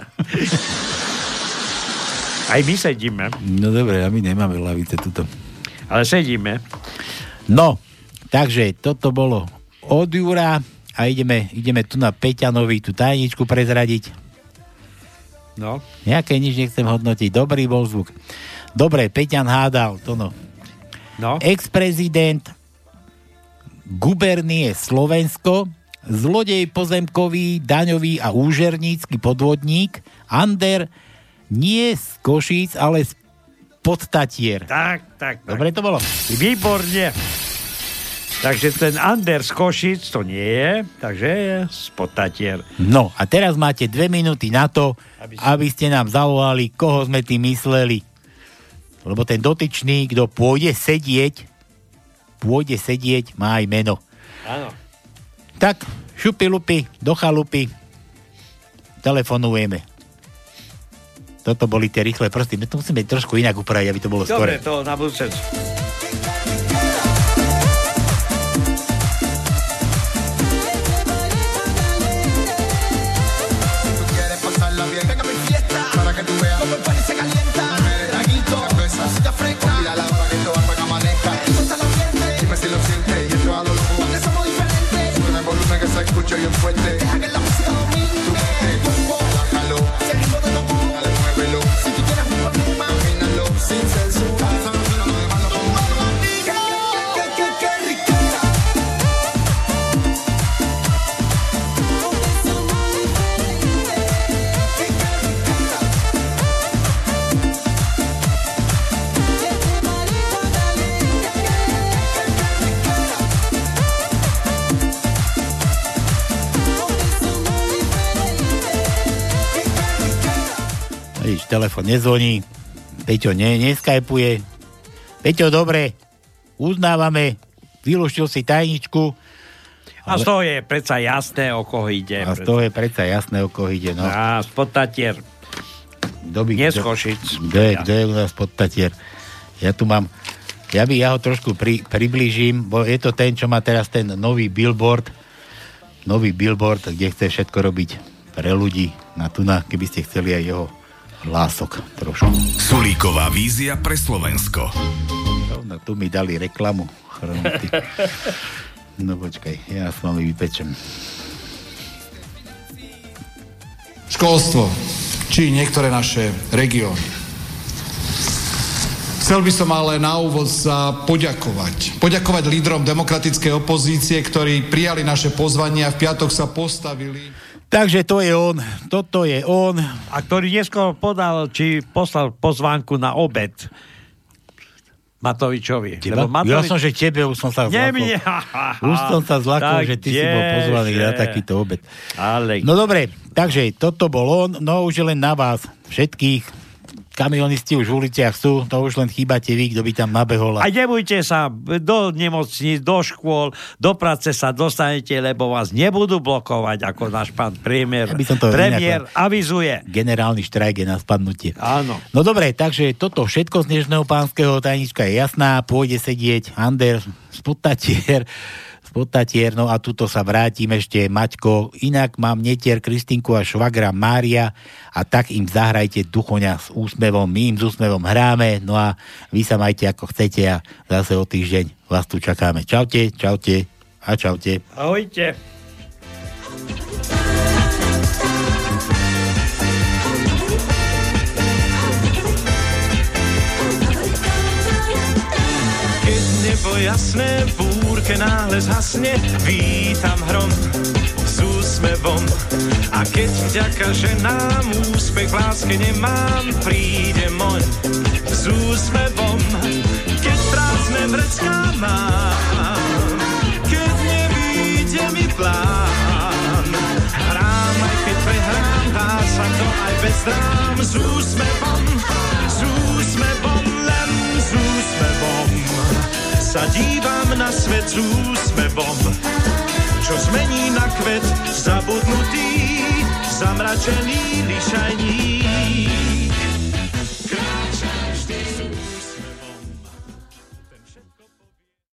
Speaker 15: Aj my sedíme.
Speaker 14: No dobre, a my nemáme lavice tuto.
Speaker 15: Ale sedíme.
Speaker 14: No, takže toto bolo od Jura a ideme tu na Peťanovi tú tajničku prezradiť.
Speaker 15: No.
Speaker 14: Nejaké nič nechcem hodnotiť. Dobrý bol zvuk. Dobre, Peťan hádal to no. Ex-prezident gubernie Slovensko, zlodej pozemkový, daňový a úžernícky podvodník Ander nie z Košíc, ale z Podtatier.
Speaker 15: Tak.
Speaker 14: Dobre to bolo?
Speaker 15: Výborne. Takže ten Ander z Košíc to nie je, takže je z Podtatier.
Speaker 14: No a teraz máte 2 minúty na to, aby ste nám zavolali, koho sme tým mysleli. Lebo ten dotyčný, kto pôjde sedieť, má aj meno.
Speaker 15: Áno.
Speaker 14: Tak, šupi-lupi, do chalupy, telefonujeme. Toto boli tie rýchle prsty. My to musíme trošku inak upraviť, aby to bolo skore.
Speaker 15: Dobre, to na budúce.
Speaker 1: Escucho bien fuerte, deja que la música domine tu mente, relájalo, si el ritmo te tocó, dale, muévelo, si tú tienes un problema, domínalo, sin censura, no lo demás, no qué riqueza.
Speaker 14: Telefón nezvoní, Peťo neskypuje. Peťo, dobre, uznávame, vylúštil si tajničku.
Speaker 15: A z toho je predsa jasné, o koho ide.
Speaker 14: A z toho je predsa jasné, o koho ide, no.
Speaker 15: A z Podtatier. Nie z Košic.
Speaker 14: Kto je u nás Podtatier? Ja tu mám, ja ho trošku priblížim, bo je to ten, čo má teraz ten nový billboard, kde chce všetko robiť pre ľudí na tuna, keby ste chceli aj jeho hlások trošku.
Speaker 3: Sulíková vízia pre Slovensko.
Speaker 14: No, tu mi dali reklamu. No počkaj, ja s vami vypečem.
Speaker 22: Školstvo, či niektoré naše regióny. Chcel by som ale na úvod sa poďakovať lídrom demokratickej opozície, ktorí prijali naše pozvanie a v piatok sa postavili.
Speaker 14: Takže to je on, toto je on.
Speaker 15: A ktorý neskôr poslal pozvánku na obed Matovičovi.
Speaker 14: Ja som, že tebe už som sa zlakol. Že ty si bol pozvaný na takýto obed. No dobre, takže toto bol on, no už je len na vás všetkých. Kamionisti už v uliciach sú, to už len chýbate vy, kto by tam nabehol.
Speaker 15: A nebojte sa, do nemocníc, do škôl, do práce sa dostanete, lebo vás nebudú blokovať, ako náš pán premiér avizuje.
Speaker 14: Generálny štrajk je na spadnutie.
Speaker 15: Áno.
Speaker 14: No dobre, takže toto všetko z dnešného pánskeho tajnička je jasná, pôjde sedieť Ander z Podtatier, no a tuto sa vrátim ešte, Maťko, inak mám netier Kristinku a švagra Mária a tak im zahrajte Duchoňa s úsmevom, my im s úsmevom hráme, no a vy sa majte ako chcete a zase o týždeň vás tu čakáme. Čaute a čaute.
Speaker 15: Ahojte.
Speaker 1: Jasné, v búrke náhle zhasne, vítam hrom s úsmevom. A keď vďaka ženám úspech v láske nemám, príde moň s úsmevom. Keď prázdne vrecká mám, keď nevíde mi plán, hrám aj keď prehrám, dá sa to aj bez drám. S úsmevom, len s úsmevom sa dívam na svet s úsmevom, čo zmení na kvet zabudnutý, zamračený lišajník.